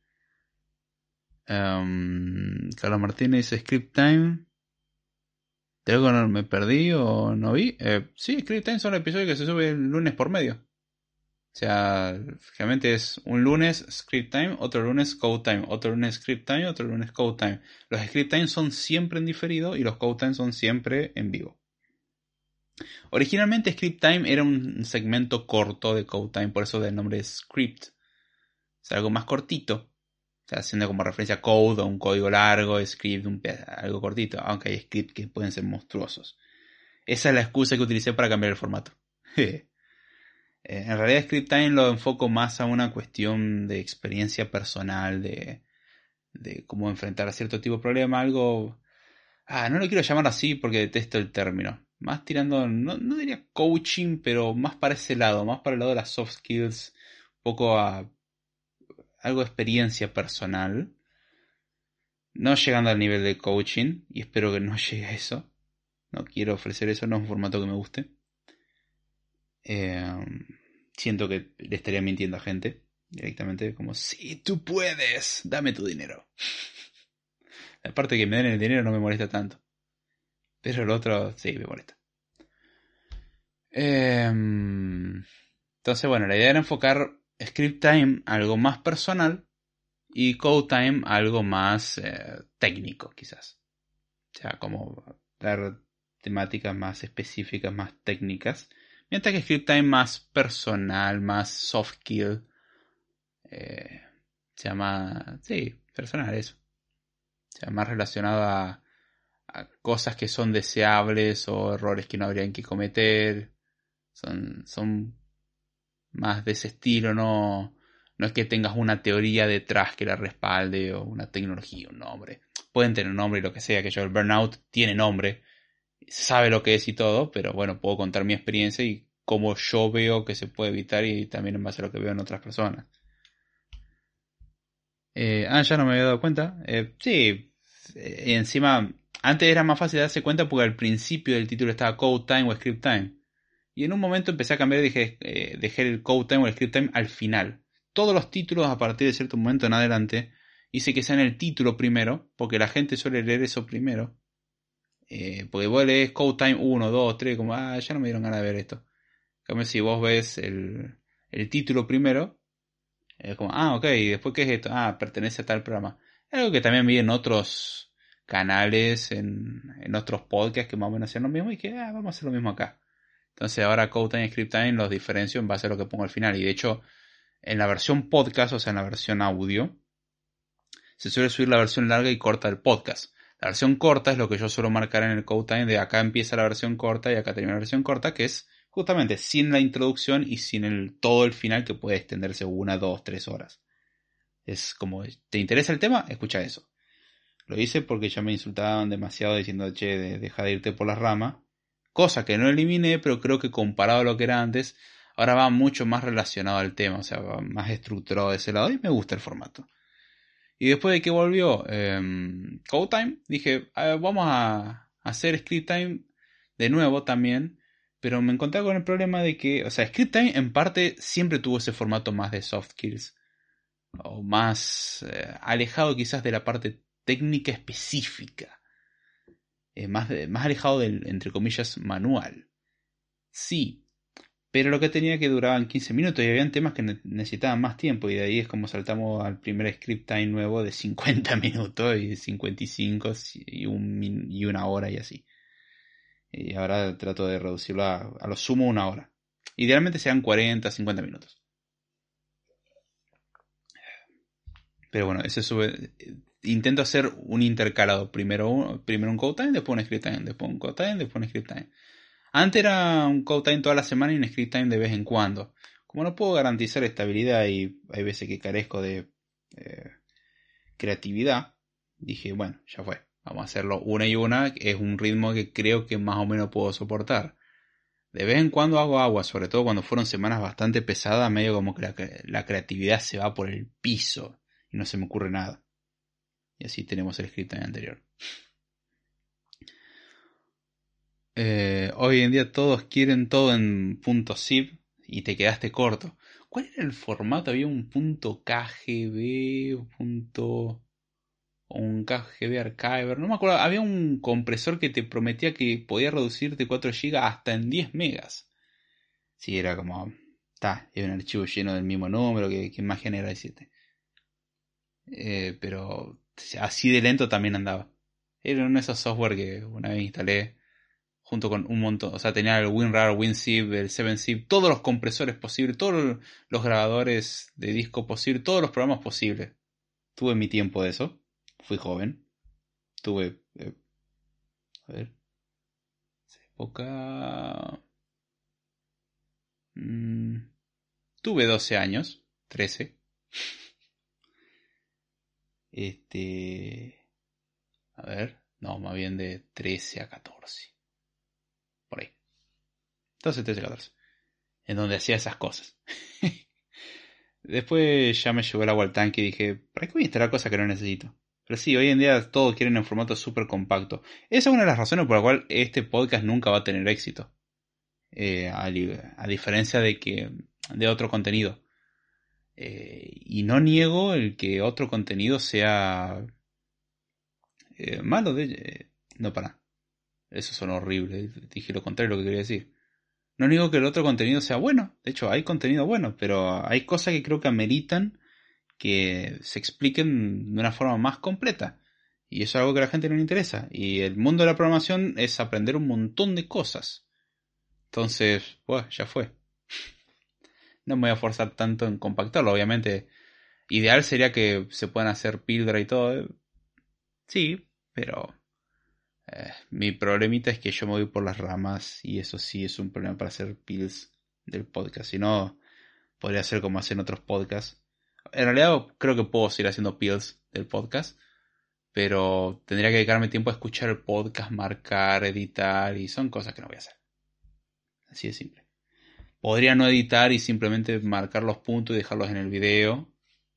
Carlos Martínez, Script Time. ¿Creo que no me perdí o no vi? Sí, Script Time son episodios que se suben el lunes por medio. O sea, generalmente es un lunes Script Time, otro lunes Code Time, otro lunes Script Time, otro lunes Code Time. Los Script Time son siempre en diferido y los Code Time son siempre en vivo. Originalmente Script Time era un segmento corto de Code Time, por eso del nombre Script. O sea, algo más cortito. O sea, haciendo como referencia a code o un código largo, script, algo cortito. Aunque hay scripts que pueden ser monstruosos. Esa es la excusa que utilicé para cambiar el formato. En realidad Script Time lo enfoco más a una cuestión de experiencia personal, de cómo enfrentar a cierto tipo de problema, algo... no lo quiero llamar así porque detesto el término. Más tirando, no diría coaching, pero más para ese lado, más para el lado de las soft skills, un poco a algo de experiencia personal. No llegando al nivel de coaching, y espero que no llegue a eso. No quiero ofrecer eso, no es un formato que me guste. Siento que le estaría mintiendo a gente directamente, como, sí, tú puedes, dame tu dinero. La parte que me den el dinero no me molesta tanto, pero el otro sí me molesta. Entonces, bueno, la idea era enfocar Script Time a algo más personal y Code Time a algo más técnico, quizás. O sea, como dar temáticas más específicas, más técnicas. Mientras que Script Time más personal, más soft skill. Se llama... Sí, personal eso. O sea, más relacionado a cosas que son deseables o errores que no habrían que cometer. Son más de ese estilo, no es que tengas una teoría detrás que la respalde o una tecnología, un nombre. Pueden tener un nombre y lo que sea, que yo el burnout tiene nombre, sabe lo que es y todo, pero bueno, puedo contar mi experiencia y cómo yo veo que se puede evitar y también en base a lo que veo en otras personas. Ya no me había dado cuenta. Sí, y encima, antes era más fácil darse cuenta porque al principio del título estaba Code Time o Script Time. Y en un momento empecé a cambiar y dejé el Code Time o el Script Time al final. Todos los títulos a partir de cierto momento en adelante hice que sean el título primero, porque la gente suele leer eso primero. Porque vos lees Code Time 1, 2, 3, como, ya no me dieron ganas de ver esto. En cambio, si vos ves el título primero, es como, ok, ¿y después qué es esto? Pertenece a tal programa. Es algo que también vi en otros canales, en otros podcasts que más o menos hacían lo mismo y que vamos a hacer lo mismo acá. Entonces ahora Code Time y Script Time los diferencio en base a lo que pongo al final. Y de hecho, en la versión podcast, o sea, en la versión audio, se suele subir la versión larga y corta del podcast. La versión corta es lo que yo suelo marcar en el Code Time, de acá empieza la versión corta y acá termina la versión corta, que es justamente sin la introducción y sin todo el final, que puede extenderse 1, 2, 3 horas. Es como, ¿te interesa el tema? Escucha eso. Lo hice porque ya me insultaban demasiado diciendo, che, deja de irte por las ramas. Cosa que no eliminé, pero creo que comparado a lo que era antes, ahora va mucho más relacionado al tema, o sea, va más estructurado de ese lado y me gusta el formato. Y después de que volvió Code Time, dije, vamos a hacer Script Time de nuevo también, pero me encontré con el problema de que, o sea, Script Time en parte siempre tuvo ese formato más de soft skills, o más alejado quizás de la parte técnica específica. Más alejado del, entre comillas, manual. Sí, pero lo que tenía que duraban 15 minutos y habían temas que necesitaban más tiempo y de ahí es como saltamos al primer script time nuevo de 50 minutos y 55 y una hora y así. Y ahora trato de reducirlo a lo sumo una hora. Idealmente sean 40, 50 minutos. Pero bueno, ese sube... Intento hacer un intercalado. Primero un code time, después un script time, después un code time, después un script time. Antes era un code time toda la semana y un script time de vez en cuando. Como no puedo garantizar estabilidad y hay veces que carezco de creatividad, dije, bueno, ya fue. Vamos a hacerlo una y una. Es un ritmo que creo que más o menos puedo soportar. De vez en cuando hago agua, sobre todo cuando fueron semanas bastante pesadas, medio como que la creatividad se va por el piso y no se me ocurre nada. Y así tenemos el script anterior. Hoy en día todos quieren todo en .zip y te quedaste corto. ¿Cuál era el formato? Había un .kgb, o un KGB Archiver, no me acuerdo. Había un compresor que te prometía que podía reducirte 4 GB hasta en 10 megas. Sí, era como... era un archivo lleno del mismo número que más genera 7. Pero así de lento también andaba. Era uno de esos software que una vez instalé junto con un montón. O sea, tenía el WinRAR, WinZip, el 7zip, todos los compresores posibles, todos los grabadores de disco posibles, todos los programas posibles. Tuve mi tiempo de eso. Fui joven. Tuve... a ver... esa época... tuve 12 años. 13. A ver... no, más bien de 13 a 14. Por ahí. 12, 13, 14. En donde hacía esas cosas. Después ya me llegó el agua al tanque y dije, ¿para qué voy a instalar cosas que no necesito? Pero sí, hoy en día todos quieren en formato súper compacto. Esa es una de las razones por la cual este podcast nunca va a tener éxito. A diferencia de otro contenido. Y no niego el que otro contenido sea malo. No, para. Eso son horrible. Dije lo contrario de lo que quería decir. No digo que el otro contenido sea bueno. De hecho, hay contenido bueno. Pero hay cosas que creo que ameritan que se expliquen de una forma más completa. Y eso es algo que a la gente no le interesa. Y el mundo de la programación es aprender un montón de cosas. Entonces, pues, ya fue. No me voy a forzar tanto en compactarlo. Obviamente, ideal sería que se puedan hacer píldora y todo. Sí, pero mi problemita es que yo me voy por las ramas y eso sí es un problema para hacer pills del podcast. Si no, podría ser como hacen otros podcasts. En realidad creo que puedo seguir haciendo pills del podcast, pero tendría que dedicarme tiempo a escuchar el podcast, marcar, editar y son cosas que no voy a hacer. Así de simple. Podría no editar y simplemente marcar los puntos y dejarlos en el video.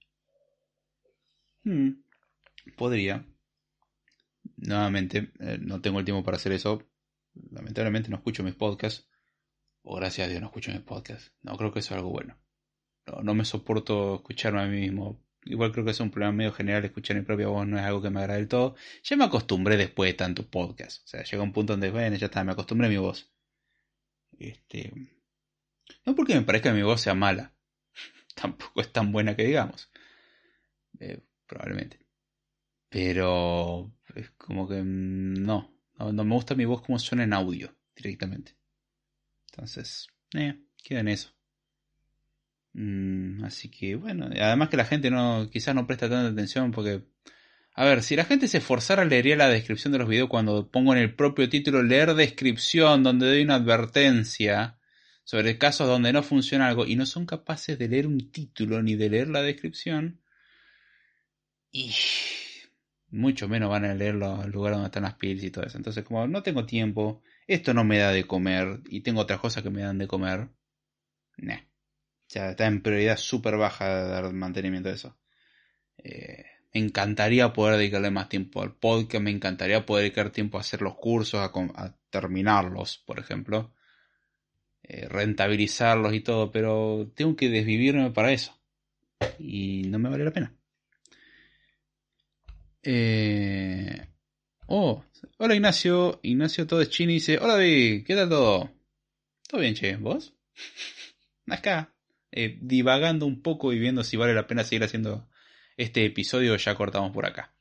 Podría. Nuevamente, no tengo el tiempo para hacer eso. Lamentablemente no escucho mis podcasts. O gracias a Dios no escucho mis podcasts. No creo que eso es algo bueno. No me soporto escucharme a mí mismo. Igual creo que es un problema medio general. Escuchar mi propia voz no es algo que me agrade del todo. Ya me acostumbré después de tantos podcasts. O sea, llega un punto donde, bueno, ya está, me acostumbré a mi voz. No porque me parezca que mi voz sea mala. Tampoco es tan buena que digamos. Probablemente. Pero es como que no me gusta mi voz como suena en audio directamente. Entonces, queda en eso. Así que bueno, además que la gente quizás no presta tanta atención porque, a ver, si la gente se esforzara leería la descripción de los videos cuando pongo en el propio título leer descripción donde doy una advertencia sobre casos donde no funciona algo y no son capaces de leer un título ni de leer la descripción y mucho menos van a leer los lugares donde están las pills y todo eso. Entonces como no tengo tiempo, esto no me da de comer y tengo otras cosas que me dan de comer, nah. O sea, está en prioridad súper baja de dar mantenimiento a eso. Me encantaría poder dedicarle más tiempo al podcast, me encantaría poder dedicar tiempo a hacer los cursos, a terminarlos, por ejemplo. Rentabilizarlos y todo, pero tengo que desvivirme para eso. Y no me vale la pena. Hola Ignacio. Ignacio Todeschini dice: Hola David, ¿qué tal todo? ¿Todo bien, che? ¿Vos? Acá, divagando un poco y viendo si vale la pena seguir haciendo este episodio. Ya cortamos por acá.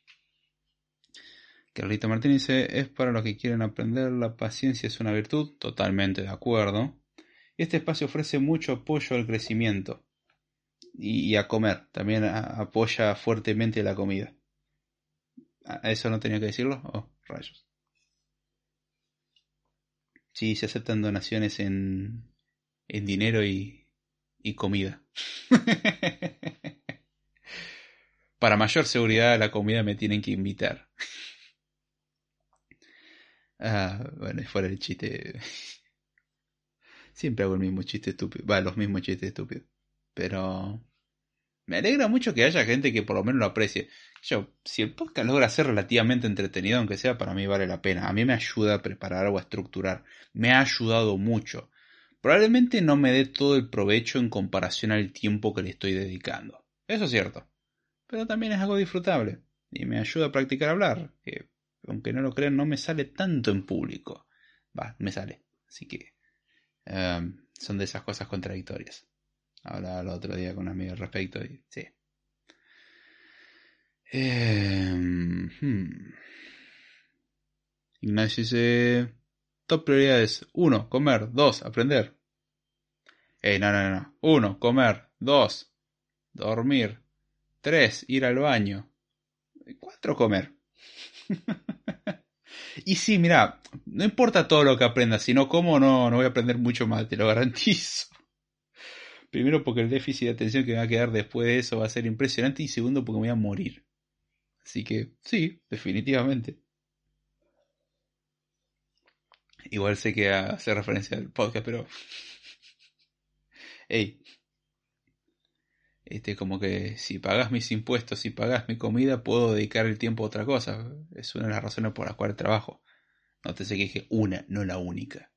Carlito Martínez dice: es para los que quieren aprender, la paciencia es una virtud. Totalmente de acuerdo. Este espacio ofrece mucho apoyo al crecimiento y a comer. También apoya fuertemente la comida. ¿A eso no tenía que decirlo? Oh, rayos. Sí, se aceptan donaciones en dinero y comida. Para mayor seguridad, la comida me tienen que invitar. Bueno, y fuera el chiste. Siempre hago el mismo chiste estúpido. Va, los mismos chistes estúpidos. Pero me alegra mucho que haya gente que por lo menos lo aprecie. Si el podcast logra ser relativamente entretenido, aunque sea, para mí vale la pena. A mí me ayuda a preparar o a estructurar. Me ha ayudado mucho. Probablemente no me dé todo el provecho en comparación al tiempo que le estoy dedicando. Eso es cierto. Pero también es algo disfrutable. Y me ayuda a practicar hablar. Que, aunque no lo crean, no me sale tanto en público. Va, me sale. Así que son de esas cosas contradictorias. Hablaba el otro día con un amigo al respecto y sí. Ignacio dice: top prioridades: 1, comer; 2, aprender. No. 1, comer; 2, dormir; 3, ir al baño; 4, comer. Y sí, mira, no importa todo lo que aprendas, sino cómo no voy a aprender mucho más, te lo garantizo. Primero porque el déficit de atención que me va a quedar después de eso va a ser impresionante, y segundo porque me voy a morir. Así que sí, definitivamente. Igual sé que hace referencia al podcast, pero hey, como que si pagas mis impuestos, si pagas mi comida, puedo dedicar el tiempo a otra cosa. Es una de las razones por las cuales trabajo. No te sé que dije una, no la única.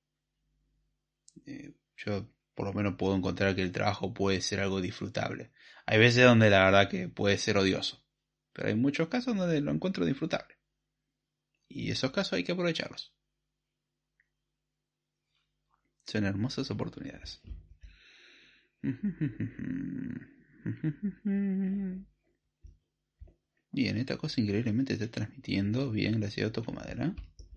Yo por lo menos puedo encontrar que el trabajo puede ser algo disfrutable. Hay veces donde la verdad que puede ser odioso, pero hay muchos casos donde lo encuentro disfrutable. Y esos casos hay que aprovecharlos. Son hermosas oportunidades. Bien, esta cosa increíblemente está transmitiendo bien, gracias a Tocomadera.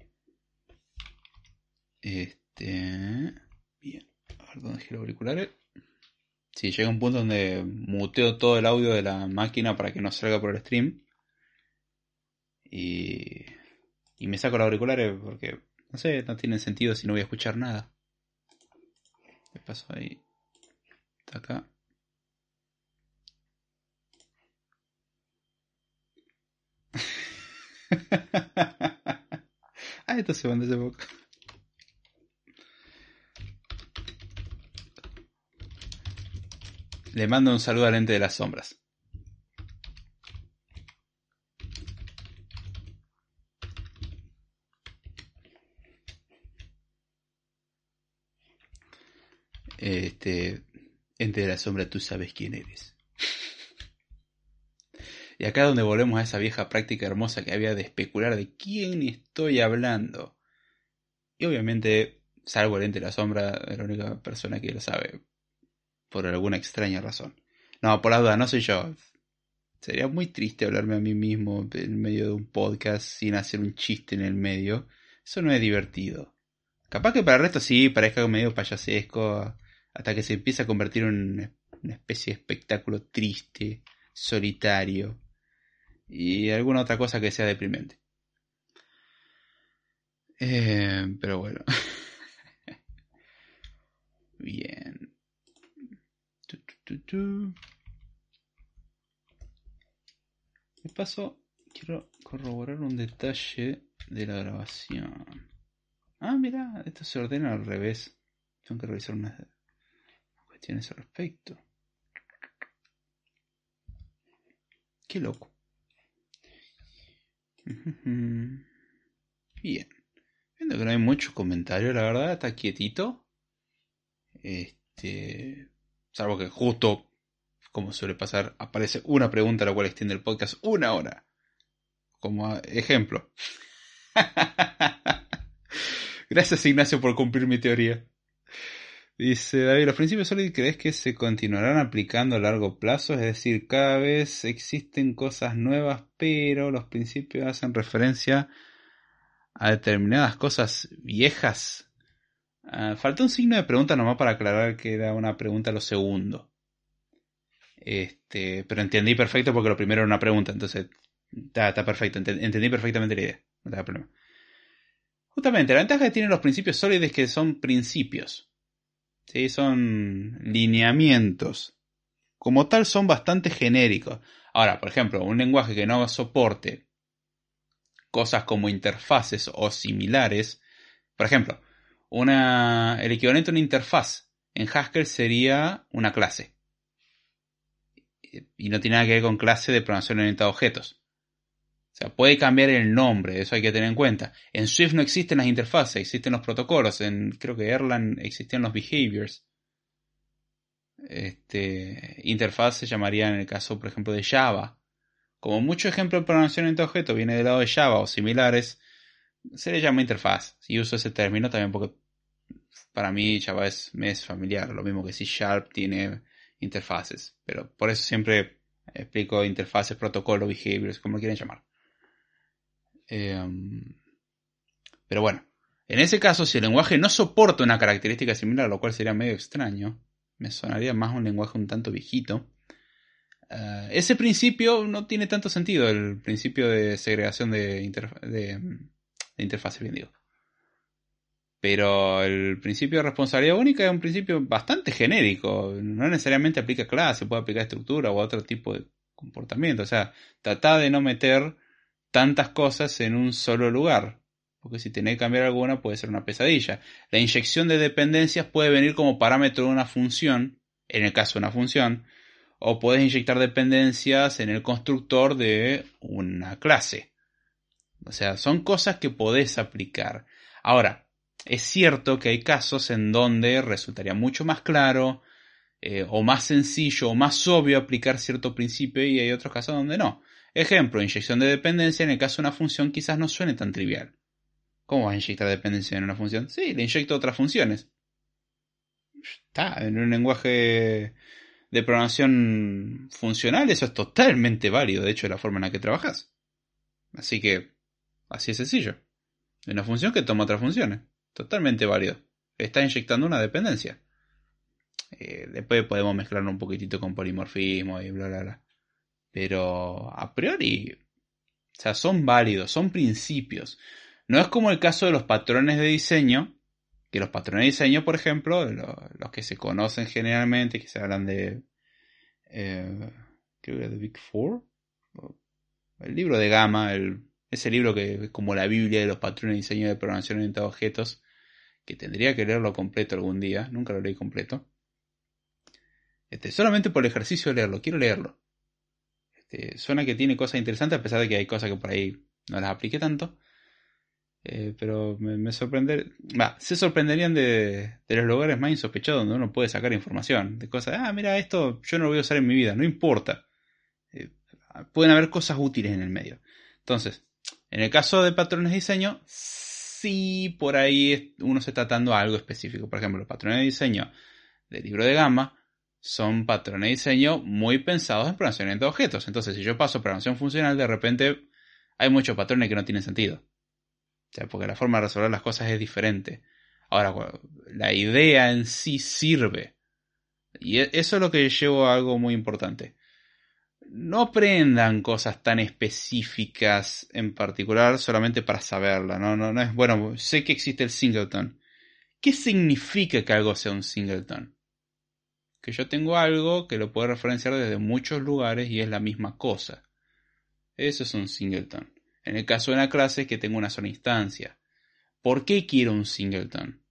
Bien. A ver, ¿dónde dejé los auriculares? Sí, llega un punto donde muteo todo el audio de la máquina para que no salga por el stream. Y me saco los auriculares porque, no sé, no tienen sentido si no voy a escuchar nada. ¿Qué pasó ahí? Está acá. Esto se van de ese poco. Le mando un saludo al ente de las sombras. Ente de la sombra, tú sabes quién eres. Y acá donde volvemos a esa vieja práctica hermosa que había de especular de quién estoy hablando. Y obviamente, salvo el ente de la sombra, es la única persona que lo sabe. Por alguna extraña razón. No, por la duda, no soy yo. Sería muy triste hablarme a mí mismo en medio de un podcast sin hacer un chiste en el medio. Eso no es divertido. Capaz que para el resto sí, parezca medio payasesco, hasta que se empieza a convertir en una especie de espectáculo triste, solitario y alguna otra cosa que sea deprimente. Pero bueno. Bien. De paso, quiero corroborar un detalle de la grabación. Mira, esto se ordena al revés. Tengo que revisar unas cuestiones al respecto. Qué loco. Bien. Viendo que no hay muchos comentarios, la verdad, está quietito. Salvo que justo, como suele pasar, aparece una pregunta la cual extiende el podcast 1 hora. Como ejemplo. Gracias, Ignacio, por cumplir mi teoría. Dice David: ¿los principios sólidos crees que se continuarán aplicando a largo plazo? Es decir, cada vez existen cosas nuevas, pero los principios hacen referencia a determinadas cosas viejas. Falta un signo de pregunta nomás para aclarar que era una pregunta lo segundo. Pero entendí perfecto porque lo primero era una pregunta, entonces está perfecto, entendí perfectamente la idea, no te da problema. Justamente, la ventaja que tienen los principios sólidos es que son principios. ¿Sí? Son lineamientos. Como tal son bastante genéricos. Ahora, por ejemplo, un lenguaje que no soporte cosas como interfaces o similares. Por ejemplo, el equivalente a una interfaz en Haskell sería una clase. Y no tiene nada que ver con clase de programación orientada a objetos. O sea, puede cambiar el nombre, eso hay que tener en cuenta. En Swift no existen las interfaces, existen los protocolos. Creo que Erlang existían los behaviors. Interfaz se llamaría en el caso, por ejemplo, de Java. Como mucho ejemplo de programación orientada a objetos viene del lado de Java o similares, se le llama interfaz. Y uso ese término también porque para mí Java me es familiar. Lo mismo que C# tiene interfaces. Pero por eso siempre explico interfaces, protocolo, behaviors, como lo quieren llamar. Pero bueno, en ese caso, si el lenguaje no soporta una característica similar, lo cual sería medio extraño, me sonaría más un lenguaje un tanto viejito. Ese principio no tiene tanto sentido, el principio de segregación de interfaces, bien digo. Pero el principio de responsabilidad única es un principio bastante genérico. No necesariamente aplica a clase, puede aplicar a estructura o a otro tipo de comportamiento. O sea, trata de no meter tantas cosas en un solo lugar. Porque si tenés que cambiar alguna puede ser una pesadilla. La inyección de dependencias puede venir como parámetro de una función, en el caso de una función, o puedes inyectar dependencias en el constructor de una clase. O sea, son cosas que podés aplicar. Ahora, es cierto que hay casos en donde resultaría mucho más claro, o más sencillo, o más obvio aplicar cierto principio, y hay otros casos donde no. Ejemplo, inyección de dependencia en el caso de una función quizás no suene tan trivial. ¿Cómo vas a inyectar dependencia en una función? Sí, le inyecto otras funciones. Está, en un lenguaje de programación funcional eso es totalmente válido, de hecho, la forma en la que trabajas. Así que, así es sencillo. Una función que toma otras funciones. Totalmente válido. Está inyectando una dependencia. Después podemos mezclarlo un poquitito con polimorfismo y bla bla bla. Pero a priori, o sea, son válidos, son principios. No es como el caso de los patrones de diseño, que los patrones de diseño, por ejemplo, los que se conocen generalmente, que se hablan de, creo que de Big Four, el libro de Gamma, ese libro que es como la Biblia de los patrones de diseño de programación orientada a objetos, que tendría que leerlo completo algún día, nunca lo leí completo. Solamente por el ejercicio de leerlo, quiero leerlo. Suena que tiene cosas interesantes, a pesar de que hay cosas que por ahí no las apliqué tanto. Pero me se sorprenderían de los lugares más insospechados donde uno puede sacar información. De cosas, mira, esto yo no lo voy a usar en mi vida, no importa. Pueden haber cosas útiles en el medio. Entonces, en el caso de patrones de diseño, sí por ahí uno se está tratando a algo específico. Por ejemplo, los patrones de diseño del libro de Gamma son patrones de diseño muy pensados en programación de objetos. Entonces, si yo paso a programación funcional, de repente hay muchos patrones que no tienen sentido. O sea, porque la forma de resolver las cosas es diferente. Ahora, la idea en sí sirve. Y eso es lo que llevo a algo muy importante. No aprendan cosas tan específicas en particular solamente para saberla. No es, bueno, sé que existe el singleton. ¿Qué significa que algo sea un singleton? Que yo tengo algo que lo puedo referenciar desde muchos lugares y es la misma cosa. Eso es un singleton. En el caso de una clase es que tengo una sola instancia. ¿Por qué quiero un singleton?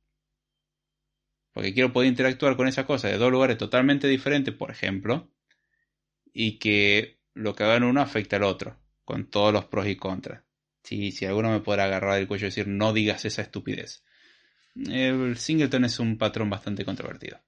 Porque quiero poder interactuar con esa cosa de dos lugares totalmente diferentes, por ejemplo, y que lo que haga en uno afecte al otro, con todos los pros y contras. Si alguno me podrá agarrar del cuello y decir no digas esa estupidez. El singleton es un patrón bastante controvertido.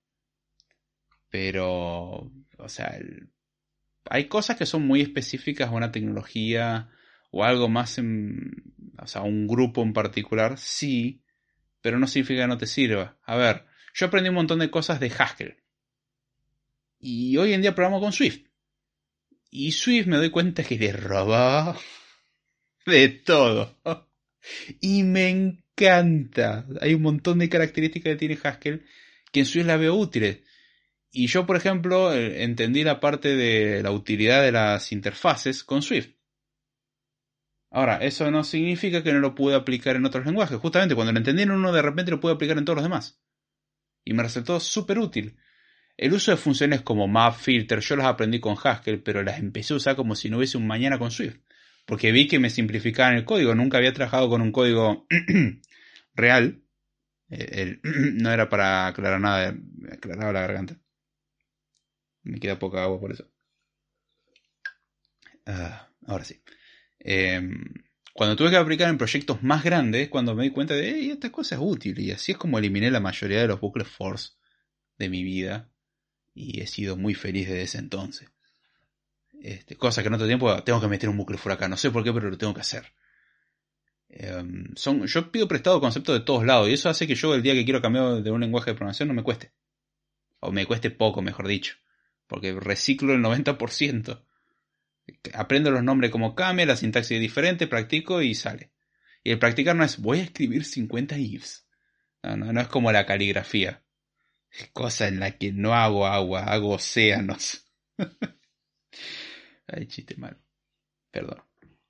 Pero, o sea, hay cosas que son muy específicas a una tecnología o algo más o sea, un grupo en particular, sí, pero no significa que no te sirva. A ver, yo aprendí un montón de cosas de Haskell. Y hoy en día programo con Swift. Y Swift me doy cuenta que le robaba de todo. Y me encanta. Hay un montón de características que tiene Haskell que en Swift las veo útiles. Y yo, por ejemplo, entendí la parte de la utilidad de las interfaces con Swift. Ahora, eso no significa que no lo pude aplicar en otros lenguajes. Justamente cuando lo entendí en uno, de repente lo pude aplicar en todos los demás. Y me resultó súper útil. El uso de funciones como map, filter, yo las aprendí con Haskell, pero las empecé a usar como si no hubiese un mañana con Swift. porque vi que me simplificaban el código. Nunca había trabajado con un código real. No era para aclarar nada, me aclaraba la garganta. Me queda poca agua por eso. Ahora sí. Cuando tuve que aplicar en proyectos más grandes, cuando me di cuenta de, esta cosa es útil. Y así es como eliminé la mayoría de los bucles force de mi vida. Y he sido muy feliz desde ese entonces. Cosa que en otro tiempo tengo que meter un bucle for acá. No sé por qué, pero lo tengo que hacer. Yo pido prestado conceptos de todos lados. Y eso hace que yo el día que quiero cambiar de un lenguaje de programación no me cueste. O me cueste poco, mejor dicho. Porque reciclo el 90%. Aprendo los nombres como cambia, la sintaxis es diferente, practico y sale. Y el practicar no es voy a escribir 50 ifs. No es como la caligrafía. Es cosa en la que no hago agua, hago océanos. Ay, chiste malo. Perdón.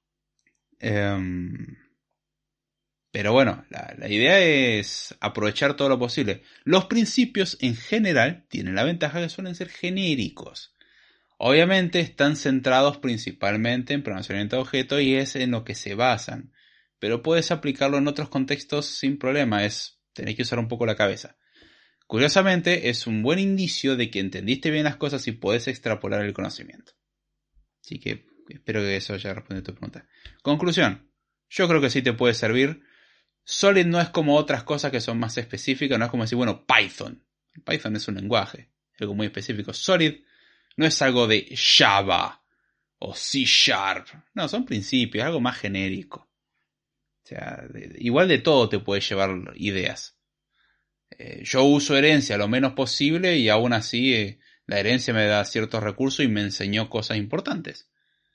Pero bueno, la idea es aprovechar todo lo posible. Los principios en general tienen la ventaja que suelen ser genéricos. Obviamente están centrados principalmente en programación orientada a objetos y es en lo que se basan. Pero puedes aplicarlo en otros contextos sin problema, tenés que usar un poco la cabeza. Curiosamente, es un buen indicio de que entendiste bien las cosas y podés extrapolar el conocimiento. Así que espero que eso haya respondido a tu pregunta. Conclusión, yo creo que sí te puede servir. Solid no es como otras cosas que son más específicas, no es como decir, bueno, Python. Python es un lenguaje, algo muy específico. Solid no es algo de Java o C Sharp. No, son principios, algo más genérico. O sea, igual de todo te puede llevar ideas. Yo uso herencia lo menos posible y aún así la herencia me da ciertos recursos y me enseñó cosas importantes.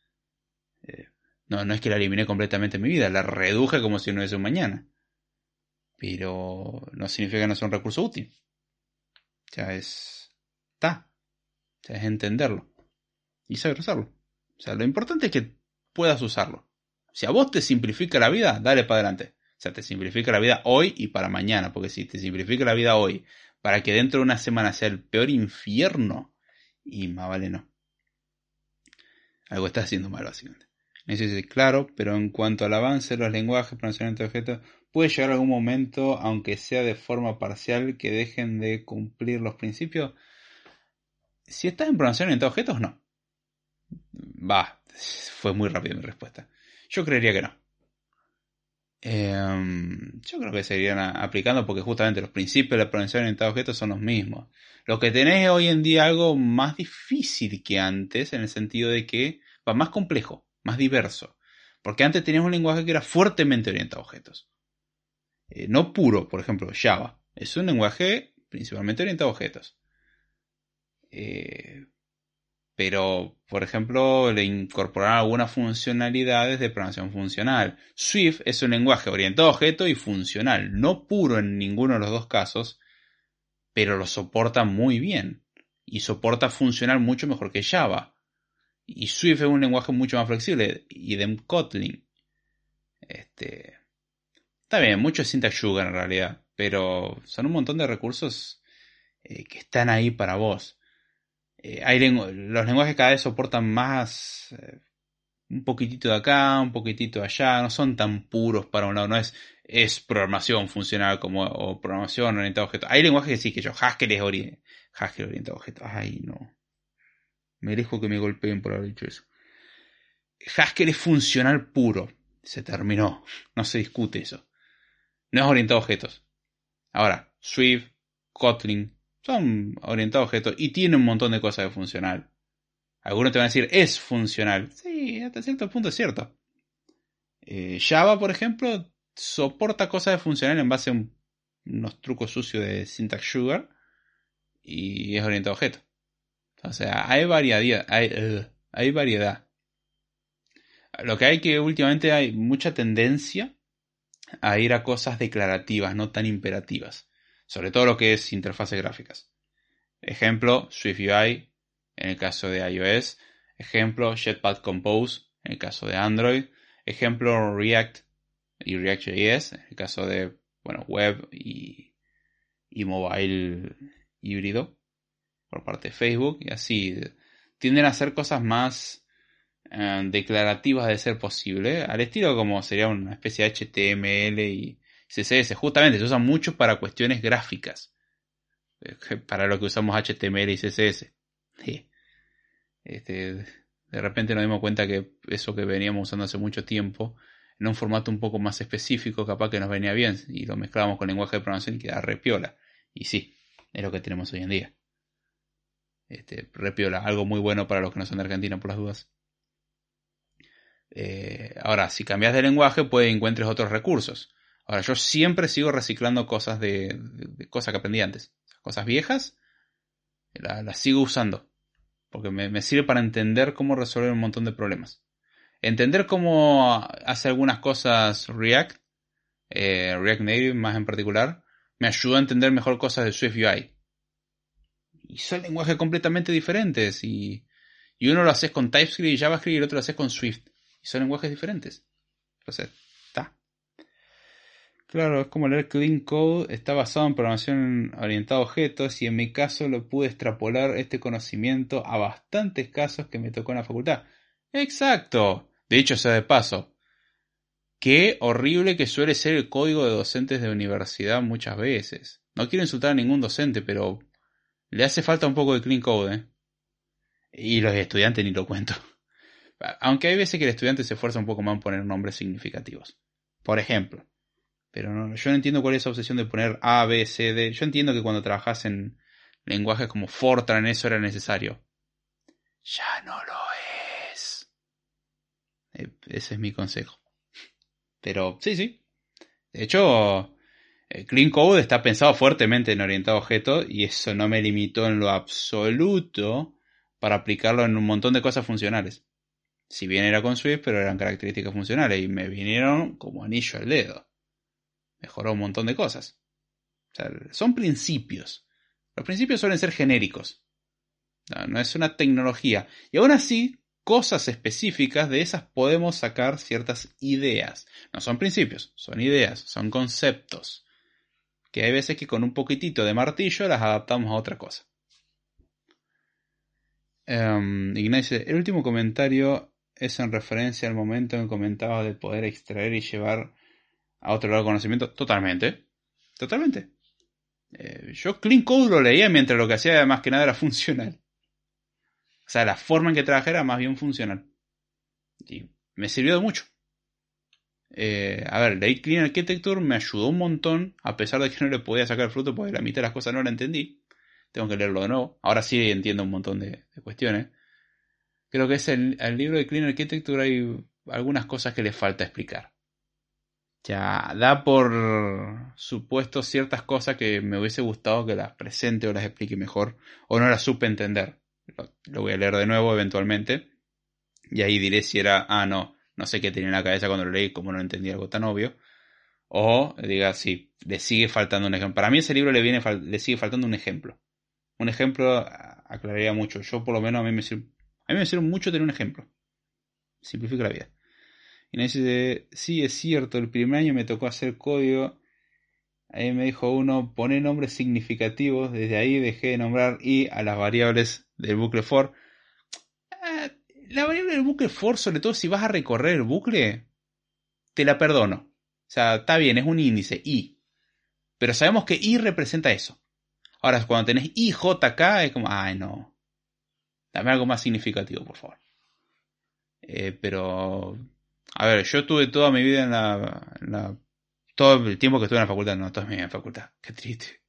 No es que la eliminé completamente en mi vida, la reduje como si no hubiese un mañana. Pero no significa que no sea un recurso útil. O sea, está. O sea, es entenderlo. Y saber usarlo. O sea, lo importante es que puedas usarlo. Si a vos te simplifica la vida, dale para adelante. O sea, te simplifica la vida hoy y para mañana. Porque si te simplifica la vida hoy, para que dentro de una semana sea el peor infierno, y más vale no. Algo estás haciendo mal, básicamente. Eso es claro, pero en cuanto al avance de los lenguajes, procesamiento de objetos, puede llegar algún momento, aunque sea de forma parcial, que dejen de cumplir los principios. Si estás en programación orientada a objetos, no. Fue muy rápida mi respuesta. Yo creería que no. Yo creo que seguirían aplicando porque justamente los principios de la programación orientada a objetos son los mismos. Lo que tenés hoy en día es algo más difícil que antes, en el sentido de que va más complejo, más diverso. Porque antes tenías un lenguaje que era fuertemente orientado a objetos. No puro, por ejemplo, Java. Es un lenguaje principalmente orientado a objetos. Pero, por ejemplo, le incorporaron algunas funcionalidades de programación funcional. Swift es un lenguaje orientado a objetos y funcional. No puro en ninguno de los dos casos, pero lo soporta muy bien. Y soporta funcional mucho mejor que Java. Y Swift es un lenguaje mucho más flexible. Y de Kotlin. Está bien, mucho es syntax sugar en realidad. Pero son un montón de recursos que están ahí para vos. Los lenguajes cada vez soportan más, un poquitito de acá, un poquitito de allá, no son tan puros para un lado, no es programación funcional o programación orientada a objetos. Hay lenguajes que sí, que Haskell es Haskell orientado a objetos. Ay, no. Merezco que me golpeen por haber dicho eso. Haskell es funcional puro. Se terminó. No se discute eso. No es orientado a objetos. Ahora, Swift, Kotlin, son orientados a objetos y tienen un montón de cosas de funcional. Algunos te van a decir, es funcional. Sí, hasta cierto punto es cierto. Java, por ejemplo, soporta cosas de funcional en base a unos trucos sucios de syntax sugar y es orientado a objetos. O sea, hay variedad. Hay variedad. Lo que hay que últimamente hay mucha tendencia a ir a cosas declarativas, no tan imperativas. Sobre todo lo que es interfaces gráficas. Ejemplo, SwiftUI en el caso de iOS. Ejemplo, Jetpack Compose en el caso de Android. Ejemplo, React y React.js en el caso de web y mobile híbrido por parte de Facebook. Y así tienden a hacer cosas más declarativas de ser posible, al estilo como sería una especie de HTML y CSS. Justamente se usan mucho para cuestiones gráficas, para lo que usamos HTML y CSS. Sí. De repente nos dimos cuenta que eso que veníamos usando hace mucho tiempo, en un formato un poco más específico, capaz que nos venía bien, y lo mezclábamos con lenguaje de programación y queda repiola. Y sí, es lo que tenemos hoy en día. Repiola, algo muy bueno para los que no son de Argentina, por las dudas. Ahora, si cambias de lenguaje, puede que encuentres otros recursos. Ahora, yo siempre sigo reciclando cosas de cosas que aprendí antes. Cosas viejas, las sigo usando. Porque me sirve para entender cómo resolver un montón de problemas. Entender cómo hace algunas cosas React, React Native más en particular, me ayuda a entender mejor cosas de Swift UI. Y son lenguajes completamente diferentes. Y uno lo haces con TypeScript y JavaScript y el otro lo haces con Swift. Y son lenguajes diferentes. Entonces, está. Claro, es como leer Clean Code, está basado en programación orientada a objetos y en mi caso lo pude extrapolar este conocimiento a bastantes casos que me tocó en la facultad. Exacto. De hecho, sea de paso, qué horrible que suele ser el código de docentes de universidad muchas veces. No quiero insultar a ningún docente, pero le hace falta un poco de Clean Code, ¿eh? Y los estudiantes ni lo cuento. Aunque hay veces que el estudiante se esfuerza un poco más en poner nombres significativos. Por ejemplo. Pero no, yo no entiendo cuál es esa obsesión de poner A, B, C, D. Yo entiendo que cuando trabajas en lenguajes como Fortran eso era necesario. Ya no lo es. Ese es mi consejo. Pero sí. De hecho, Clean Code está pensado fuertemente en orientado a objetos y eso no me limitó en lo absoluto para aplicarlo en un montón de cosas funcionales. Si bien era con Swift, pero eran características funcionales y me vinieron como anillo al dedo. Mejoró un montón de cosas. O sea, son principios. Los principios suelen ser genéricos. No es una tecnología. Y aún así, cosas específicas de esas podemos sacar ciertas ideas. No son principios, son ideas, son conceptos. Que hay veces que con un poquitito de martillo las adaptamos a otra cosa. Ignacio, el último comentario es en referencia al momento en que comentabas de poder extraer y llevar a otro lado el conocimiento. Totalmente. Yo Clean Code lo leía mientras lo que hacía más que nada era funcional. O sea, la forma en que trabajé era más bien funcional. Y me sirvió de mucho. A ver, leí Clean Architecture, me ayudó un montón, a pesar de que no le podía sacar fruto porque la mitad de las cosas no la entendí. Tengo que leerlo de nuevo. Ahora sí entiendo un montón de cuestiones. Creo que es el libro de Clean Architecture hay algunas cosas que le falta explicar. Ya da por supuesto ciertas cosas que me hubiese gustado que las presente o las explique mejor, o no las supe entender. Lo voy a leer de nuevo eventualmente, y ahí diré si era, no sé qué tenía en la cabeza cuando lo leí, como no entendí algo tan obvio, o diga, sí, le sigue faltando un ejemplo. Para mí ese libro le sigue faltando un ejemplo. Un ejemplo aclararía mucho. Yo por lo menos a mí me sirve mucho tener un ejemplo. Simplifica la vida. Y me dice, sí, es cierto, el primer año me tocó hacer código. Ahí me dijo uno, pone nombres significativos. Desde ahí dejé de nombrar y a las variables del bucle for. La variable del bucle for, sobre todo si vas a recorrer el bucle, te la perdono. O sea, está bien, es un índice, i. Pero sabemos que i representa eso. Ahora, cuando tenés IJK, es como, ay, no. Dame algo más significativo, por favor. Pero, a ver, yo tuve toda mi vida todo el tiempo que estuve en la facultad, no, toda mi vida en la facultad, qué triste.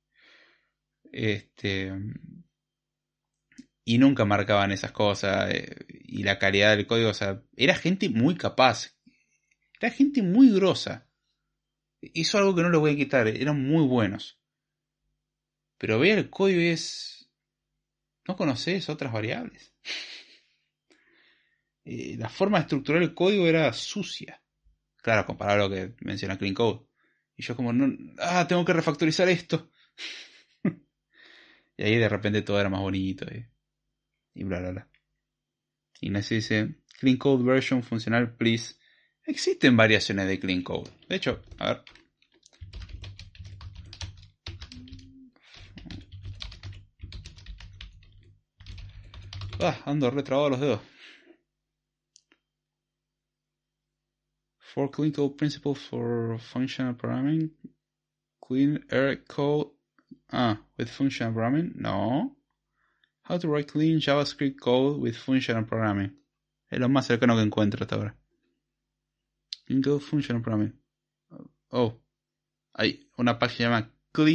Y nunca marcaban esas cosas, y la calidad del código, o sea, era gente muy capaz, era gente muy grosa. Hizo algo que no le voy a quitar, eran muy buenos. Pero ve el código y es... No conoces otras variables. La forma de estructurar el código era sucia. Claro, comparado a lo que menciona Clean Code. Y yo como, no, tengo que refactorizar esto. Y ahí de repente todo era más bonito. Y bla, bla, bla. Ignacio dice, Clean Code version funcional, please. Existen variaciones de Clean Code. De hecho, a ver. Ando retrabado los dedos. 4 clinical principles for functional programming. Clean air code. With functional programming? No. How to write clean JavaScript code with functional programming. Es lo más cercano que encuentro hasta ahora. Clean code functional programming. Hay una página que se llama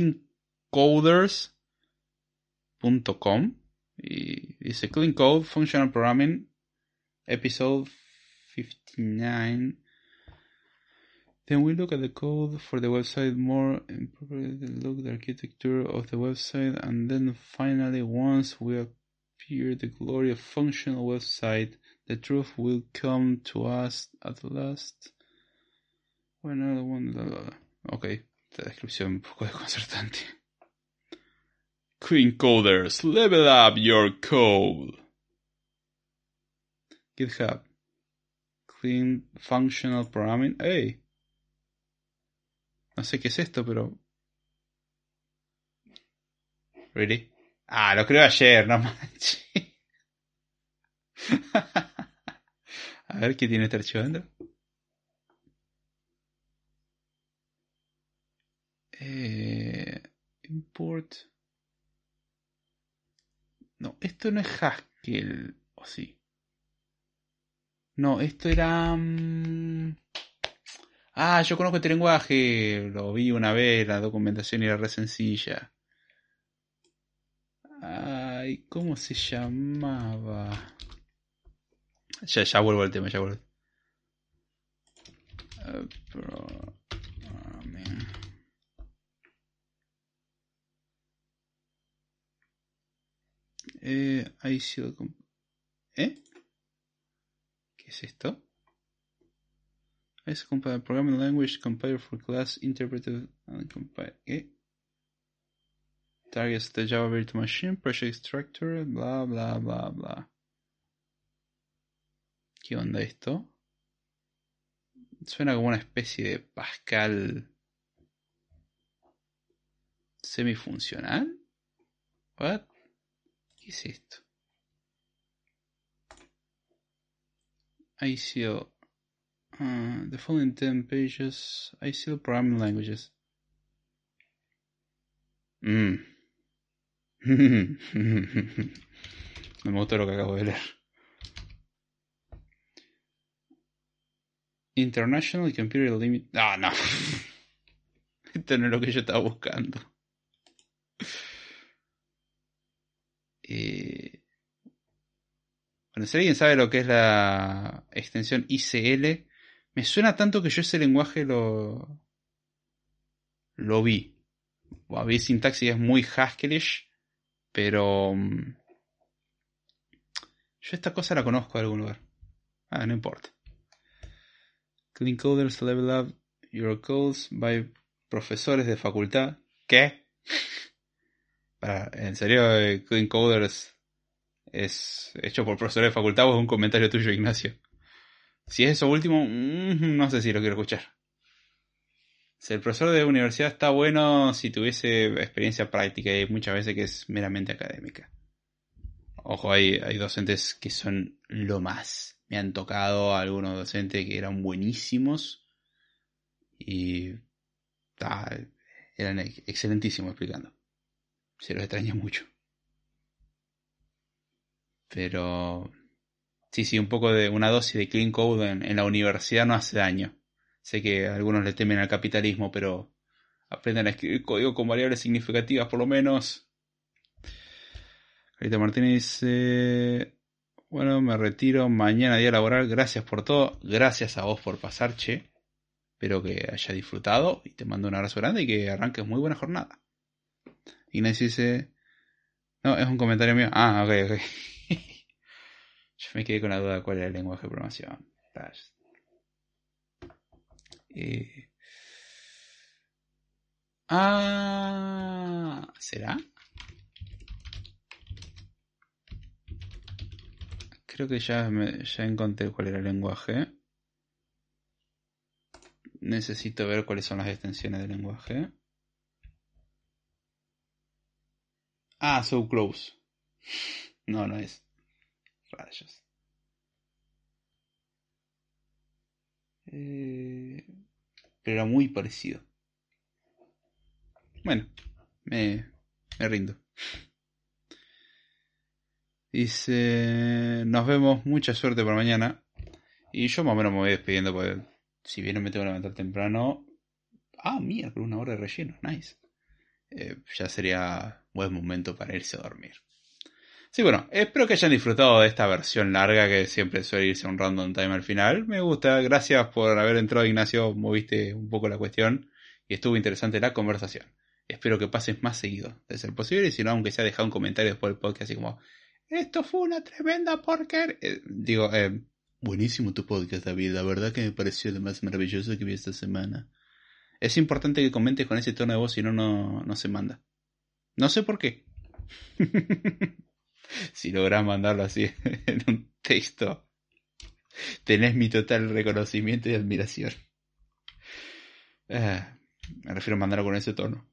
cleancoders.com y dice Clean Code Functional Programming Episode 59. Then we look at the code for the website more and look at the architecture of the website, and then finally, once we appear the glory of functional website, the truth will come to us at last. Ok, esta descripción un poco desconcertante. Clean Coders, level up your code. GitHub. Clean Functional Programming. ¡Hey! No sé qué es esto, pero... ¿Really? Lo creo ayer, no manches. A ver, ¿qué tiene este archivo dentro? Import. No, esto no es Haskell, ¿o sí? No, esto era... yo conozco este lenguaje. Lo vi una vez, la documentación era re sencilla. Ay, ¿cómo se llamaba? Ya vuelvo al tema, ya vuelvo. ¿Qué es esto? Es Programming Language Compiler for Class Interpreted and Compile. ¿Qué? Targets the Java Virtual Machine, Project Structure, bla bla bla bla. ¿Qué onda esto? Suena como una especie de Pascal semifuncional. What? ¿Qué es esto? ICL. The following 10 pages. ICL Programming Languages. Me gustó lo que acabo de leer. International Computer Limit. No. Esto no es lo que yo estaba buscando. Bueno, si alguien sabe lo que es la extensión ICL, me suena tanto que yo ese lenguaje lo vi. A ver, sintaxis es muy Haskellish, pero yo esta cosa la conozco de algún lugar. No importa. Clean Coders Level Up Your Codes by profesores de facultad. ¿Qué? ¿En serio Clean Coders es hecho por profesores de facultad o es un comentario tuyo, Ignacio? Si es eso último, no sé si lo quiero escuchar. Si el profesor de universidad está bueno si tuviese experiencia práctica, y muchas veces que es meramente académica. Ojo, hay docentes que son lo más. Me han tocado algunos docentes que eran buenísimos y eran excelentísimos explicando. Se los extraña mucho. Pero sí, un poco de una dosis de clean code en la universidad no hace daño. Sé que algunos le temen al capitalismo, pero aprendan a escribir código con variables significativas por lo menos. Carita Martínez dice... Bueno, me retiro. Mañana día laboral. Gracias por todo. Gracias a vos por pasar, che. Espero que hayas disfrutado. Y te mando un abrazo grande y que arranques muy buena jornada. Ignacio dice... No, es un comentario mío. Ok. Yo me quedé con la duda de cuál era el lenguaje de programación. ¿Será? Creo que ya encontré cuál era el lenguaje. Necesito ver cuáles son las extensiones del lenguaje. So close. No es. Rayos. Pero era muy parecido. Bueno, me rindo. Dice, nos vemos, mucha suerte para mañana. Y yo más o menos me voy despidiendo porque si bien no me tengo que levantar temprano... mira, por una hora de relleno, nice. Ya sería buen momento para irse a dormir. Sí, bueno, espero que hayan disfrutado de esta versión larga que siempre suele irse a un random time al final. Me gusta, gracias por haber entrado, Ignacio, moviste un poco la cuestión y estuvo interesante la conversación. Espero que pases más seguido, de ser posible, y si no, aunque sea, dejar un comentario después del podcast así como, esto fue una tremenda porquería. Buenísimo tu podcast, David, la verdad que me pareció lo más maravilloso que vi esta semana. Es importante que comentes con ese tono de voz, si no, no se manda. No sé por qué. Si lográs mandarlo así en un texto, tenés mi total reconocimiento y admiración. Me refiero a mandarlo con ese tono.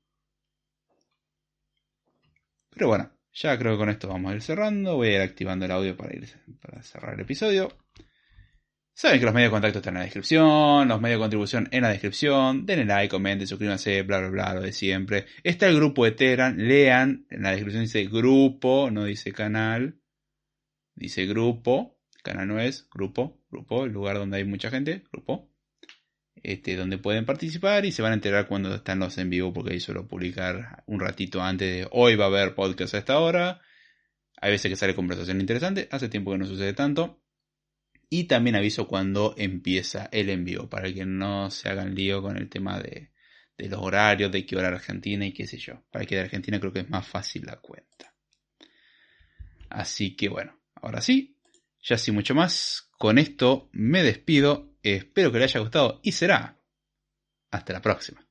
Pero bueno, ya creo que con esto vamos a ir cerrando. Voy a ir activando el audio para cerrar el episodio. Saben que los medios de contacto están en la descripción, los medios de contribución en la descripción. Denle like, comenten, suscríbanse, bla bla bla, lo de siempre. Está el grupo de Telegram, lean, en la descripción dice grupo, no dice canal. Dice grupo, canal no es, grupo, el lugar donde hay mucha gente, grupo. Donde pueden participar y se van a enterar cuando están los en vivo, porque ahí suelo publicar un ratito antes de hoy va a haber podcast a esta hora. Hay veces que sale conversación interesante, hace tiempo que no sucede tanto. Y también aviso cuando empieza el en vivo, para que no se hagan lío con el tema de los horarios, de qué hora Argentina y qué sé yo. Para que de Argentina creo que es más fácil la cuenta. Así que bueno, ahora sí, ya sin mucho más, con esto me despido. Espero que les haya gustado y será hasta la próxima.